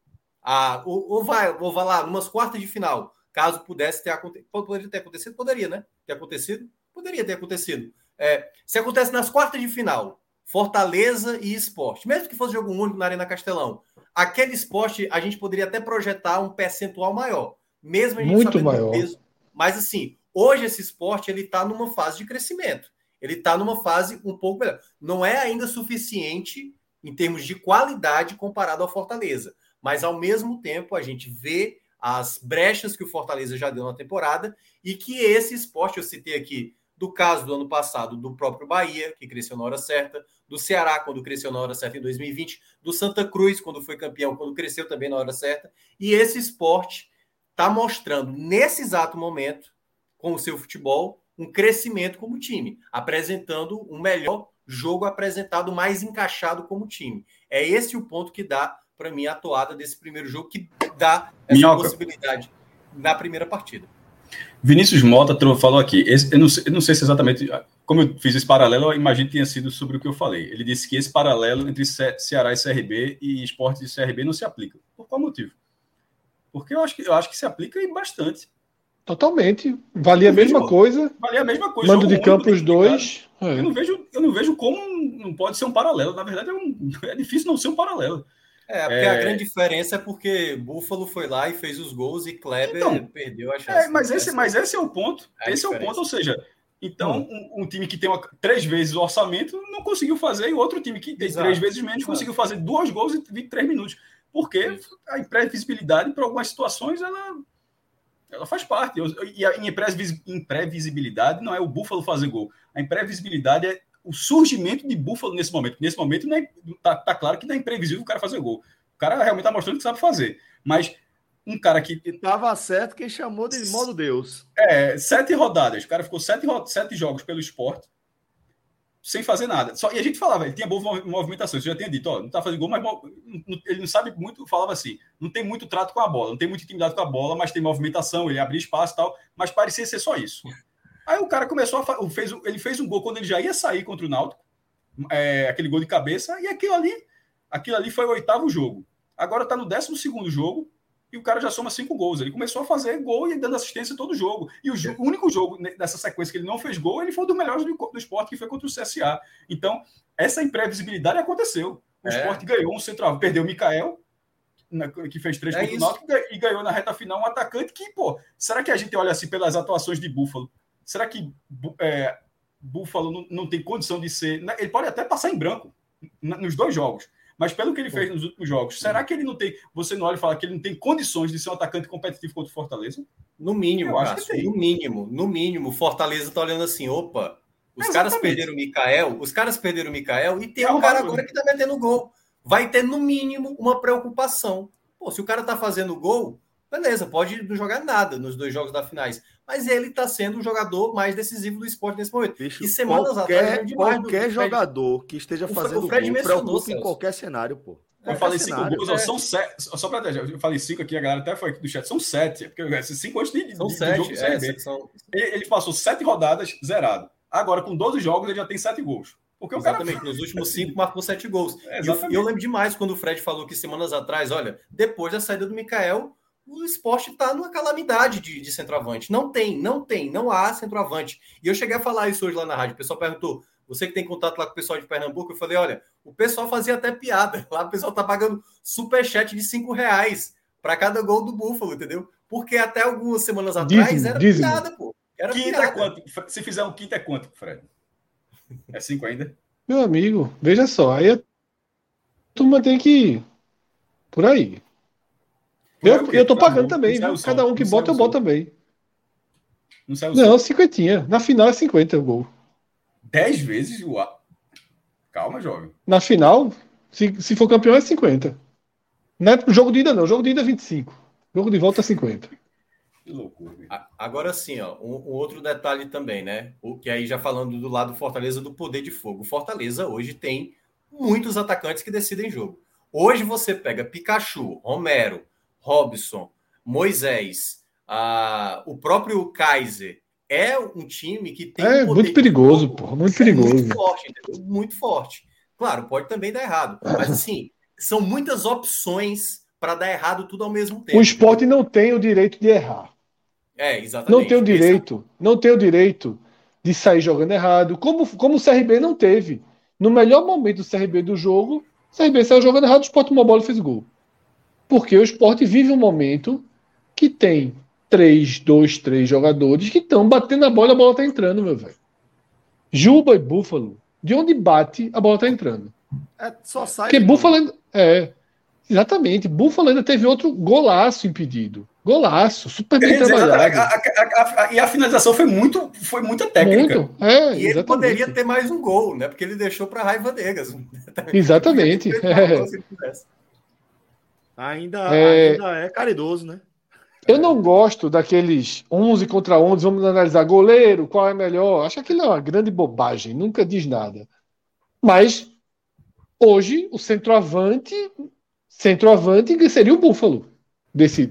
ou vai lá, numas quartas de final, caso pudesse ter acontecido. Poderia ter acontecido? Poderia, né? Ter acontecido? Poderia ter acontecido. Se acontece nas quartas de final, Fortaleza e Sport, mesmo que fosse jogo único na Arena Castelão, aquele Sport a gente poderia até projetar um percentual maior, mesmo a gente muito sabendo maior. do peso. Mas assim, hoje esse Sport ele está numa fase de crescimento. Ele está numa fase um pouco melhor. Não é ainda suficiente em termos de qualidade comparado ao Fortaleza. Mas, ao mesmo tempo, a gente vê as brechas que o Fortaleza já deu na temporada e que esse Sport, eu citei aqui, do caso do ano passado, do próprio Bahia, que cresceu na hora certa, do Ceará, quando cresceu na hora certa em 2020, do Santa Cruz, quando foi campeão, quando cresceu também na hora certa. E esse Sport está mostrando, nesse exato momento, com o seu futebol, um crescimento como time, apresentando um melhor jogo apresentado, mais encaixado como time. É esse o ponto que dá, para mim, a toada desse primeiro jogo, que dá essa possibilidade na primeira partida. Vinícius Mota falou aqui, eu não sei se exatamente, como eu fiz esse paralelo, eu imagino que tenha sido sobre o que eu falei. Ele disse que esse paralelo entre Ceará e CRB e Sport e CRB não se aplica. Por qual motivo? Porque eu acho que se aplica bastante. Totalmente. Valia a mesma coisa. Valia a mesma coisa. Mando de campo os dois. Eu não vejo como não pode ser um paralelo. Na verdade, é difícil não ser um paralelo. Porque a grande diferença é porque Buffalo foi lá e fez os gols e Kleber perdeu a chance. Mas esse é o ponto. Esse é o ponto, ou seja, então um time que tem 3 vezes o orçamento não conseguiu fazer e outro time que tem 3 vezes menos conseguiu fazer 2 gols em 23 minutos. Porque a imprevisibilidade, para algumas situações, ela faz parte. E a imprevisibilidade não é o Buffalo fazer gol. A imprevisibilidade é o surgimento de Buffalo nesse momento. Nesse momento, tá claro que não é imprevisível o cara fazer gol. O cara realmente está mostrando que sabe fazer. Mas um cara que... Estava certo quem chamou de modo Deus. 7 rodadas. O cara ficou 7 jogos pelo Sport sem fazer nada. E a gente falava, ele tinha boa movimentação. Você já tinha dito, não tá fazendo gol, mas ele não sabe muito, falava assim, não tem muito trato com a bola, não tem muita intimidade com a bola, mas tem movimentação, ele abria espaço e tal, mas parecia ser só isso. Aí o cara começou ele fez um gol quando ele já ia sair contra o Náutico, aquele gol de cabeça, e aquilo ali foi o 8º jogo. Agora tá no 12º jogo, e o cara já soma 5 gols. Ele começou a fazer gol e dando assistência todo jogo. E o único jogo dessa sequência que ele não fez gol, ele foi um dos melhores do Sport, que foi contra o CSA. Então, essa imprevisibilidade aconteceu. O Sport ganhou um central, perdeu o Mikael, que fez 3 contra o Náutico, e ganhou na reta final um atacante que, será que a gente olha assim pelas atuações de Buffalo? Será que Buffalo não tem condição de ser... Ele pode até passar em branco nos 2 jogos. Mas pelo que ele fez nos últimos jogos, será que ele não tem... Você não olha e fala que ele não tem condições de ser um atacante competitivo contra o Fortaleza? No mínimo, eu acho que tem. No mínimo. Fortaleza está olhando assim, opa, Os caras perderam o Mikael e tem um cara agora que tá metendo gol. Vai ter, no mínimo, uma preocupação. Pô, se o cara tá fazendo gol, beleza, pode não jogar nada nos 2 jogos da finais. Mas ele tá sendo o jogador mais decisivo do esporte nesse momento. Bicho, e semanas atrás... Qualquer jogador que esteja fazendo gol preocupa em qualquer cenário, pô. Eu falei 5 gols, são 7. Só pra eu falei 5 aqui, a galera até foi aqui do chat. São 7. Porque esses 5 antes de são do 7, jogo do CRB. Ele passou 7 rodadas zerado. Agora, com 12 jogos, ele já tem 7 gols. Porque exatamente, nos últimos 5 marcou 7 gols. E eu lembro demais quando o Fred falou que semanas atrás, olha, depois da saída do Mikael, o esporte está numa calamidade de centroavante. Não há centroavante. E eu cheguei a falar isso hoje lá na rádio. O pessoal perguntou, você que tem contato lá com o pessoal de Pernambuco, eu falei, olha, o pessoal fazia até piada. Lá o pessoal tá pagando superchat de R$5 para cada gol do Búfalo, entendeu? Porque até algumas semanas atrás era piada, pô. Era quinta piada. É quanto? Se fizer um quinto é quanto, Fred? É 5 ainda? Meu amigo, veja só, aí a turma tem que por aí. Eu tô pagando também, viu? Cada um que bota, eu boto também. Não, 50. Na final é 50 o gol. 10 vezes? Calma, jovem. Na final, se for campeão, é 50. Não é jogo de ida, não. Jogo de ida é 25. Jogo de volta é 50. Que loucura. Agora sim, ó, um outro detalhe também, né? O que aí já falando do lado do Fortaleza, do poder de fogo. O Fortaleza hoje tem muitos atacantes que decidem jogo. Hoje você pega Pikachu, Romero, Robson, Moisés, o próprio Kaiser. É um time que tem um muito perigoso, pô, muito perigoso. Muito forte, entendeu? Muito forte. Claro, pode também dar errado, mas assim, são muitas opções para dar errado tudo ao mesmo tempo. O esporte não tem o direito de errar. Exatamente. Não tem o direito, não tem o direito de sair jogando errado, como o CRB não teve. No melhor momento do CRB do jogo, o CRB saiu jogando errado, o Sport tomou a bola e fez gol. Porque o Sport vive um momento que tem 3 jogadores que estão batendo a bola está entrando, meu velho. Juba e Búfalo, de onde bate, a bola está entrando. Só sai. Porque Búfalo... Exatamente. Búfalo ainda teve outro golaço impedido. Golaço, super bem trabalhado. E a finalização foi muita técnica. Muito, e ele poderia ter mais um gol, né? Porque ele deixou para Raiva Negas. Exatamente. Ainda é caridoso, né? Eu não gosto daqueles 11 contra 11, vamos analisar goleiro, qual é melhor. Acho que aquilo é uma grande bobagem, nunca diz nada. Mas hoje o centroavante seria o Búfalo desse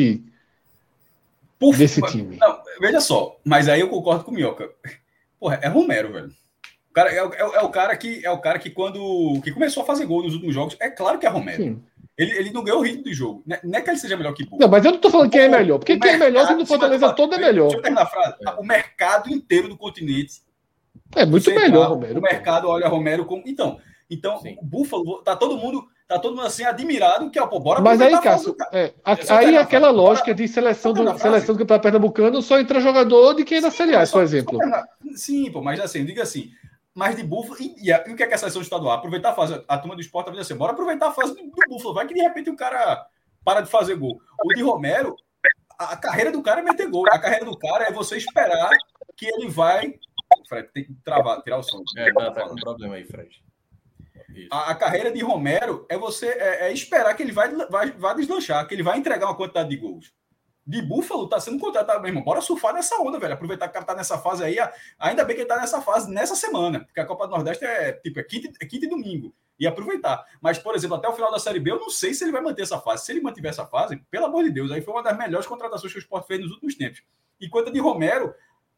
time. Não, veja só, mas aí eu concordo com o Minhoca. Porra, é Romero, velho. O cara é o cara que quando começou a fazer gol nos últimos jogos, é claro que é Romero. Sim. Ele não ganhou o ritmo do jogo. Não é que ele seja melhor que Búfalo. Não, mas eu não tô falando quem é melhor, porque quem é melhor sendo Fortaleza todo é melhor. Deixa eu terminar a frase. O mercado inteiro do continente é muito melhor, Romero. O mercado olha Romero como... Então o Búfalo, tá todo mundo assim admirado que, bora. Mas aí, Cássio, aí aquela lógica de seleção do Campeonato Pernambucano só entra jogador de quem é da Série A, por exemplo. Sim, mas assim, diga assim, mas de Búfalo, e o que é a seleção estadual? Aproveitar a fase, a turma do esporte vai dizer assim, bora aproveitar a fase do Búfalo, vai que de repente o cara para de fazer gol. O de Romero, a carreira do cara é meter gol, a carreira do cara é você esperar que ele vai... Fred, tem que tirar o som. Tá com um problema aí, Fred. A carreira de Romero é você esperar que ele vai deslanchar, que ele vai entregar uma quantidade de gols. De Búfalo tá sendo contratado mesmo. Bora surfar nessa onda, velho. Aproveitar que o cara tá nessa fase aí. Ainda bem que ele tá nessa fase nessa semana, porque a Copa do Nordeste é quinta e domingo. E aproveitar. Mas, por exemplo, até o final da Série B, eu não sei se ele vai manter essa fase. Se ele mantiver essa fase, pelo amor de Deus, aí foi uma das melhores contratações que o Sport fez nos últimos tempos. Enquanto a de Romero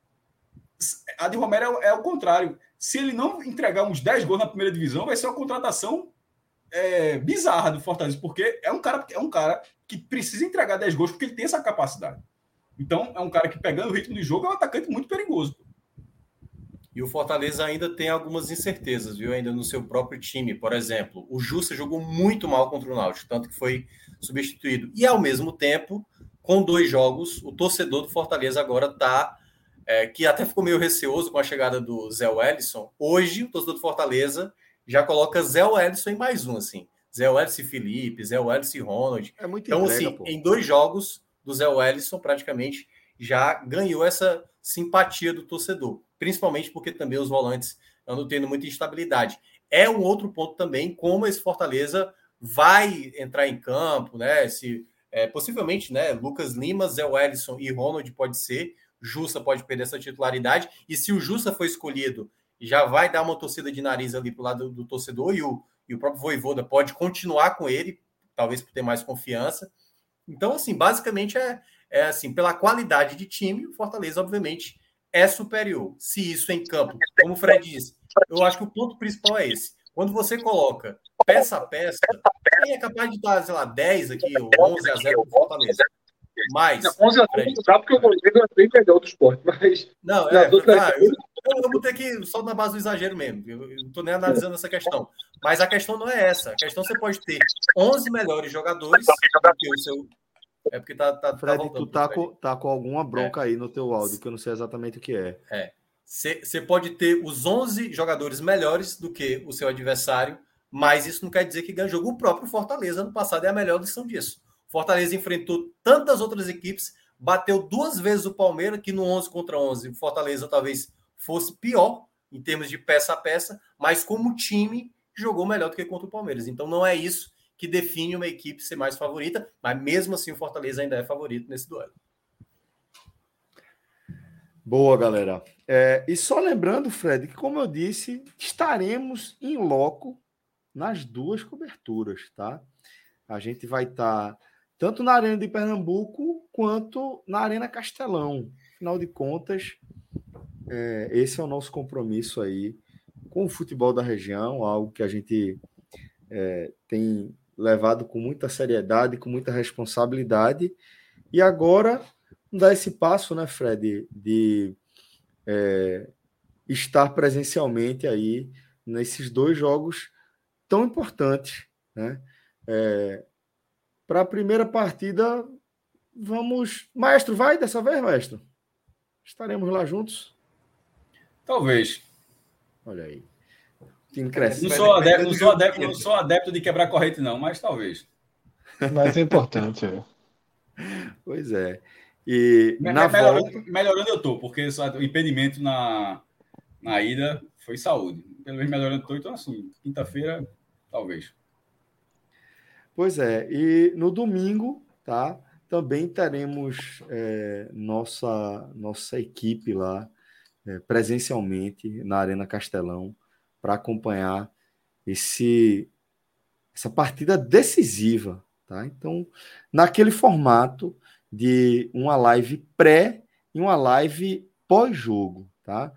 é o contrário. Se ele não entregar uns 10 gols na primeira divisão, vai ser uma contratação bizarra do Fortaleza, porque é um cara que precisa entregar 10 gols porque ele tem essa capacidade. Então, é um cara que, pegando o ritmo de jogo, é um atacante muito perigoso. E o Fortaleza ainda tem algumas incertezas, viu? Ainda no seu próprio time. Por exemplo, o Jussa jogou muito mal contra o Náutico, tanto que foi substituído. E, ao mesmo tempo, com 2 jogos, o torcedor do Fortaleza agora está... que até ficou meio receoso com a chegada do Zé Wellison. Hoje, o torcedor do Fortaleza já coloca Zé Wellison em mais um, assim. Zé Wellison e Felipe, Zé Wellison e Ronald. É muito então, entrega, assim, em 2 jogos do Zé Wellison, praticamente, já ganhou essa simpatia do torcedor. principalmente porque também os volantes andam tendo muita instabilidade. É um outro ponto também, como esse Fortaleza vai entrar em campo, né? Se possivelmente, né? Lucas Lima, Zé Wellison e Ronald pode ser, Jussa pode perder essa titularidade, e se o Jussa for escolhido, já vai dar uma torcida de nariz ali pro lado do torcedor, e o próprio Vojvoda pode continuar com ele, talvez por ter mais confiança. Então, assim, basicamente assim, pela qualidade de time, o Fortaleza, obviamente, é superior. Se isso em campo, como o Fred disse, eu acho que o ponto principal é esse. Quando você coloca peça a peça, aí é capaz de dar, sei lá, 10 aqui, ou 11-0 para o Fortaleza. Mas. Não, 11 a 0 não dá porque o Rodrigo é bem melhor do esporte, mas. Não, eu vou ter que só na base do exagero mesmo. Eu não estou nem analisando essa questão. Mas a questão não é essa. A questão você pode ter 11 melhores jogadores do que o seu. É porque Fred, voltando, tu tá com alguma bronca aí no teu áudio, que eu não sei exatamente o que é. Você pode ter os 11 jogadores melhores do que o seu adversário, mas isso não quer dizer que ganha jogo. O próprio Fortaleza, ano passado, é a melhor lição disso. Fortaleza enfrentou tantas outras equipes, bateu 2 vezes o Palmeiras, que no 11 contra 11, o Fortaleza talvez fosse pior, em termos de peça a peça, mas como time, jogou melhor do que contra o Palmeiras. Então não é isso que define uma equipe ser mais favorita, mas mesmo assim o Fortaleza ainda é favorito nesse duelo. Boa, galera. E só lembrando, Fred, que como eu disse, estaremos em loco nas 2 coberturas, tá? A gente vai estar tanto na Arena de Pernambuco quanto na Arena Castelão. Afinal de contas, esse é o nosso compromisso aí com o futebol da região, algo que a gente tem levado com muita seriedade, com muita responsabilidade. E agora, dar esse passo, né, Fred, de estar presencialmente aí nesses 2 jogos tão importantes, né? Para a primeira partida, vamos... Maestro, vai dessa vez, maestro? Estaremos lá juntos? Talvez. Olha aí. O time crescendo. Não sou adepto de quebrar corrente, não, mas talvez. Mas é importante. Pois é. E melhorando eu tô, porque o impedimento na ida foi saúde. Pelo menos melhorando eu tô, então assim, quinta-feira, talvez. Pois é. E no domingo, tá? Também teremos nossa equipe lá presencialmente na Arena Castelão para acompanhar essa partida decisiva, tá? Então, naquele formato de uma live pré e uma live pós-jogo, tá?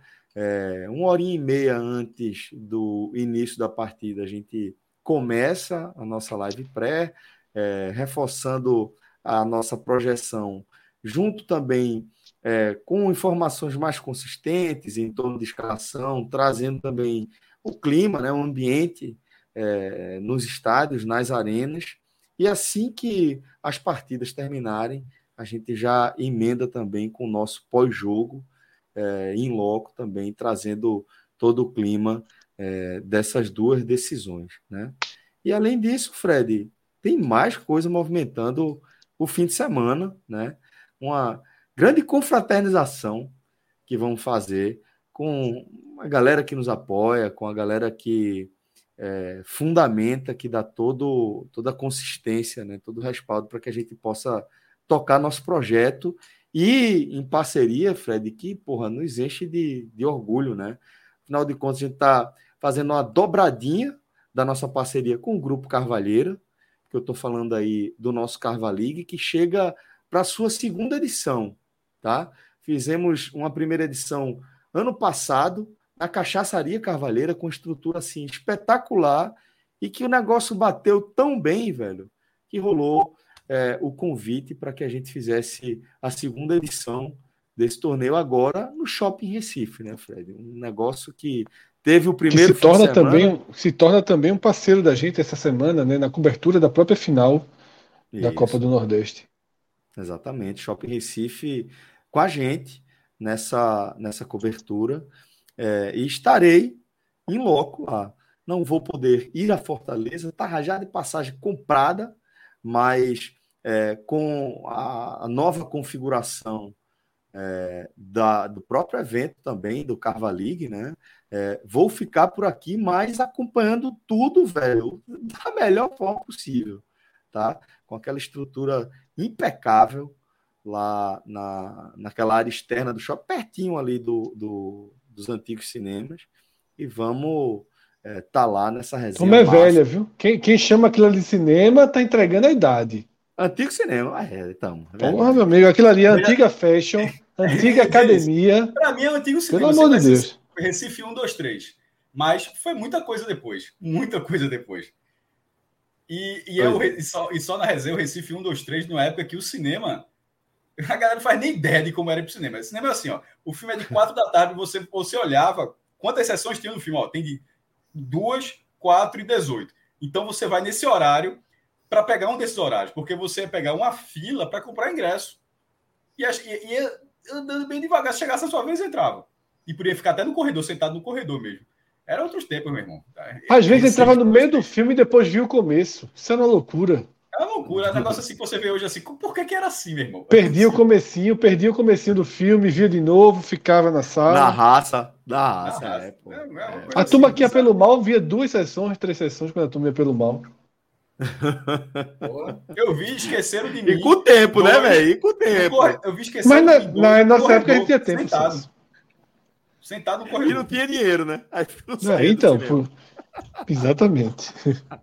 1h30 antes do início da partida, a gente começa a nossa live pré, reforçando a nossa projeção, junto também com informações mais consistentes em torno de escalação, trazendo também o clima, né, o ambiente nos estádios, nas arenas, e assim que as partidas terminarem, a gente já emenda também com o nosso pós-jogo, em loco também, trazendo todo o clima dessas 2 decisões, né? E além disso, Fred, tem mais coisa movimentando o fim de semana, né? Uma grande confraternização que vamos fazer com a galera que nos apoia, com a galera que fundamenta, que dá toda a consistência, né? Todo o respaldo para que a gente possa tocar nosso projeto e em parceria, Fred, que, porra, nos enche de orgulho, né? Afinal de contas, a gente está fazendo uma dobradinha da nossa parceria com o Grupo Carvalheira, que eu estou falando aí do nosso Carvaleague, que chega para a sua 2ª edição, tá? Fizemos uma primeira edição ano passado, na Cachaçaria Carvalheira, com estrutura assim espetacular, e que o negócio bateu tão bem, velho, que rolou o convite para que a gente fizesse a 2ª edição desse torneio agora no Shopping Recife, né, Fred? Um negócio que teve o primeiro se torna também um parceiro da gente essa semana, né, na cobertura da própria final da Copa do Nordeste. Exatamente, Shopping Recife com a gente nessa cobertura. E estarei em loco lá. Não vou poder ir a Fortaleza, está já de passagem comprada, mas com a nova configuração do próprio evento também, do Carva League, né? Vou ficar por aqui, mas acompanhando tudo, velho, da melhor forma possível, tá? Com aquela estrutura impecável lá naquela área externa do shopping, pertinho ali dos antigos cinemas, e vamos tá lá nessa resenha. Como é velha, viu? Quem chama aquilo de cinema tá entregando a idade. Antigo cinema, então. Porra, meu amigo, aquilo ali é antiga fashion, antiga academia. Para mim é o antigo cinema. Pelo amor de Deus. Recife 1, 2, 3. Mas foi muita coisa depois. Muita coisa depois. E só na resenha, o Recife 1, 2, 3, numa época que o cinema... A galera não faz nem ideia de como era pro cinema. O cinema é assim, ó. O filme é de 4 da tarde, você olhava... Quantas sessões tinha no filme? Ó, tem de 2, 4 e 18. Então você vai nesse horário para pegar um desses horários, porque você ia pegar uma fila para comprar ingresso. E andando bem devagar, se chegasse a sua vez, entrava. E podia ficar até no corredor, sentado no corredor mesmo. Era outros tempos, meu irmão. Às vezes entrava no meio do filme e depois via o começo. Isso era uma loucura. É uma loucura. É um negócio assim que você vê hoje assim. Por que era assim, meu irmão? Perdia o comecinho do filme, via de novo, ficava na sala. Na raça. Pô. A turma que ia pelo mal via 2 sessões, 3 sessões quando a turma ia pelo mal. Eu vi, esqueceram de mim. E com o tempo, né, velho? E com o tempo. Eu vi, esqueceram de mim. Mas na nossa época a gente tinha tempo. Sentado no corredor. E não tinha dinheiro, né? Aí então, exatamente.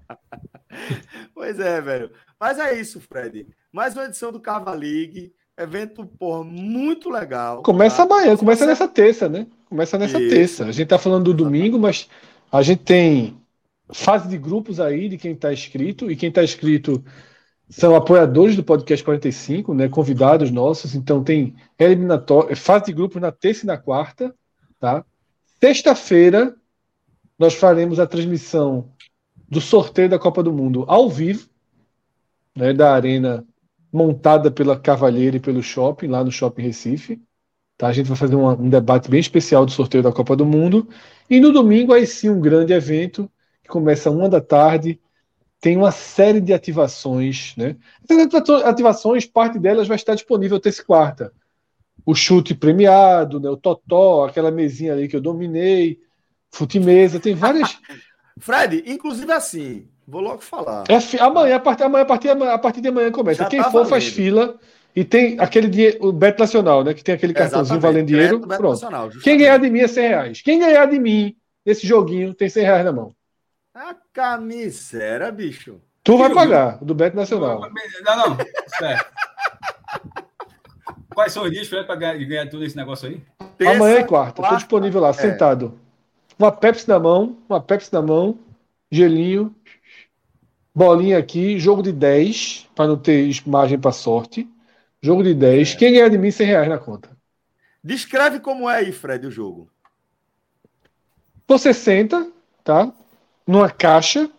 Pois é, velho. Mas é isso, Fred. Mais uma edição do Carva League. Evento, porra, muito legal. Começa amanhã, começa nessa terça, né? Começa nessa terça. A gente tá falando do domingo, mas a gente tem fase de grupos aí de quem está inscrito, e quem está inscrito são apoiadores do Podcast 45, né, convidados nossos, então tem fase de grupos na terça e na quarta, tá? Sexta-feira nós faremos a transmissão do sorteio da Copa do Mundo ao vivo, né, da arena montada pela Cavalheira e pelo shopping, lá no Shopping Recife. Tá? A gente vai fazer um debate bem especial do sorteio da Copa do Mundo, e no domingo aí sim um grande evento, que começa 1 da tarde, tem uma série de ativações, né? Essas ativações, parte delas vai estar disponível terça e quarta. O chute premiado, né? O totó, aquela mesinha ali que eu dominei, fute-mesa, tem várias... Fred, inclusive assim, vou logo falar. Amanhã, a partir de amanhã começa. Quem for faz fila, e tem aquele dinheiro, o Beto Nacional, né? Que tem aquele cartãozinho valendo dinheiro. Pronto. Quem ganhar de mim é R$100. Quem ganhar de mim nesse joguinho tem R$100 na mão. A camisera, bicho. Tu vai pagar, do Beto Nacional. Não. Certo. Quais são os dias, Fred, para ganhar tudo esse negócio aí? Amanhã e quarta. Estou disponível lá, sentado. Uma Pepsi na mão, gelinho, bolinha aqui, jogo de 10, para não ter margem para sorte. Jogo de 10. Quem ganhar de mim, R$100 na conta. Descreve como é aí, Fred, o jogo. Você senta, tá? Numa caixa.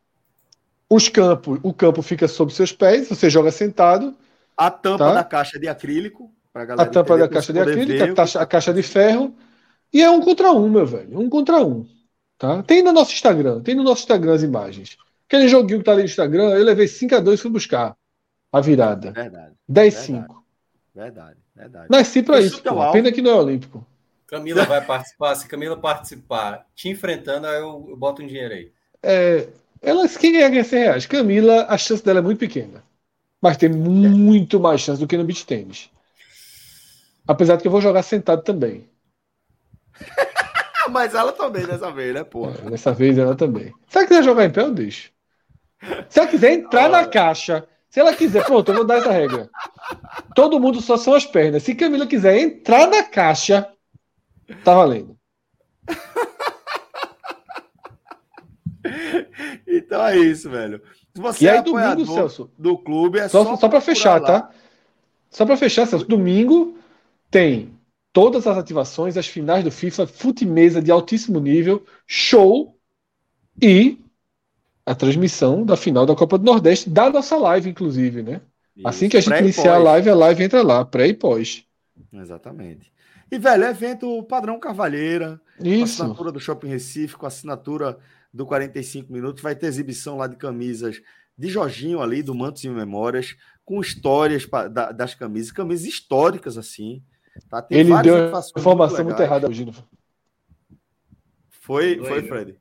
O campo fica sob seus pés, você joga sentado. A tampa da caixa de acrílico. A tampa da caixa de acrílico, a caixa de ferro. E é 1 contra 1, meu velho. 1 contra 1. Tá? Tem no nosso Instagram as imagens. Aquele joguinho que tá ali no Instagram, eu levei 5-2 e fui buscar a virada. Verdade. 10-5. Verdade. Nasci pra isso, pô. Pena que não é olímpico. Camila vai participar. Se Camila participar te enfrentando, aí eu boto um dinheiro aí. Quem ganhar R$100? Camila, a chance dela é muito pequena. Mas tem muito mais chance do que no beach tênis. Apesar de que eu vou jogar sentado também. Mas ela também dessa vez, né, pô? Dessa vez ela também. Se ela quiser jogar em pé, eu deixo. Se ela quiser entrar na caixa, se ela quiser, pronto, eu vou dar essa regra. Todo mundo só são as pernas. Se Camila quiser entrar na caixa, tá valendo. Então é isso, velho. Se você e aí, é domingo, Celso, do clube, é só para fechar, tá? Só para fechar, Celso, domingo tem todas as ativações, as finais do FIFA, fute-mesa de altíssimo nível, show e a transmissão da final da Copa do Nordeste, da nossa live, inclusive, né? Isso, assim que a gente iniciar a live entra lá, pré e pós. Exatamente. E, velho, evento padrão Cavalheira, isso. Com assinatura do Shopping Recife, com assinatura do 45 Minutos, vai ter exibição lá de camisas de Jorginho ali, do Mantos e Memórias, com histórias das camisas históricas, assim, Tá? Tem Ele várias deu informações informação muito legais. errada hoje. Foi, Fred.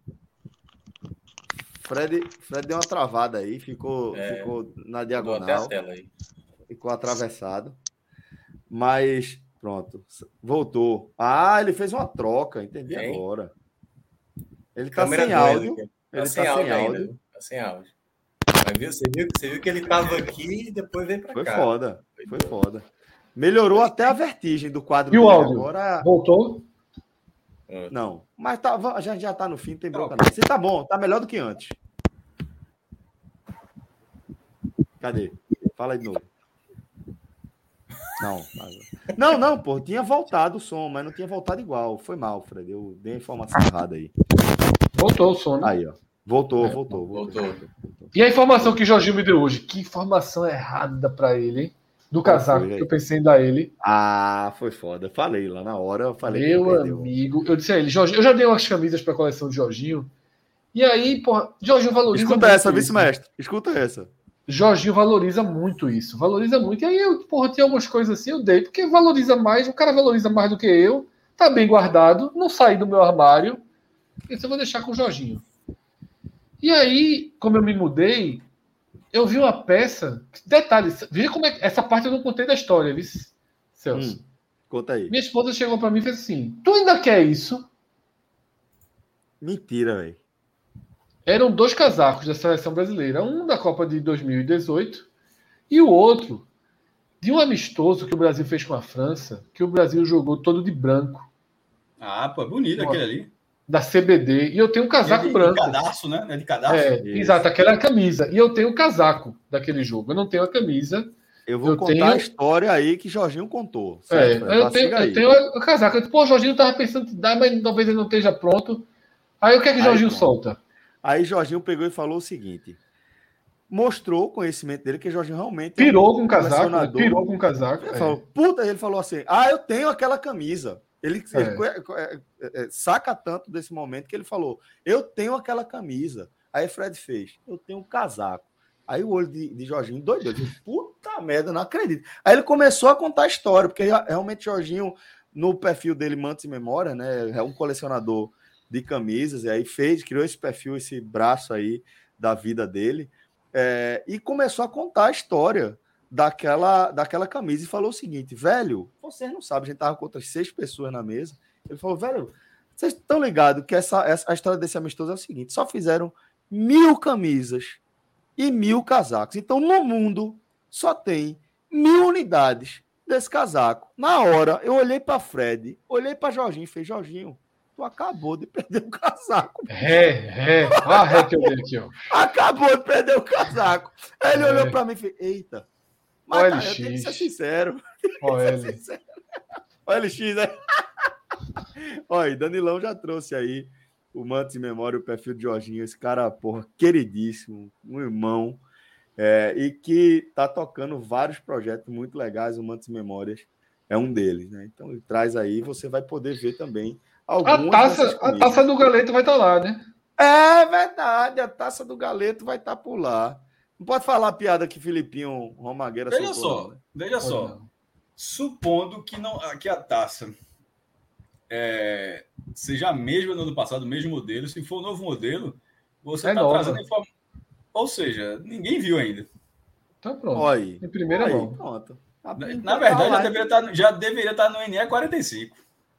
Fred deu uma travada aí, ficou na Mudou até a diagonal, tela aí. ficou atravessado. Mas, pronto, voltou. Ele fez uma troca, entendi agora. Ele tá sem áudio. Ele tá sem áudio ainda. Tá sem áudio. Mas você viu que ele tava aqui e depois veio pra cá. Foi foda. Melhorou até a vertigem do quadro E o dele. áudio? Agora... Voltou? Não, mas já tá no fim, não tem bronca não. Você tá bom, tá melhor do que antes. Cadê? Fala aí de novo. Não, pô, tinha voltado o som, mas não tinha voltado igual. Foi mal, Fred, eu dei a informação errada aí. Voltou o som, né? Aí, ó. Voltou. E a informação que o Jorginho me deu hoje? Que informação errada pra ele, hein? Do casaco, que eu pensei em dar ele. Foi foda. Falei lá na hora, eu falei. Meu amigo, eu disse a ele, Jorginho, eu já dei umas camisas pra coleção de Jorginho. E aí, porra, Jorginho valoriza muito. Escuta essa, vice-mestre. Escuta essa. Jorginho valoriza muito isso. Valoriza muito. E aí, tinha algumas coisas assim, eu dei, porque valoriza mais, o cara valoriza mais do que eu, tá bem guardado, não saí do meu armário. Isso eu vou deixar com o Jorginho. E aí, como eu me mudei, eu vi uma peça. Detalhes, veja como é que. Essa parte eu não contei da história, viu, Celso? Conta aí. Minha esposa chegou para mim e fez assim: Tu ainda quer isso? Mentira, velho. Eram 2 casacos da seleção brasileira. Um da Copa de 2018 e o outro de um amistoso que o Brasil fez com a França, que o Brasil jogou todo de branco. Pô, bonito aquele ali. Da CBD. E eu tenho um casaco branco. De cadarço, né? É de cadarço. Exato, aquela camisa. E eu tenho o casaco daquele jogo. Eu não tenho a camisa. Eu vou contar a história aí que Jorginho contou. Certo? Eu tenho o casaco. O Jorginho tava pensando em dar, mas talvez ele não esteja pronto. Aí o que é que Jorginho solta? Aí Jorginho pegou e falou o seguinte. Mostrou o conhecimento dele, que Jorginho realmente... Pirou com o casaco. Pirou com o casaco. Ele falou assim, eu tenho aquela camisa. Ele saca tanto desse momento que ele falou, eu tenho aquela camisa. Aí Fred fez, eu tenho um casaco. Aí o olho de Jorginho doidou. Puta merda, não acredito. Aí ele começou a contar a história, porque realmente Jorginho, no perfil dele, Mantos e Memória, né, é um colecionador de camisas, e aí criou esse perfil, esse braço aí da vida dele, e começou a contar a história daquela camisa, e falou o seguinte, velho, vocês não sabem, a gente tava com outras 6 pessoas na mesa, ele falou, velho, vocês estão ligados que a história desse amistoso é o seguinte, só fizeram 1000 camisas e 1000 casacos, então no mundo só tem 1000 unidades desse casaco. Na hora, eu olhei para Fred, olhei para Jorginho e falei, Jorginho, tu acabou de perder o casaco. Olha a ré que eu dei aqui, ó. Acabou de perder o casaco. Aí ele olhou para mim e fez, eita, mas eu tenho que ser sincero. Olha LX, né? Olha, Danilão já trouxe aí o Mantos em Memória, o perfil de Jorginho, esse cara, porra, queridíssimo, um irmão, e que tá tocando vários projetos muito legais, o Mantos em Memórias é um deles, né? Então ele traz aí, você vai poder ver também algumas a taça do Galeto vai estar lá, né? É verdade, a taça do Galeto vai estar por lá. Não pode falar a piada que Filipinho Romagueira soltou. Veja só. Supondo que a taça seja a mesma do ano passado, o mesmo modelo, se for o novo modelo, você está trazendo informação. Ou seja, ninguém viu ainda. Tá pronto. Olha, em primeira mão. Pronto. Na verdade, já deveria estar no NE45.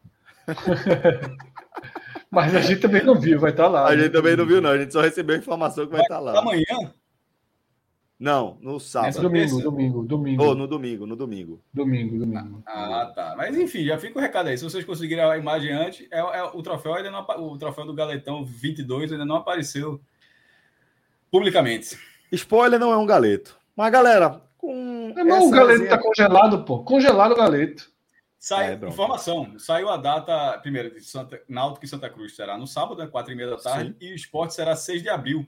Mas a gente também não viu, vai estar lá. A gente também não viu, não. A gente só recebeu a informação que vai estar lá. Amanhã? Não, no sábado. Domingo. No domingo. Domingo. Tá. Mas enfim, já fica o recado aí. Se vocês conseguirem a imagem antes, o troféu ainda não, o troféu do Galetão 22 ainda não apareceu publicamente. Spoiler, não é um galeto. Mas, galera, o galeto tá congelado, pô. Congelado o galeto. Informação. Saiu a data, primeiro, de Náutico e Santa Cruz será no sábado, 4h30 da tarde, sim. E o Sport será 6 de abril.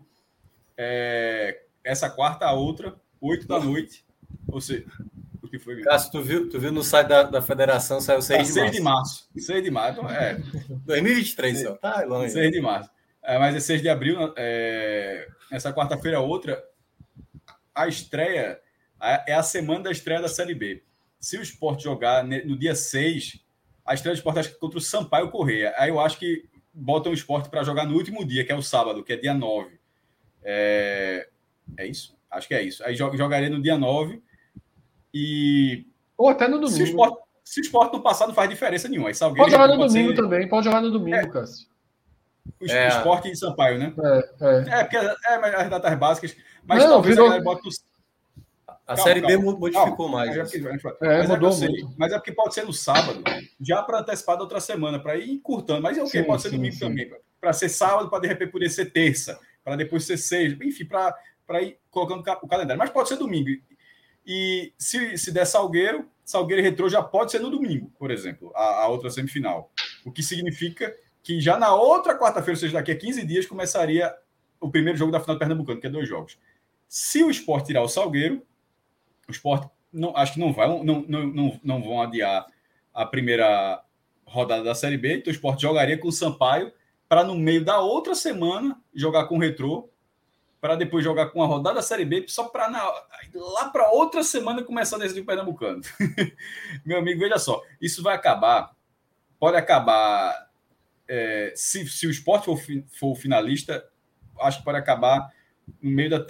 Essa quarta, a outra, 8 da noite. Ou seja, o que foi? Cássio, tu viu no site da federação, saiu 6 de março. 6 de março. Então, 2023, só. Tá longe. 6 de março. Mas é 6 de abril. Essa quarta-feira, outra, a estreia é a semana da estreia da Série B. se o Sport jogar no dia 6, a estreia do Sport acho que contra o Sampaio Corrêa. Aí eu acho que botam o Sport para jogar no último dia, que é o sábado, que é dia 9. É isso? Acho que é isso. Aí jogaria no dia 9 e... Ou até no domingo. Se o Sport não passar, não faz diferença nenhuma. Aí pode jogar no domingo também. Pode jogar no domingo, Cássio. O Sport e Sampaio, né? Porque mas as datas básicas. Mas não, talvez a galera bota a Série B modificou mais. Mas é porque pode ser no sábado, já para antecipar da outra semana, para ir encurtando. Mas é o quê? Pode ser domingo também. Para ser sábado, para de repente poder ser terça, para depois ser sexta. Enfim, para ir colocando o calendário. Mas pode ser domingo. E se der Salgueiro e Retrô já pode ser no domingo, por exemplo, a outra semifinal. O que significa que já na outra quarta-feira, ou seja, daqui a 15 dias, começaria o primeiro jogo da final do Pernambucano, que é 2 jogos. Se o Sport tirar o Salgueiro, o Sport acho que não vão adiar a primeira rodada da Série B, então o Sport jogaria com o Sampaio para no meio da outra semana jogar com o Retrô, para depois jogar com a rodada da Série B, só para lá para outra semana começar nesse do Pernambucano. Meu amigo, veja só, isso vai acabar, pode acabar, se o Sport for o finalista, acho que pode acabar no meio da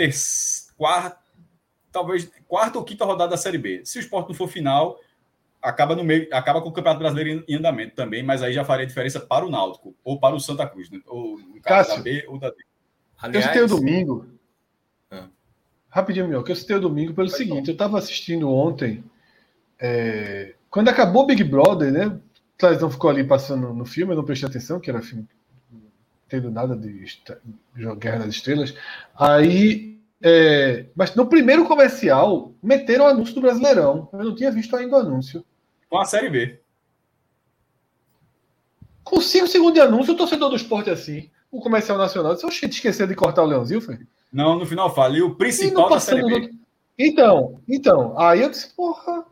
talvez quarta ou quinta rodada da Série B. Se o Sport não for final, acaba no meio, acaba com o Campeonato Brasileiro em andamento também, mas aí já faria diferença para o Náutico, ou para o Santa Cruz, né? Ou no caso da B ou da D. Aliás, eu citei o domingo. Rapidinho, meu, que eu citei o domingo pelo seguinte: eu estava assistindo ontem, quando acabou o Big Brother, né? O Clazão ficou ali passando no filme, eu não prestei atenção, que era filme, não entendo nada de Guerra das Estrelas. Aí, mas no primeiro comercial, meteram o anúncio do Brasileirão. Eu não tinha visto ainda o anúncio. Com a Série B. Com 5 segundos de anúncio, o torcedor do Sport assim. O comercial nacional disse: oxe, esqueceu de cortar o Leãozinho, foi? Não, no final fala. E o principal da Série B. Então, aí eu disse: porra.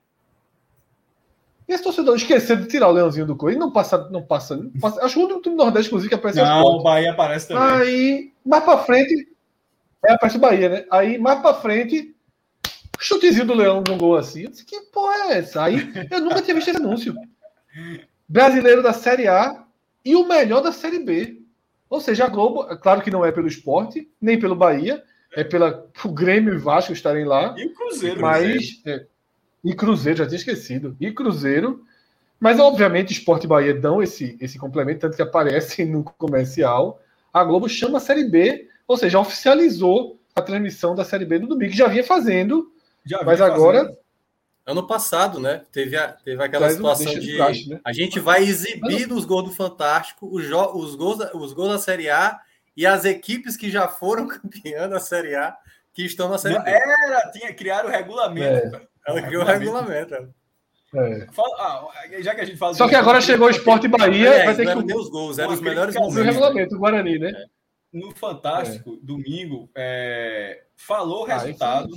E esse torcedor esqueceu de tirar o Leãozinho do coelho? Não passa. Acho que o único time do Nordeste, inclusive, que aparece. Não, o Bahia aparece também. Aí, mais pra frente. Aparece o Bahia, né? Aí, mais pra frente, chutezinho do Leão num gol assim. Eu disse: que porra é essa? Aí, eu nunca tinha visto esse anúncio. Brasileiro da Série A e o melhor da Série B. Ou seja, a Globo, claro que não é pelo Sport, nem pelo Bahia, é pelo Grêmio e Vasco estarem lá. E o Cruzeiro. Mas, e Cruzeiro, já tinha esquecido. E Cruzeiro. Mas, obviamente, Sport e Bahia dão esse complemento, tanto que aparecem no comercial. A Globo chama a Série B, ou seja, oficializou a transmissão da Série B no domingo, que já vinha fazendo. Mas agora... Ano passado, né? Teve aquela situação de praxe, né? A gente vai exibir nos gols do Fantástico os gols da Série A e as equipes que já foram campeãs da Série A que estão na Série B. Criaram o regulamento. Ela criou o regulamento. Já que a gente fala. Só que agora chegou o Sport e Bahia. Vai ter que ter os gols, eram os melhores momentos. O regulamento, o Guarani, né? No Fantástico, domingo, falou o resultado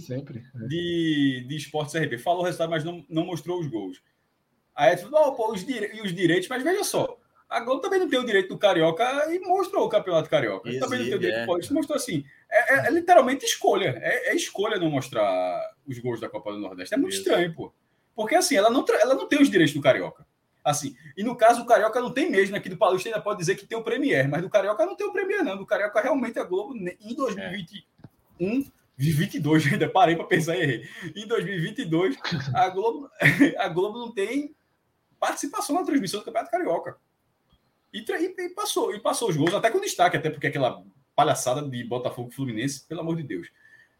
de Sport CRB. Falou o resultado, mas não mostrou os gols. Aí ele falou, os direitos, mas veja só, a Globo também não tem o direito do Carioca e mostrou o Campeonato Carioca. Também não tem o direito do Paulista, mostrou assim. É literalmente escolha. É escolha não mostrar os gols da Copa do Nordeste. É muito estranho, pô. Porque assim, ela não tem os direitos do Carioca. Assim, e no caso, o Carioca não tem mesmo, aqui do Paulista ainda pode dizer que tem o Premier, mas do Carioca não tem o Premier, não. Do Carioca realmente a Globo, em 2021, 2022, ainda parei para pensar e errei. Em 2022, a Globo não tem participação na transmissão do Campeonato Carioca. E passou os gols, até com destaque, até porque aquela palhaçada de Botafogo Fluminense, pelo amor de Deus.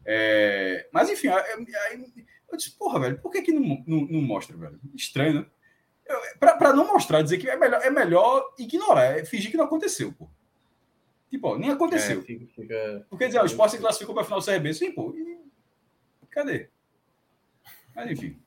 Mas enfim, eu disse, porra, velho, por que não mostra, velho? Estranho, né? Para não mostrar, dizer que é melhor ignorar, fingir que não aconteceu, pô. Tipo, nem aconteceu. Porque dizer, o Sport se classificou para a final do CRB, sim, pô. Cadê? Mas enfim.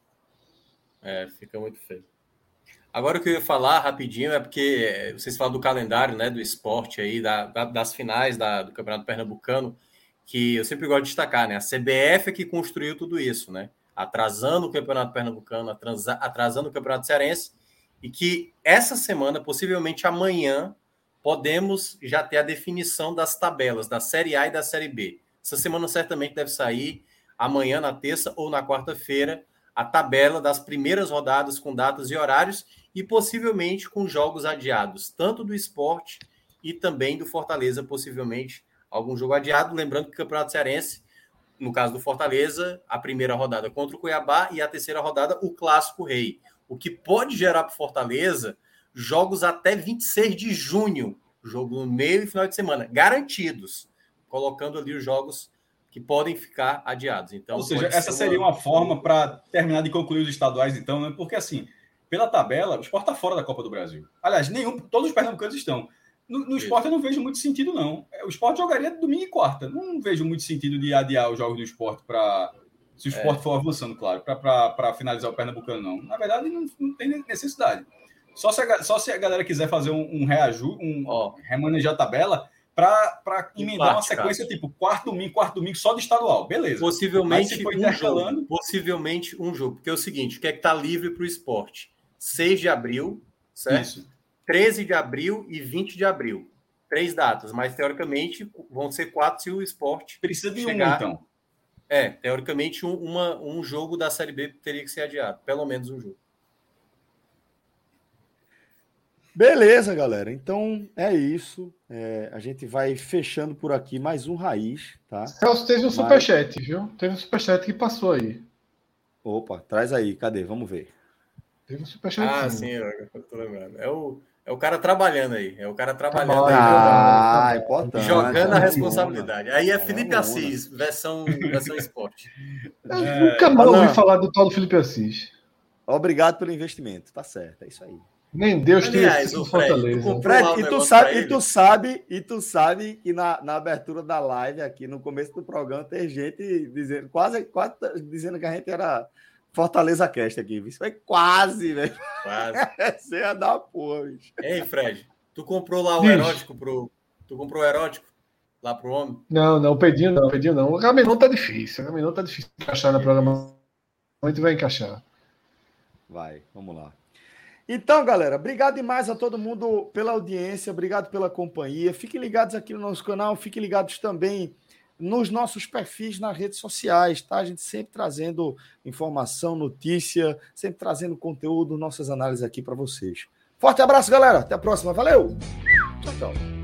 Fica muito feio. Agora o que eu ia falar rapidinho é porque vocês falam do calendário, né, do esporte aí, das finais do Campeonato Pernambucano, que eu sempre gosto de destacar, né? A CBF é que construiu tudo isso, né? Atrasando o Campeonato Pernambucano, atrasando o Campeonato Cearense, e que essa semana, possivelmente amanhã, podemos já ter a definição das tabelas da Série A e da Série B. Essa semana certamente deve sair amanhã, na terça ou na quarta-feira, a tabela das primeiras rodadas com datas e horários e possivelmente com jogos adiados, tanto do Sport e também do Fortaleza, possivelmente algum jogo adiado. Lembrando que o Campeonato Cearense, no caso do Fortaleza, a primeira rodada contra o Cuiabá e a terceira rodada, o Clássico Rei. O que pode gerar para o Fortaleza jogos até 26 de junho, jogo no meio e final de semana, garantidos, colocando ali os jogos que podem ficar adiados. Então, ou seja, essa seria uma forma para terminar de concluir os estaduais, então, né? Porque assim, pela tabela, o Sport está fora da Copa do Brasil. Aliás, todos os pernambucanos estão. No Sport eu não vejo muito sentido, não. O Sport jogaria domingo e quarta. Não vejo muito sentido de adiar os jogos do Sport para... Se o Sport for avançando, claro, para finalizar o Pernambucano, não. Na verdade, não tem necessidade. Só se a galera quiser fazer um reajuste, remanejar a tabela para emendar uma sequência tipo quarto domingo, só de estadual. Beleza. Possivelmente um jogo. Porque é o seguinte, o que é que está livre para o Sport? 6 de abril, certo? Isso. 13 de abril e 20 de abril. 3 datas, mas teoricamente vão ser 4 se o Sport precisa de chegar... então. Teoricamente um jogo da Série B teria que ser adiado. Pelo menos um jogo. Beleza, galera. Então é isso. A gente vai fechando por aqui mais um Raiz, tá? Celso, teve um superchat, viu? Teve um superchat que passou aí. Opa, traz aí. Cadê? Vamos ver. Teve um superchat. Sim, eu tô lembrando. É o cara trabalhando aí. É o cara trabalhando aí. Importante. Jogando a responsabilidade. Aí é Felipe Assis, versão esporte. Nunca mais ouvi falar do tal do Felipe Assis. Obrigado pelo investimento. Tá certo, é isso aí. Nem Deus tem esse Fortaleza. Fred, e tu sabe que na abertura da live aqui, no começo do programa, tem gente dizendo, quase dizendo que a gente era Fortaleza Cast aqui. Isso foi quase, velho. Quase. Você ia dar porra, bicho. Ei, Fred, tu comprou lá o erótico Tu comprou o erótico lá pro homem? Não, o Pedinho não. O Caminhão tá difícil. Encaixar na programação. A gente vai encaixar. Vai, vamos lá. Então, galera, obrigado demais a todo mundo pela audiência, obrigado pela companhia. Fiquem ligados aqui no nosso canal, fiquem ligados também nos nossos perfis nas redes sociais, tá? A gente sempre trazendo informação, notícia, sempre trazendo conteúdo, nossas análises aqui para vocês. Forte abraço, galera. Até a próxima. Valeu! Tchau, tchau.